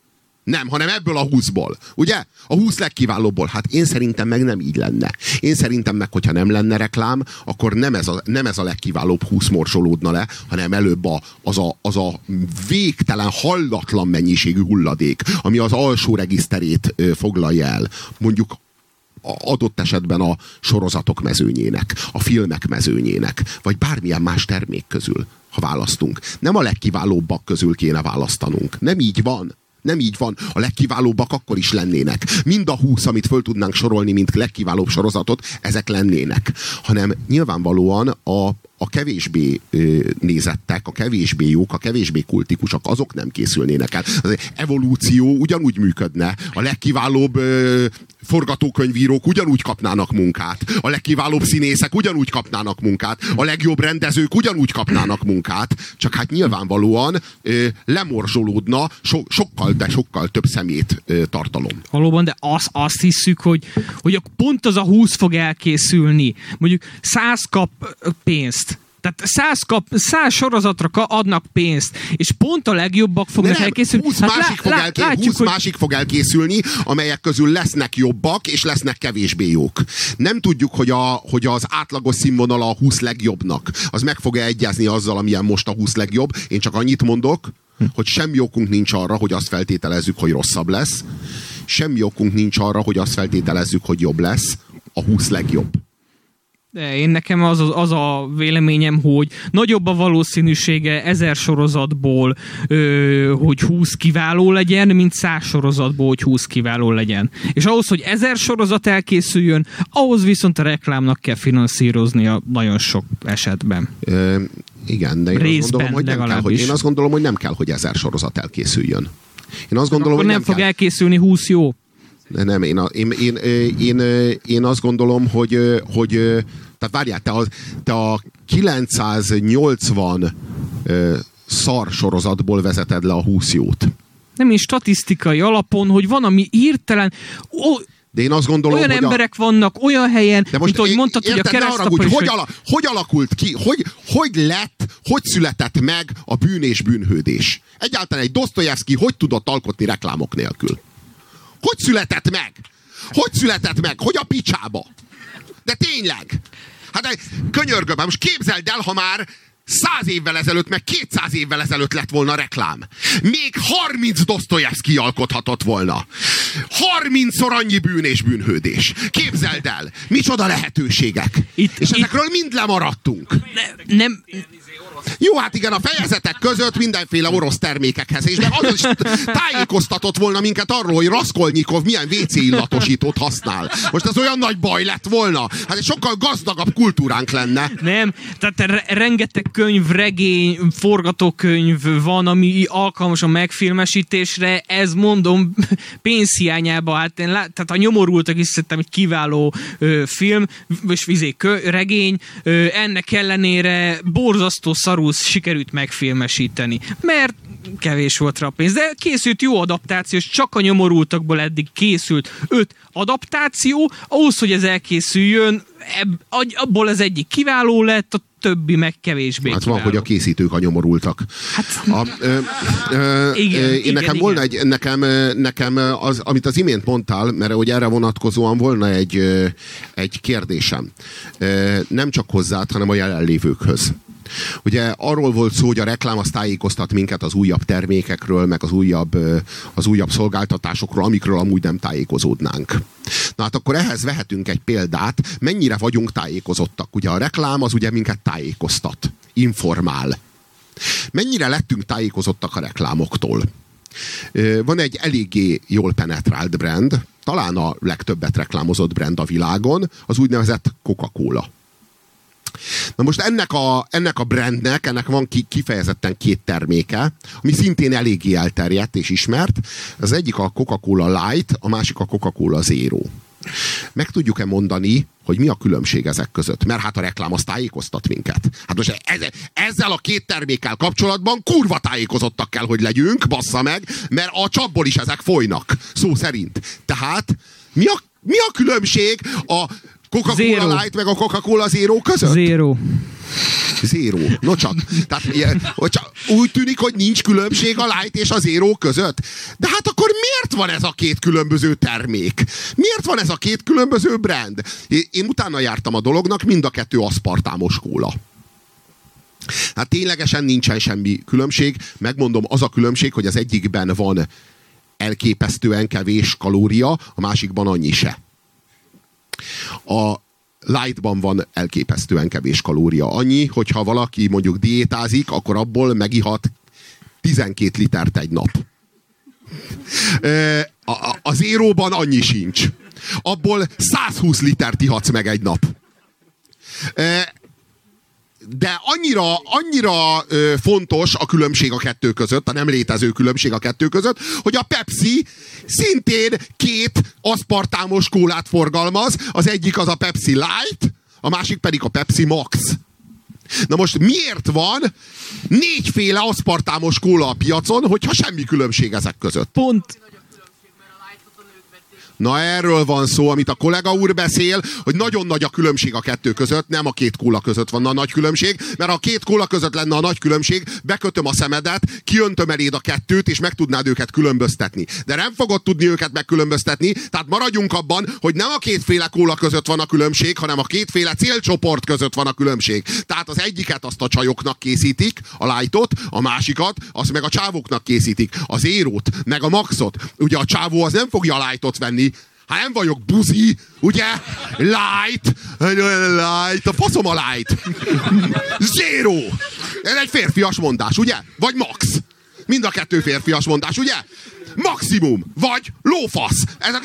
Nem, hanem ebből a húszból. Ugye? A húsz legkiválóbbból. Hát én szerintem meg nem így lenne. Én szerintem meg, hogyha nem lenne reklám, akkor nem ez a, nem ez a legkiválóbb húsz morzsolódna le, hanem előbb a, az, a, az a végtelen, hallatlan mennyiségű hulladék, ami az alsó regiszterét ö, foglalja el. Mondjuk adott esetben a sorozatok mezőnyének, a filmek mezőnyének, vagy bármilyen más termék közül, ha választunk. Nem a legkiválóbbak közül kéne választanunk. Nem így van. Nem így van. A legkiválóbbak akkor is lennének. Mind a húsz, amit föl tudnánk sorolni, mint legkiválóbb sorozatot, ezek lennének. Hanem nyilvánvalóan a, a kevésbé ö, nézettek, a kevésbé jók, a kevésbé kultikusak, azok nem készülnének el. Az evolúció ugyanúgy működne. A legkiválóbb ö, forgatókönyvírók ugyanúgy kapnának munkát. A legkiválóbb színészek ugyanúgy kapnának munkát. A legjobb rendezők ugyanúgy kapnának munkát. Csak hát nyilvánvalóan ö, lemorzsolódna so, sokkal, de sokkal több szemét ö, tartalom. Valóban, de az, azt hiszük, hogy, hogy pont az a húsz fog elkészülni. Mondjuk száz kap pénzt. Tehát száz, kap, száz sorozatra adnak pénzt, és pont a legjobbak fognak elkészülni. húsz, hát másik, lá, fog lá, elké, látjuk, húsz hogy... másik fog elkészülni, amelyek közül lesznek jobbak, és lesznek kevésbé jók. Nem tudjuk, hogy, a, hogy az átlagos színvonal a húsz legjobbnak. Az meg fog-e egyezni azzal, amilyen most a húsz legjobb. Én csak annyit mondok, hm. hogy semmi okunk nincs arra, hogy azt feltételezzük, hogy rosszabb lesz. Semmi okunk nincs arra, hogy azt feltételezzük, hogy jobb lesz. A húsz legjobb. De én nekem az, az, az a véleményem, hogy nagyobb a valószínűsége ezer sorozatból, ö, hogy húsz kiváló legyen, mint száz sorozatból, hogy húsz kiváló legyen. És ahhoz, hogy ezer sorozat elkészüljön, ahhoz viszont a reklámnak kell finanszíroznia nagyon sok esetben. Ö, igen, de én Részben, azt gondolom, hogy nem kell, hogy, én azt gondolom, hogy nem kell, hogy ezer sorozat elkészüljön. Én azt gondolom, Akkor hogy nem, nem fog kell. elkészülni húsz jó. Nem, én, én, én, én, én azt gondolom, hogy, hogy tehát várjál, te a, te a kilencszáznyolcvan szar sorozatból vezeted le a húsz jót. Nem is statisztikai alapon, hogy van, ami hirtelen... Ó, de én azt gondolom, olyan hogy emberek a... vannak, olyan helyen, de most mint ahogy mondtad, érted, hogy a keresztapa hogy, is... hogy, ala, hogy alakult ki, hogy, hogy lett, hogy született meg a bűn és bűnhődés? Egyáltalán egy Dosztojevszky hogy tudott alkotni reklámok nélkül? Hogy született meg? Hogy született meg? Hogy a picsába? De tényleg! Hát könyörgöm, most képzeld el, ha már száz évvel ezelőtt, meg kétszáz évvel ezelőtt lett volna reklám. Még harminc Dosztojevszky alkothatott volna. harmincszor annyi bűn és bűnhődés. Képzeld el! Micsoda lehetőségek! Itt, és itt... ezekről mind lemaradtunk. Ne, nem... Jó, hát igen, a fejezetek között mindenféle orosz termékekhez, és meg az is tájékoztatott volna minket arról, hogy Raskolnikov milyen vé cé illatosítót használ. Most ez olyan nagy baj lett volna. Hát egy sokkal gazdagabb kultúránk lenne. Nem, tehát rengeteg könyv, regény, forgatókönyv van, ami alkalmas a megfilmesítésre, ez mondom pénzhiányában, hát én lát, tehát a Nyomorultak is szerintem egy kiváló ö, film, és vizé kö, regény, ö, ennek ellenére borzasztó szarul sikerült megfilmesíteni, mert kevés volt rá a pénz. De készült jó adaptáció, és csak a Nyomorultakból eddig készült öt adaptáció, ahhoz, hogy ez elkészüljön, ebb, abból az egyik kiváló lett, a többi meg kevésbé hát kiváló. Van, hogy a készítők a Nyomorultak. Hát, a, ö, ö, igen, ö, én igen, nekem igen. volna egy, nekem, nekem az, amit az imént mondtál, mert hogy erre vonatkozóan volna egy, egy kérdésem. Nem csak hozzád, hanem a jelenlévőkhöz. Ugye arról volt szó, hogy a reklám az tájékoztat minket az újabb termékekről, meg az újabb, az újabb szolgáltatásokról, amikről amúgy nem tájékozódnánk. Na hát akkor ehhez vehetünk egy példát, mennyire vagyunk tájékozottak. Ugye a reklám az ugye minket tájékoztat, informál. Mennyire lettünk tájékozottak a reklámoktól? Van egy eléggé jól penetrált brand, talán a legtöbbet reklámozott brand a világon, az úgynevezett Coca-Cola. Na most ennek a, ennek a brandnek, ennek van ki, kifejezetten két terméke, ami szintén eléggé elterjedt és ismert. Az egyik a Coca-Cola Light, a másik a Coca-Cola Zero. Meg tudjuk-e mondani, hogy mi a különbség ezek között? Mert hát a reklám az tájékoztat minket. Hát most ezzel a két termékkel kapcsolatban kurva tájékozottak kell, hogy legyünk, bassza meg, mert a csapból is ezek folynak, szó szerint. Tehát mi a, mi a különbség a Coca-Cola Zero. Light meg a Coca-Cola Zero között? Zero. Zero. No csak. Tehát, hogy csak úgy tűnik, hogy nincs különbség a Light és a Zero között. De hát akkor miért van ez a két különböző termék? Miért van ez a két különböző brand? Én utána jártam a dolognak, mind a kettő aszpartámos kóla. Hát ténylegesen nincsen semmi különbség. Megmondom, az a különbség, hogy az egyikben van elképesztően kevés kalória, a másikban annyi se. A Lightban van elképesztően kevés kalória. Annyi, hogyha valaki mondjuk diétázik, akkor abból megihat tizenkét litert egy nap. A, a, a Zéróban annyi sincs. Abból százhúsz litert ihatsz meg egy nap. De annyira, annyira ö, fontos a különbség a kettő között, a nem létező különbség a kettő között, hogy a Pepsi szintén két aszpartámos kólát forgalmaz, az egyik az a Pepsi Light, a másik pedig a Pepsi Max. Na most miért van négyféle aszpartámos kóla a piacon, hogyha semmi különbség ezek között? Pont. Na erről van szó, amit a kollega úr beszél, hogy nagyon nagy a különbség a kettő között, nem a két kóla között van a nagy különbség, mert ha a két kóla között lenne a nagy különbség, bekötöm a szemedet, kiöntöm eléd a kettőt, és meg tudnád őket különböztetni. De nem fogod tudni őket megkülönböztetni, tehát maradjunk abban, hogy nem a kétféle kóla között van a különbség, hanem a kétféle célcsoport között van a különbség. Tehát az egyiket azt a csajoknak készítik, a Lightot, a másikat, azt meg a csávóknak készítik. A Zérót, meg a Maxot. Ugye a csávó az nem fogja a Lightot venni. Hát nem vagyok buzi, ugye? Light, light, a faszom a Light. Zero. Ez egy férfias mondás, ugye? Vagy Max. Mind a kettő férfias mondás, ugye? Maximum, vagy lófasz. Ezek,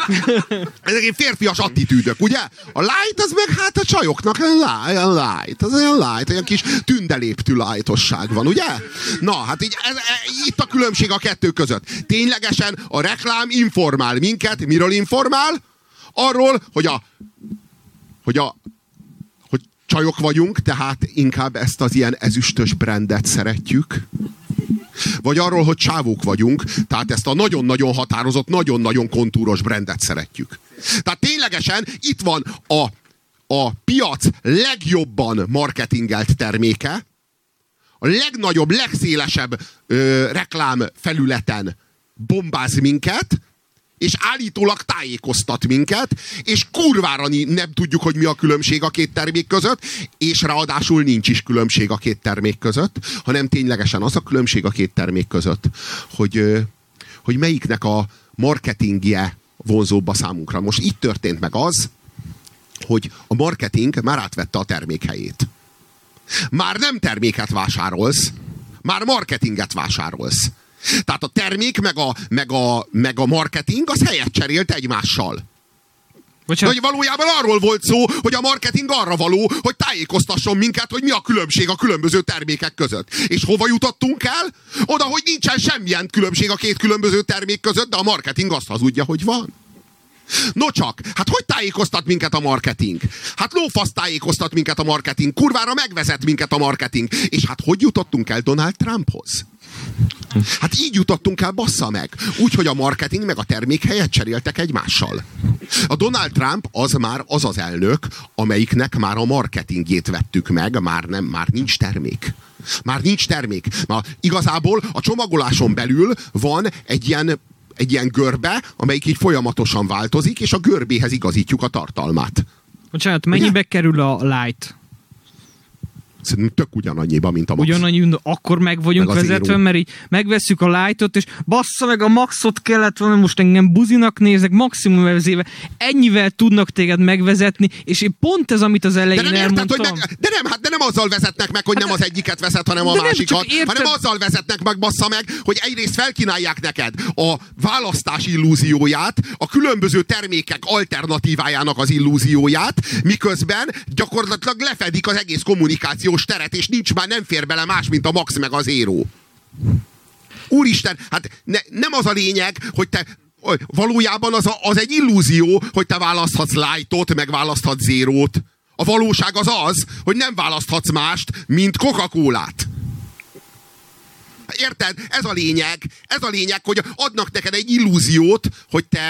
ezek férfias attitűdök, ugye? A Light az meg hát a csajoknak a Light, az olyan Light, olyan kis tündeléptű lightosság van, ugye? Na, hát így, ez, ez, itt a különbség a kettő között. Ténylegesen a reklám informál minket. Miről informál? Arról, hogy a hogy a hogy csajok vagyunk, tehát inkább ezt az ilyen ezüstös brandet szeretjük. Vagy arról, hogy csávók vagyunk, tehát ezt a nagyon-nagyon határozott, nagyon-nagyon kontúros brandet szeretjük. Tehát ténylegesen itt van a, a piac legjobban marketingelt terméke, a legnagyobb, legszélesebb ö, reklám felületen bombáz minket, és állítólag tájékoztat minket, és kurvára nem tudjuk, hogy mi a különbség a két termék között, és ráadásul nincs is különbség a két termék között, hanem ténylegesen az a különbség a két termék között, hogy, hogy melyiknek a marketingje vonzóbb a számunkra. Most itt történt meg az, hogy a marketing már átvette a termék helyét. Már nem terméket vásárolsz, már marketinget vásárolsz. Tehát a termék meg a, meg a, meg a marketing az helyet cserélt egymással. De hogy valójában arról volt szó, hogy a marketing arra való, hogy tájékoztasson minket, hogy mi a különbség a különböző termékek között. És hova jutottunk el? Oda, hogy nincsen semmilyen különbség a két különböző termék között, de a marketing azt hazudja, hogy van. No csak, hát hogy tájékoztat minket a marketing? Hát lófasz tájékoztat minket a marketing, kurvára megvezet minket a marketing. És hát hogy jutottunk el Donald Trumphoz? Hát így jutottunk el, bassza meg. Úgy, hogy a marketing meg a termék helyet cseréltek egymással. A Donald Trump az már az az elnök, amelyiknek már a marketingjét vettük meg, már, nem, már nincs termék. Már nincs termék. Már igazából a csomagoláson belül van egy ilyen, egy ilyen görbe, amelyik így folyamatosan változik, és a görbéhez igazítjuk a tartalmát. Bocsánat, mennyibe ugye? Kerül a Light? Szerintem tök ugyanannyiba, mint a Max. Ugyanannyi, akkor meg vagyunk meg vezetve, mert így megvesszük a Lightot, és bassza meg a Maxot kellett volna, most engem buzinak néznek, maximum vezéve, ennyivel tudnak téged megvezetni, és én pont ez, amit az elején de nem elmondtam. Érted, hogy meg, de nem, hát de nem azzal vezetnek meg, hogy hát, nem az egyiket veszed, hanem a másikat, hanem azzal vezetnek meg, bassza meg, hogy egyrészt felkínálják neked a választás illúzióját, a különböző termékek alternatívájának az illúzióját, miközben gyakorlatilag lefedik az egész kommunikáció teret, és nincs már, nem fér bele más, mint a Max meg a Zero. Úristen, hát ne, nem az a lényeg, hogy te valójában az, a, az egy illúzió, hogy te választhatsz Lightot, meg választhatsz Zero-t. A valóság az az, hogy nem választhatsz mást, mint Coca-Colát. Érted? Ez a lényeg. Ez a lényeg, hogy adnak neked egy illúziót, hogy te,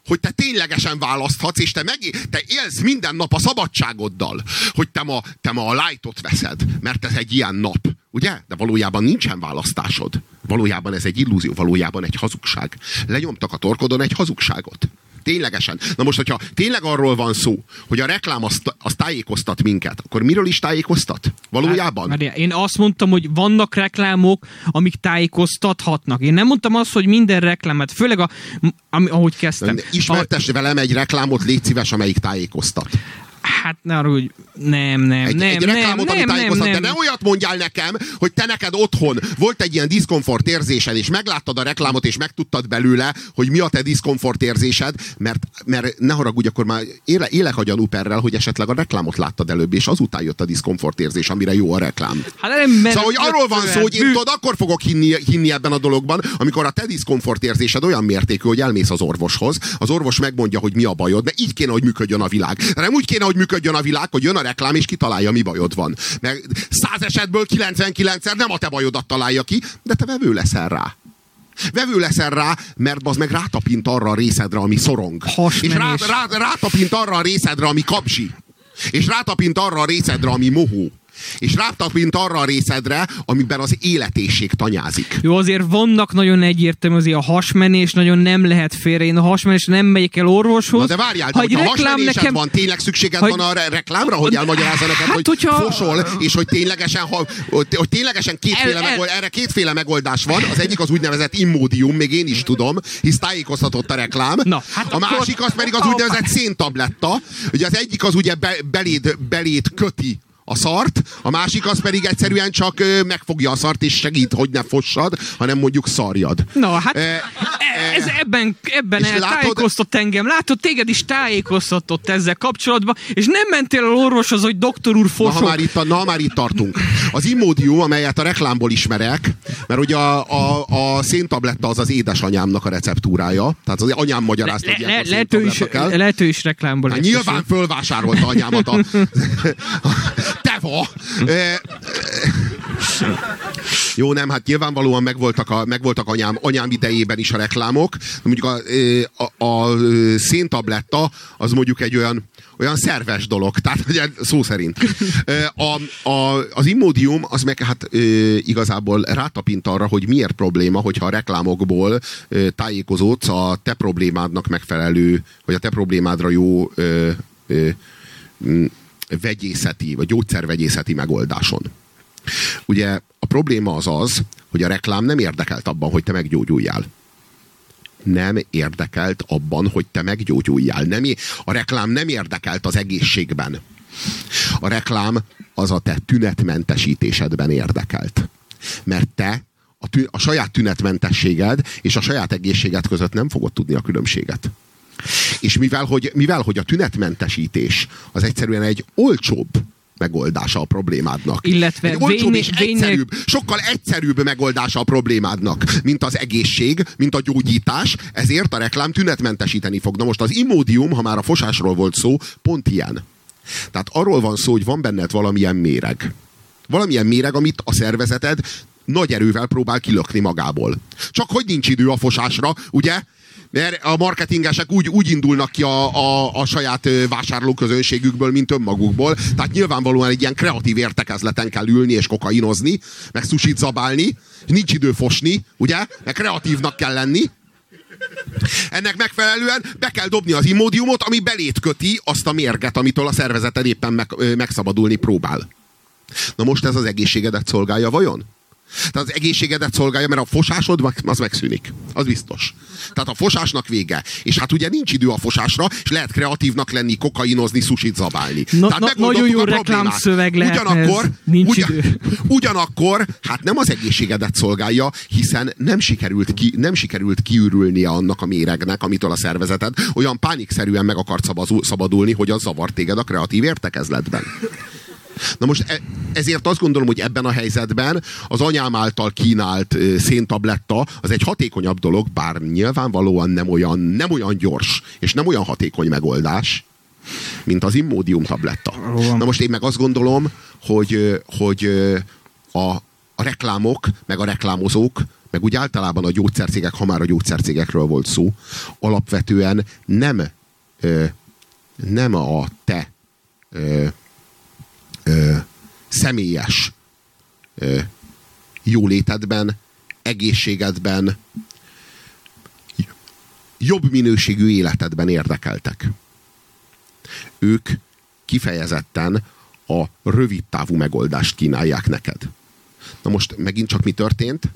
hogy te ténylegesen választhatsz, és te, meg, te élsz minden nap a szabadságoddal, hogy te ma, te ma a lightot veszed, mert ez egy ilyen nap, ugye? De valójában nincsen választásod. Valójában ez egy illúzió, valójában egy hazugság. Lenyomtak a torkodon egy hazugságot. Ténylegesen. Na most, hogyha tényleg arról van szó, hogy a reklám azt, azt tájékoztat minket, akkor miről is tájékoztat? Valójában? Hát, én azt mondtam, hogy vannak reklámok, amik tájékoztathatnak. Én nem mondtam azt, hogy minden reklámet, főleg a, ami, ahogy kezdtem. Ismertess a... velem egy reklámot, légy szíves, amelyik tájékoztat. Hát ne arra, hogy nem, nem, egy, nem, egy reklámot, nem, ami nem, tájékoztat, nem, de nem. ne olyat mondjál nekem, hogy te neked otthon volt egy ilyen diszkomfort érzésed, és megláttad a reklámot, és megtudtad belőle, hogy mi a te diszkomfort érzésed, mert, mert ne haragudj, akkor már éle, élek a gyanúperrel, hogy esetleg a reklámot láttad előbb, és azután jött a diszkomfort érzés, amire jó a reklám. Hát nem, mert szóval, hogy arról van szó, hogy én tudod, akkor fogok hinni, hinni ebben a dologban, amikor a te diszkomfort érzésed olyan mértékű, hogy elmész az orvoshoz, az orvos megmondja, hogy mi a bajod, mert így kéne, hogy működjön a világ. De nem úgy kéne, hogy működjön a világ, hogy jön a reklám, és kitalálja, mi bajod van. Mert száz esetből kilencvenkilencszer nem a te bajodat találja ki, de te vevő leszel rá. Vevő leszel rá, mert az meg rátapint arra a részedre, ami szorong. És rá, rá, rátapint arra a részedre, ami kapzsi. És rátapint arra a részedre, ami mohó. És rátapint arra a részedre, amiben az életésség tanyázik. Jó, azért vannak nagyon egyértelmű, azért a hasmenés nagyon nem lehet félre. Én a hasmenés nem megyek el orvoshoz. Na de várjál, de hogyha hasmenésed nekem... van, tényleg szükséged hogy... van a re- reklámra, hogy elmagyarázza neked, hát, hogy hogyha... fosol, és hogy ténylegesen, ha, hogy, hogy ténylegesen kétféle, el, el... Megold, erre kétféle megoldás van. Az egyik az úgynevezett immódium, még én is tudom, hisz tájékoztatott a reklám. Na, hát a akkor... másik az pedig az úgynevezett széntabletta. Ugye az egyik az ugye be, beléd, beléd köti a szart, a másik az pedig egyszerűen csak ö, megfogja a szart, és segít, hogy ne fossad, hanem mondjuk szarjad. Na, hát e, e, ez ebben, ebben eltájékoztat látod... engem. Látod, téged is tájékoztatott ezzel kapcsolatban, és nem mentél el orvoshoz, hogy doktor úr fosok. Na, ha már itt, na, már itt tartunk. Az immódium, amelyet a reklámból ismerek, mert ugye a, a, a széntabletta az az édesanyámnak a receptúrája, tehát az anyám magyarázta, hogy le, le, lehető is, lehető is reklámból. Hát nyilván fölvásárolta anyámat a... Teva! Jó, nem, hát nyilvánvalóan megvoltak, a, megvoltak anyám, anyám idejében is a reklámok. Mondjuk a, a, a széntabletta az mondjuk egy olyan, olyan szerves dolog, tehát ugye, szó szerint. A, a, az immódium az meg hát igazából rátapint arra, hogy miért probléma, hogyha a reklámokból tájékozódsz a te problémádnak megfelelő, vagy a te problémádra jó ö, ö, vegyészeti, vagy gyógyszervegyészeti megoldáson. Ugye a probléma az az, hogy a reklám nem érdekelt abban, hogy te meggyógyuljál. Nem érdekelt abban, hogy te meggyógyuljál. Nem, a reklám nem érdekelt az egészségben. A reklám az a te tünetmentesítésedben érdekelt. Mert te a, tü- a saját tünetmentességed és a saját egészséged között nem fogod tudni a különbséget. És mivel hogy, mivel, hogy a tünetmentesítés az egyszerűen egy olcsóbb megoldása a problémádnak. Illetve egy olcsóbb vénynek, és egyszerűbb, vénynek... sokkal egyszerűbb megoldása a problémádnak, mint az egészség, mint a gyógyítás, ezért a reklám tünetmentesíteni fog. Na most az immódium, ha már a fosásról volt szó, pont ilyen. Tehát arról van szó, hogy van benned valamilyen méreg. Valamilyen méreg, amit a szervezeted nagy erővel próbál kilökni magából. Csak hogy nincs idő a fosásra, ugye? Mert a marketingesek úgy, úgy indulnak ki a, a, a saját vásárlóközönségükből, mint önmagukból. Tehát nyilvánvalóan egy ilyen kreatív értekezleten kell ülni és kokainozni, meg sushit zabálni. Nincs idő fosni, ugye? Meg kreatívnak kell lenni. Ennek megfelelően be kell dobni az immódiumot, ami belét köti azt a mérget, amitől a szervezeted éppen meg, megszabadulni próbál. Na most ez az egészségedet szolgálja vajon? Tehát az egészségedet szolgálja, mert a fosásod az megszűnik. Az biztos. Tehát a fosásnak vége. És hát ugye nincs idő a fosásra, és lehet kreatívnak lenni, kokainozni, sushit zabálni. No, Tehát no, nagyon jó reklámszöveg lehet. Ugyanakkor, nincs ugyan, idő. ugyanakkor, hát nem az egészségedet szolgálja, hiszen nem sikerült, ki, nem sikerült kiürülnie annak a méregnek, amitől a szervezeted olyan pánikszerűen meg akart szabadulni, hogy az zavart téged a kreatív értekezletben. Na most ezért azt gondolom, hogy ebben a helyzetben az anyám által kínált széntabletta az egy hatékonyabb dolog, bár nyilvánvalóan nem olyan, nem olyan gyors, és nem olyan hatékony megoldás, mint az immódium tabletta. Na most én meg azt gondolom, hogy, hogy a, a reklámok, meg a reklámozók meg úgy általában a gyógyszercégek, ha már a gyógyszercégekről volt szó, alapvetően nem, ö, nem a te ö, ö, személyes ö, jólétedben, egészségedben, jobb minőségű életedben érdekeltek. Ők kifejezetten a rövid távú megoldást kínálják neked. Na most megint csak mi történt?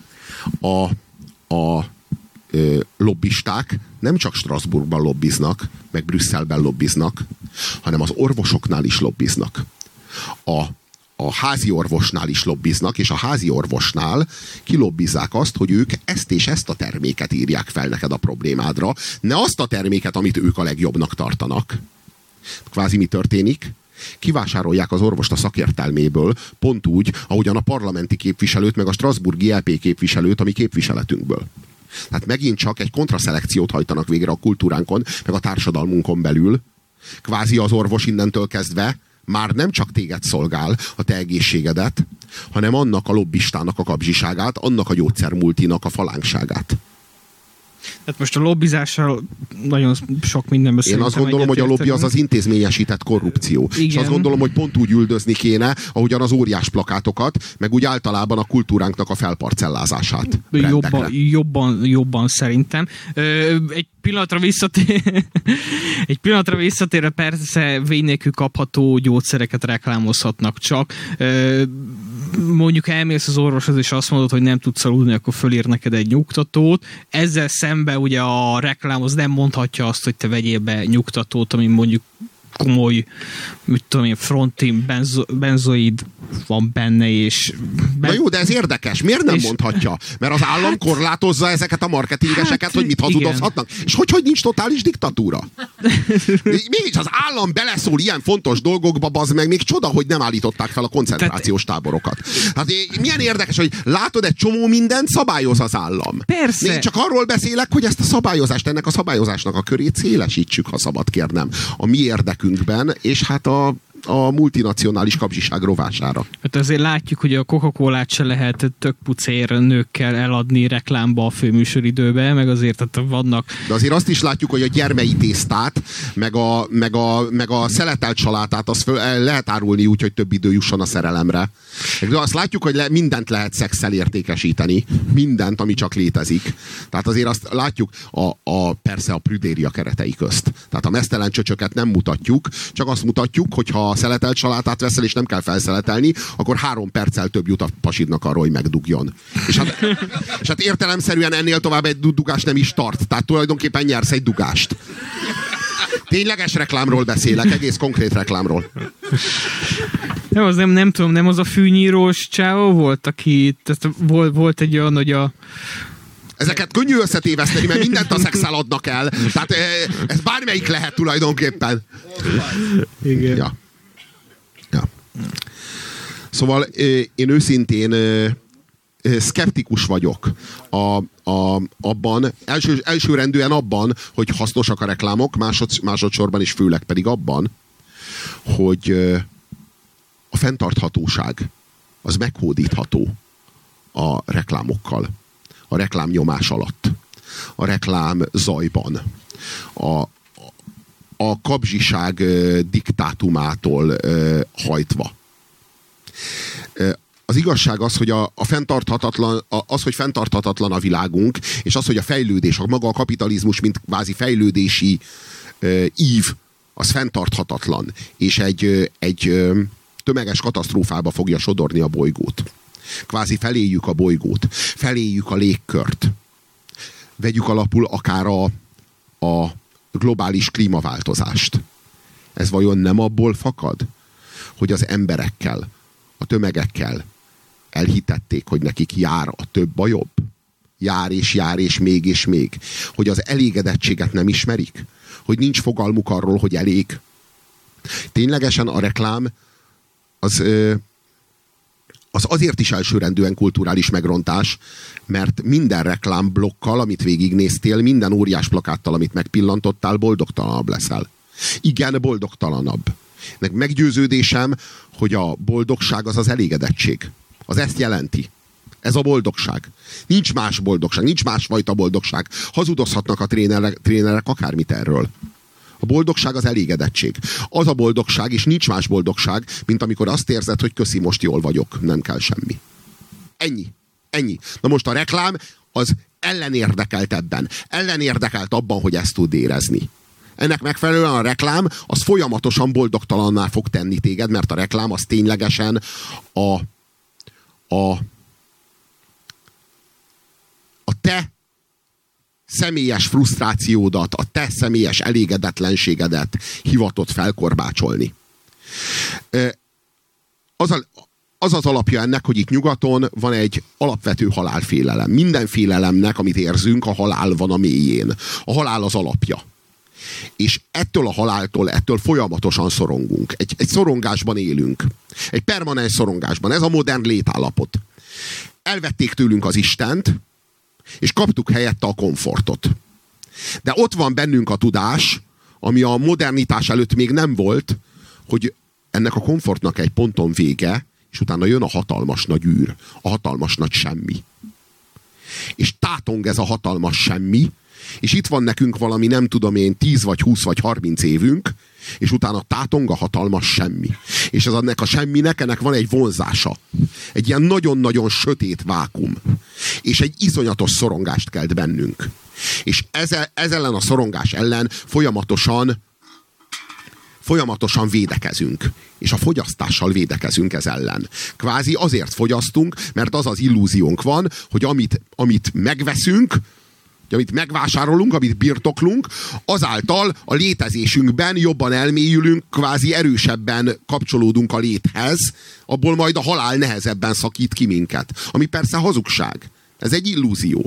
A, a ö, lobbisták nem csak Strasbourgban lobbiznak, meg Brüsszelben lobbiznak, hanem az orvosoknál is lobbiznak. A, a házi orvosnál is lobbiznak, és a házi orvosnál kilobbizzák azt, hogy ők ezt és ezt a terméket írják fel neked a problémádra, ne azt a terméket, amit ők a legjobbnak tartanak. Kvázi mi történik? Kivásárolják az orvost a szakértelméből, pont úgy, ahogyan a parlamenti képviselőt, meg a strasbourgi é pé képviselőt a mi képviseletünkből. Tehát megint csak egy kontraszelekciót hajtanak végre a kultúránkon, meg a társadalmunkon belül. Kvázi az orvos innentől kezdve már nem csak téged szolgál, a te egészségedet, hanem annak a lobbistának a kapzsiságát, annak a gyógyszermultinak a falánkságát. Tehát most a lobbizással nagyon sok mindenben Én azt gondolom, hogy a lobby az az intézményesített korrupció. Igen. És azt gondolom, hogy pont úgy üldözni kéne, ahogyan az óriás plakátokat, meg úgy általában a kultúránknak a felparcellázását. Jobban, jobban, jobban szerintem. Ö, egy pillanatra visszatér, egy pillanatra visszatérve persze vény nélkül kapható gyógyszereket reklámozhatnak csak. Ö, mondjuk elmész az orvoshoz, és azt mondod, hogy nem tudsz aludni, akkor fölír neked egy nyugtatót. Ezzel szemben ugye a reklám az nem mondhatja azt, hogy te vegyél be nyugtatót, ami mondjuk komoly, mit tudom én, frontin, benzo, benzoid van benne, és... Ben... Na jó, de ez érdekes. Miért nem és... mondhatja? Mert az állam hát... korlátozza ezeket a marketingeseket, hát, hogy mit hazudozhatnak. Igen. És hogy, hogy nincs totális diktatúra? Mégis az állam beleszól ilyen fontos dolgokba, bazd meg, még csoda, hogy nem állították fel a koncentrációs Tehát... táborokat. Hát milyen érdekes, hogy látod, egy csomó mindent szabályoz az állam. Persze. Én csak arról beszélek, hogy ezt a szabályozást, ennek a szabályozásnak a körét szélesítsük, ha szabad kérnem. A mi érdekünkben, és hát a a multinacionális kapzsiság rovására. Hát azért látjuk, hogy a Coca-Colát se lehet tök pucér nőkkel eladni reklámba a főműsoridőbe, meg azért tehát vannak... De azért azt is látjuk, hogy a gyermei tésztát, meg a, meg a, meg a szeletelt salátát azt föl, lehet árulni úgy, hogy több idő jusson a szerelemre. De azt látjuk, hogy le, mindent lehet szexszel értékesíteni. Mindent, ami csak létezik. Tehát azért azt látjuk a, a, persze a prüdéria keretei közt. Tehát a meztelen csöcsöket nem mutatjuk, csak azt mutatjuk, hogyha a szeletelt salátát veszel, és nem kell felszeletelni, akkor három perccel több jut a pasidnak arról, hogy megdugjon. És hát, és hát értelemszerűen ennél tovább egy dugás nem is tart. Tehát tulajdonképpen nyersz egy dugást. Tényleges reklámról beszélek, egész konkrét reklámról. Nem, az nem, nem tudom, nem az a fűnyírós csávó volt, aki, tehát volt, volt egy olyan, hogy a Ezeket könnyű összetéveszteni, mert mindent a szexel adnak el. Tehát ez bármelyik lehet tulajdonképpen. Igen. Ja. Ja. Szóval én őszintén szkeptikus vagyok a, a, abban, első, elsőrendűen abban, hogy hasznosak a reklámok, másod, másodszorban és főleg pedig abban, hogy a fenntarthatóság az meghódítható a reklámokkal. A reklám nyomás alatt, a reklám zajban, a, a kapzsiság diktátumától hajtva. Az igazság az, hogy a, a fenntarthatatlan, az, hogy fenntarthatatlan a világunk, és az, hogy a fejlődés, a maga a kapitalizmus, mint kvázi fejlődési ív, az fenntarthatatlan, és egy, egy tömeges katasztrófába fogja sodorni a bolygót. Kvázi feléljük a bolygót, feléljük a légkört. Vegyük alapul akár a, a globális klímaváltozást. Ez vajon nem abból fakad, hogy az emberekkel, a tömegekkel elhitették, hogy nekik jár a több a jobb? Jár és jár és még és még. Hogy az elégedettséget nem ismerik? Hogy nincs fogalmuk arról, hogy elég? Ténylegesen a reklám az... Ö, az azért is elsőrendűen kulturális megrontás, mert minden reklámblokkal, amit végignéztél, minden óriás plakáttal, amit megpillantottál, boldogtalanabb leszel. Igen, boldogtalanabb. Meggyőződésem, hogy a boldogság az az elégedettség. Az ezt jelenti. Ez a boldogság. Nincs más boldogság, nincs másfajta boldogság. Hazudozhatnak a trénerek, trénerek akármit erről. A boldogság az elégedettség. Az a boldogság, és nincs más boldogság, mint amikor azt érzed, hogy köszi, most jól vagyok, nem kell semmi. Ennyi. Ennyi. Na most a reklám az ellenérdekelt ebben. Ellenérdekelt abban, hogy ezt tud érezni. Ennek megfelelően a reklám az folyamatosan boldogtalanná fog tenni téged, mert a reklám az ténylegesen a, a, a te személyes frusztrációdat, a te személyes elégedetlenségedet hivatott felkorbácsolni. Az, a, az az alapja ennek, hogy itt nyugaton van egy alapvető halálfélelem. Minden félelemnek, amit érzünk, a halál van a mélyén. A halál az alapja. És ettől a haláltól, ettől folyamatosan szorongunk. Egy, egy szorongásban élünk. Egy permanens szorongásban. Ez a modern létállapot. Elvették tőlünk az Istent, és kaptuk helyette a komfortot. De ott van bennünk a tudás, ami a modernitás előtt még nem volt, hogy ennek a komfortnak egy ponton vége, és utána jön a hatalmas nagy űr, a hatalmas nagy semmi. És tátong ez a hatalmas semmi, és itt van nekünk valami, nem tudom én, tíz vagy húsz vagy harminc évünk, és utána tátong a hatalmas semmi. És ez ennek a semminek, ennek van egy vonzása. Egy ilyen nagyon-nagyon sötét vákum. És egy iszonyatos szorongást kelt bennünk. És ez, ez ellen a szorongás ellen folyamatosan folyamatosan védekezünk. És a fogyasztással védekezünk ez ellen. Kvázi azért fogyasztunk, mert az az illúziónk van, hogy amit, amit megveszünk, amit megvásárolunk, amit birtoklunk, azáltal a létezésünkben jobban elmélyülünk, kvázi erősebben kapcsolódunk a léthez, abból majd a halál nehezebben szakít ki minket. Ami persze hazugság. Ez egy illúzió.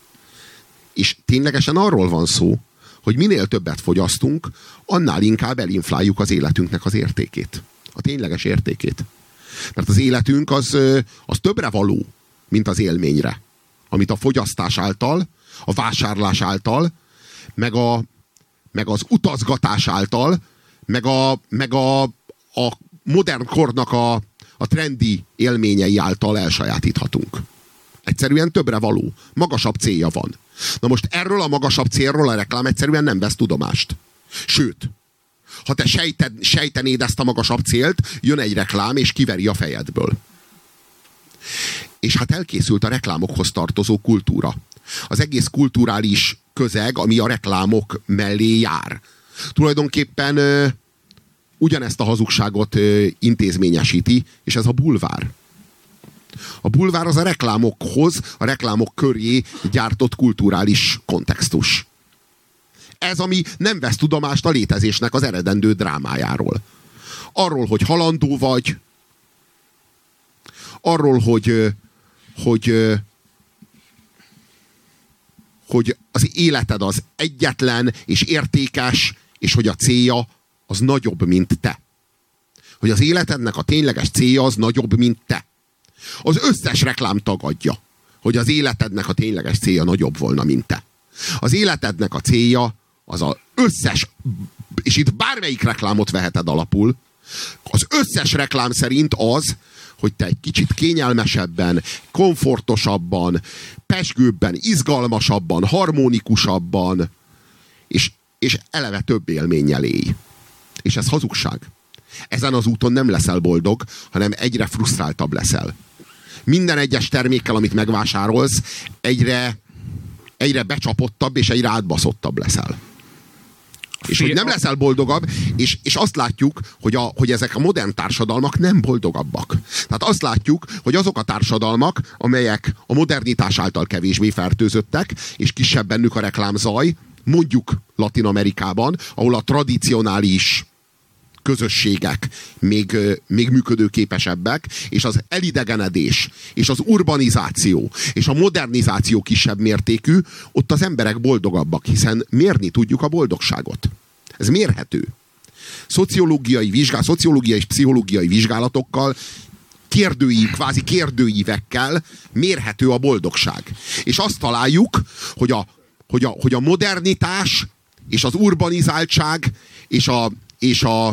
És ténylegesen arról van szó, hogy minél többet fogyasztunk, annál inkább elinfláljuk az életünknek az értékét. A tényleges értékét. Mert az életünk az, az többre való, mint az élményre. Amit a fogyasztás által, a vásárlás által, meg, a, meg az utazgatás által, meg a, meg a, a modern kornak a, a trendi élményei által elsajátíthatunk. Egyszerűen többre való. Magasabb célja van. Na most erről a magasabb célról a reklám egyszerűen nem vesz tudomást. Sőt, ha te sejted, sejtenéd ezt a magasabb célt, jön egy reklám és kiveri a fejedből. És hát elkészült a reklámokhoz tartozó kultúra. Az egész kulturális közeg, ami a reklámok mellé jár. Tulajdonképpen ö, ugyanezt a hazugságot ö, intézményesíti, és ez a bulvár. A bulvár az a reklámokhoz, a reklámok köré gyártott kulturális kontextus. Ez, ami nem vesz tudomást a létezésnek az eredendő drámájáról. Arról, hogy halandó vagy, arról, hogy, hogy, hogy az életed az egyetlen és értékes, és hogy a célja az nagyobb, mint te. Hogy az életednek a tényleges célja az nagyobb, mint te. Az összes reklám tagadja, hogy az életednek a tényleges célja nagyobb volna, mint te. Az életednek a célja az az összes, és itt bármelyik reklámot veheted alapul, az összes reklám szerint az, hogy te egy kicsit kényelmesebben, komfortosabban, pezsgőbben, izgalmasabban, harmonikusabban, és, és eleve több élménnyel élj. És ez hazugság. Ezen az úton nem leszel boldog, hanem egyre frusztráltabb leszel. Minden egyes termékkel, amit megvásárolsz, egyre, egyre becsapottabb és egyre átbaszottabb leszel. És hogy nem leszel boldogabb, és, és azt látjuk, hogy, a, hogy ezek a modern társadalmak nem boldogabbak. Tehát azt látjuk, hogy azok a társadalmak, amelyek a modernitás által kevésbé fertőzöttek, és kisebb bennük a reklámzaj, mondjuk Latin Amerikában, ahol a tradicionális közösségek még, még működőképesebbek, és az elidegenedés, és az urbanizáció, és a modernizáció kisebb mértékű, ott az emberek boldogabbak, hiszen mérni tudjuk a boldogságot. Ez mérhető. Szociológiai vizsgál, szociológiai és pszichológiai vizsgálatokkal, kérdőív, kvázi kérdőívekkel mérhető a boldogság. És azt találjuk, hogy a, hogy a, hogy a modernitás, és az urbanizáltság, és a, és a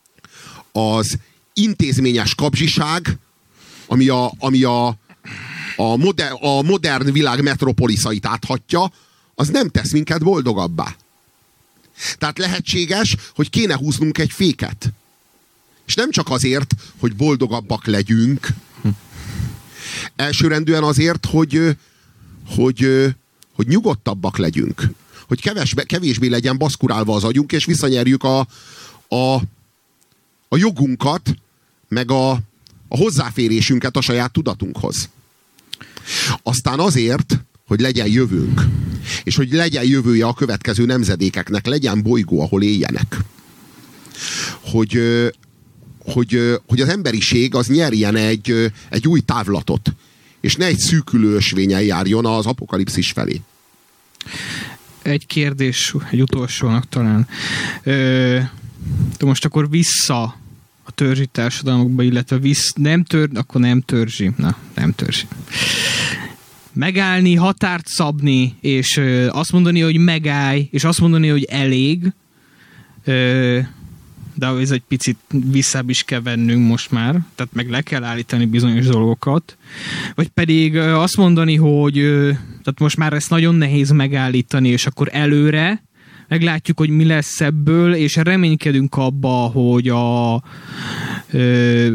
az intézményes kapzsiság, ami, a, ami a, a, moder, a modern világ metropoliszait áthatja, az nem tesz minket boldogabbá. Tehát lehetséges, hogy kéne húznunk egy féket. És nem csak azért, hogy boldogabbak legyünk, elsőrendűen azért, hogy, hogy, hogy nyugodtabbak legyünk. Hogy kevesbe, kevésbé legyen baszkurálva az agyunk, és visszanyerjük a, a, a jogunkat, meg a, a hozzáférésünket a saját tudatunkhoz. Aztán azért, hogy legyen jövőnk. És hogy legyen jövője a következő nemzedékeknek, legyen bolygó, ahol éljenek. Hogy, hogy, hogy az emberiség az nyerjen egy, egy új távlatot, és ne egy szűkülő ösvényen járjon az apokalipszis felé. Egy kérdés, egy utolsónak talán. Ö, de most akkor vissza a törzsi társadalmakba, illetve vissz, nem tör, akkor nem törzsi. Na, nem törzsi. Megállni, határt szabni, és ö, azt mondani, hogy megállj, és azt mondani, hogy elég, ö, de ez egy picit visszább is kell vennünk most már, tehát meg le kell állítani bizonyos dolgokat, vagy pedig ö, azt mondani, hogy ö, tehát most már ezt nagyon nehéz megállítani, és akkor előre meglátjuk, hogy mi lesz ebből, és reménykedünk abba, hogy a ö,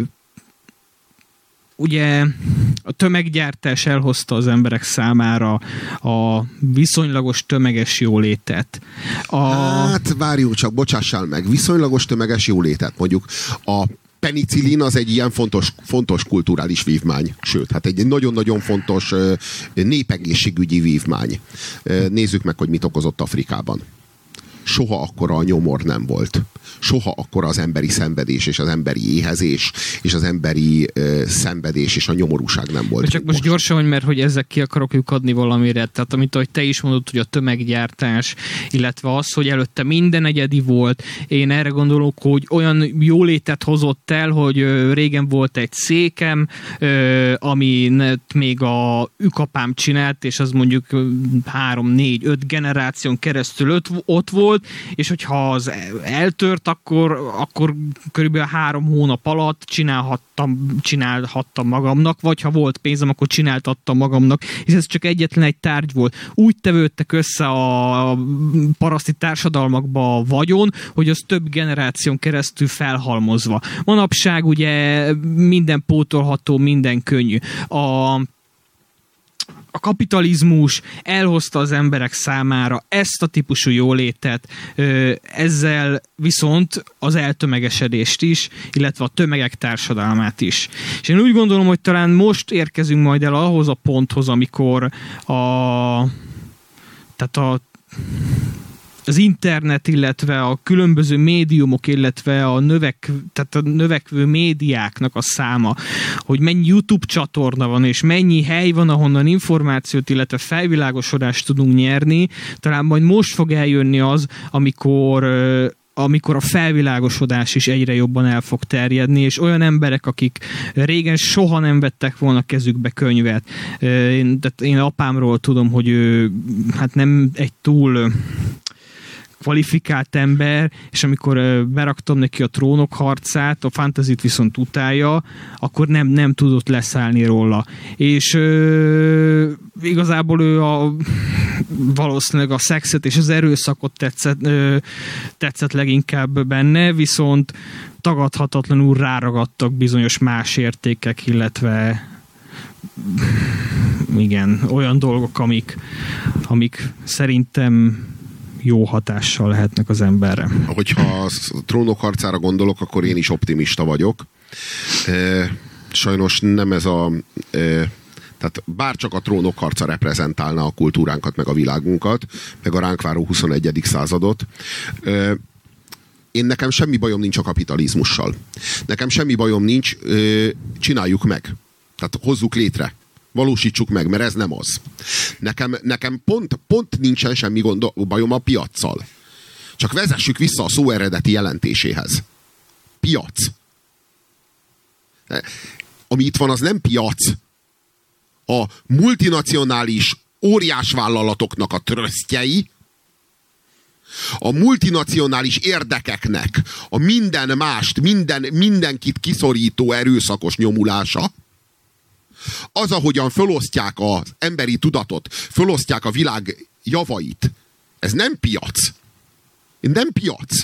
ugye a tömeggyártás elhozta az emberek számára a viszonylagos tömeges jólétet. A... Hát várjunk csak, bocsássál meg, viszonylagos tömeges jólétet. Mondjuk a penicillin az egy ilyen fontos, fontos kulturális vívmány. Sőt, hát egy nagyon-nagyon fontos népegészségügyi vívmány. Nézzük meg, hogy mit okozott Afrikában. Soha akkora a nyomor nem volt. Soha akkora az emberi szenvedés, és az emberi éhezés, és az emberi uh, szenvedés, és a nyomorúság nem volt. De csak most gyorsan, hogy mert hogy ezek ki akarok lyukadni valamire. Tehát amit ahogy te is mondod, hogy a tömeggyártás, illetve az, hogy előtte minden egyedi volt. Én erre gondolok, hogy olyan jólétet hozott el, hogy uh, régen volt egy székem, uh, ami még a ükapám csinált, és az mondjuk három, négy, öt generáción keresztül öt, ott volt, és hogyha az eltört, akkor, akkor körülbelül három hónap alatt csinálhattam, csinálhattam magamnak, vagy ha volt pénzem, akkor csináltattam magamnak, és ez csak egyetlen egy tárgy volt. Úgy tevődtek össze a paraszti társadalmakba a vagyon, hogy az több generáción keresztül felhalmozva. Manapság ugye minden pótolható, minden könnyű. A A kapitalizmus elhozta az emberek számára ezt a típusú jólétet, ezzel viszont az eltömegesedést is, illetve a tömegek társadalmát is. És én úgy gondolom, hogy talán most érkezünk majd el ahhoz a ponthoz, amikor a, tehát a az internet, illetve a különböző médiumok, illetve a, növek, tehát a növekvő médiáknak a száma, hogy mennyi YouTube csatorna van, és mennyi hely van, ahonnan információt, illetve felvilágosodást tudunk nyerni, talán majd most fog eljönni az, amikor amikor a felvilágosodás is egyre jobban el fog terjedni, és olyan emberek, akik régen soha nem vettek volna kezükbe könyvet. Én, tehát én apámról tudom, hogy ő hát nem egy túl kvalifikált ember, és amikor uh, beraktam neki a Trónok harcát, a fantasyt viszont utálja, akkor nem, nem tudott leszállni róla. És uh, igazából ő a, valószínűleg a szexet és az erőszakot tetszett, uh, tetszett leginkább benne, viszont tagadhatatlanul ráragadtak bizonyos más értékek, illetve igen, olyan dolgok, amik, amik szerintem jó hatással lehetnek az emberre. Hogyha a Trónok harcára gondolok, akkor én is optimista vagyok. Sajnos nem ez a... Tehát bárcsak a Trónok harca reprezentálna a kultúránkat, meg a világunkat, meg a ránk váró huszonegyedik századot. Én nekem semmi bajom nincs a kapitalizmussal. Nekem semmi bajom nincs, csináljuk meg. Tehát hozzuk létre. Valósítsuk meg, mert ez nem az. Nekem, nekem pont, pont nincsen semmi gondol, bajom a piaccal. Csak vezessük vissza a szó eredeti jelentéséhez. Piac. Ami itt van, az nem piac. A multinacionális óriásvállalatoknak a trösztjei, a multinacionális érdekeknek a minden mást, minden, mindenkit kiszorító erőszakos nyomulása, Az, ahogyan fölosztják az emberi tudatot, fölosztják a világ javait, ez nem piac. Nem piac.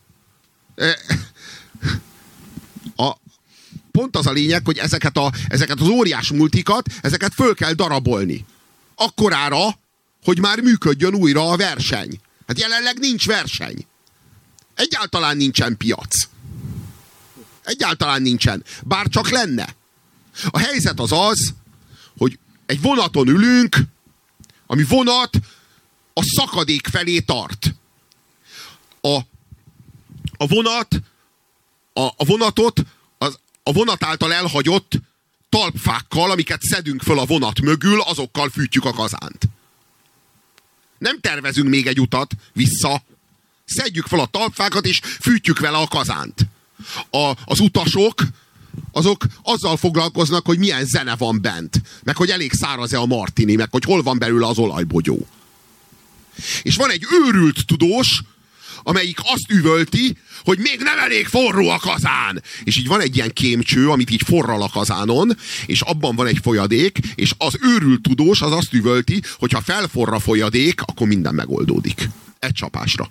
A, pont az a lényeg, hogy ezeket, a, ezeket az óriás multikat, ezeket föl kell darabolni. Akkorára, hogy már működjön újra a verseny. Hát jelenleg nincs verseny. Egyáltalán nincsen piac. Egyáltalán nincsen. Bár csak lenne. A helyzet az az, hogy egy vonaton ülünk, ami vonat a szakadék felé tart. A, a vonat, a, a vonatot az, a vonat által elhagyott talpfákkal, amiket szedünk föl a vonat mögül, azokkal fűtjük a kazánt. Nem tervezünk még egy utat vissza. Szedjük fel a talpfákat, és fűtjük vele a kazánt. A, az utasok, azok azzal foglalkoznak, hogy milyen zene van bent, meg hogy elég száraz-e a martini, meg hogy hol van belőle az olajbogyó. És van egy őrült tudós, amelyik azt üvölti, hogy még nem elég forró a kazán. És így van egy ilyen kémcső, amit így forral a kazánon, és abban van egy folyadék, és az őrült tudós az azt üvölti, hogy ha felforra a folyadék, akkor minden megoldódik. Egy csapásra.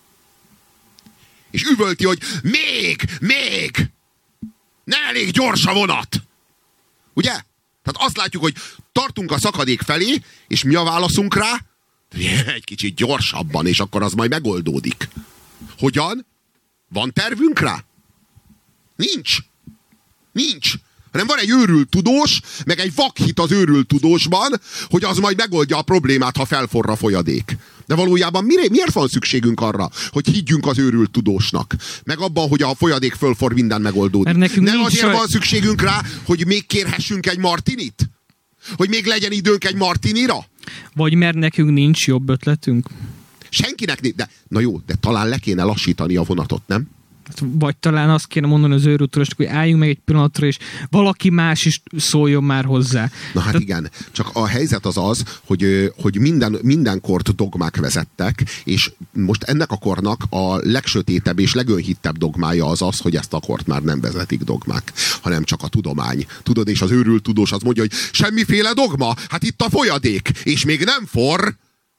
És üvölti, hogy még, még, nem elég gyors a vonat. Ugye? Tehát azt látjuk, hogy tartunk a szakadék felé, és mi a válaszunk rá? Egy kicsit gyorsabban, és akkor az majd megoldódik. Hogyan? Van tervünk rá? Nincs. Nincs. Hanem van egy őrült tudós, meg egy vakhit az őrült tudósban, hogy az majd megoldja a problémát, ha felforra a folyadék. De valójában mire, miért van szükségünk arra, hogy higgyünk az őrült tudósnak? Meg abban, hogy a folyadék fölfor, minden megoldódik. Nem azért saj... van szükségünk rá, hogy még kérhessünk egy martinit? Hogy még legyen időnk egy martinira? Vagy mert nekünk nincs jobb ötletünk? Senkinek nincs. De, na jó, de talán le kéne lassítani a vonatot, nem? Vagy talán azt kéne mondani az őrútosnak, hogy álljunk meg egy pillanatra, és valaki más is szóljon már hozzá. Na hát Te... igen, csak a helyzet az az, hogy, hogy minden, minden kort dogmák vezettek, és most ennek a kornak a legsötétebb és legönhittebb dogmája az az, hogy ezt a kort már nem vezetik dogmák, hanem csak a tudomány. Tudod, és az őrült tudós az mondja, hogy semmiféle dogma, hát itt a folyadék, és még nem forr.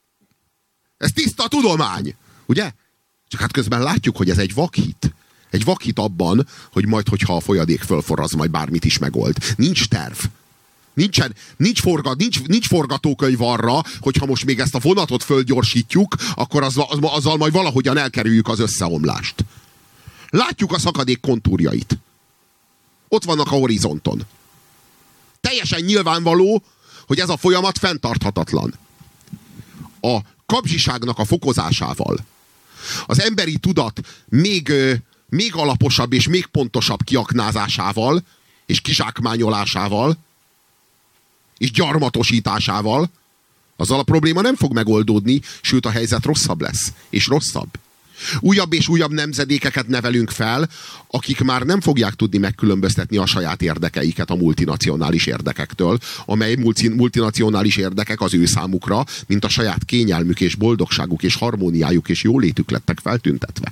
Ez tiszta tudomány, ugye? Csak hát közben látjuk, hogy ez egy vakhit. Egy vakhit abban, hogy majd, hogyha a folyadék fölforr, az majd bármit is megold. Nincs terv. Nincsen, nincs, forga, nincs, nincs forgatókönyv arra, hogyha most még ezt a vonatot fölgyorsítjuk, akkor az, az, azzal majd valahogyan elkerüljük az összeomlást. Látjuk a szakadék kontúrjait. Ott vannak a horizonton. Teljesen nyilvánvaló, hogy ez a folyamat fenntarthatatlan. A kapzsiságnak a fokozásával, az emberi tudat még, még alaposabb és még pontosabb kiaknázásával, és kizsákmányolásával, és gyarmatosításával, azzal a probléma nem fog megoldódni, sőt a helyzet rosszabb lesz, és rosszabb. Újabb és újabb nemzedékeket nevelünk fel, akik már nem fogják tudni megkülönböztetni a saját érdekeiket a multinacionális érdekektől, amely multi, multinacionális érdekek az ő számukra, mint a saját kényelmük és boldogságuk és harmóniájuk és jólétük lettek feltüntetve.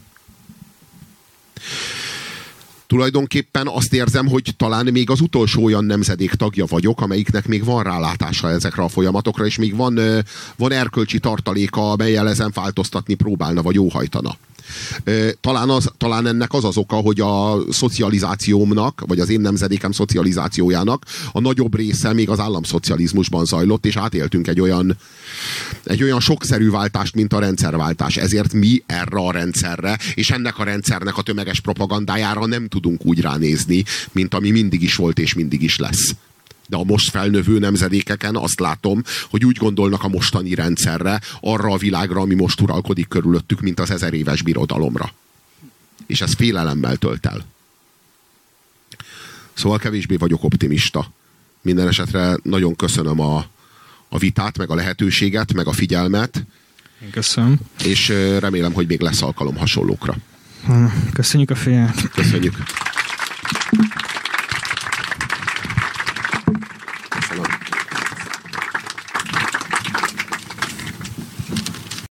Tulajdonképpen azt érzem, hogy talán még az utolsó olyan nemzedék tagja vagyok, amelyiknek még van rálátása ezekre a folyamatokra, és még van, van erkölcsi tartaléka, amellyel ezen változtatni próbálna, vagy óhajtana. Talán, az, talán ennek az az oka, hogy a szocializációmnak, vagy az én nemzedékem szocializációjának a nagyobb része még az államszocializmusban zajlott, és átéltünk egy olyan, egy olyan sokszerű váltást, mint a rendszerváltás. Ezért mi erre a rendszerre, és ennek a rendszernek a tömeges propagandájára nem tudunk úgy ránézni, mint ami mindig is volt, és mindig is lesz. De a most felnövő nemzedékeken azt látom, hogy úgy gondolnak a mostani rendszerre, arra a világra, ami most uralkodik körülöttük, mint az ezer éves birodalomra. És ez félelemmel tölt el. Szóval kevésbé vagyok optimista. Minden esetre nagyon köszönöm a, a vitát, meg a lehetőséget, meg a figyelmet. Én köszönöm. És remélem, hogy még lesz alkalom hasonlókra. Köszönjük a figyelmet. Köszönjük.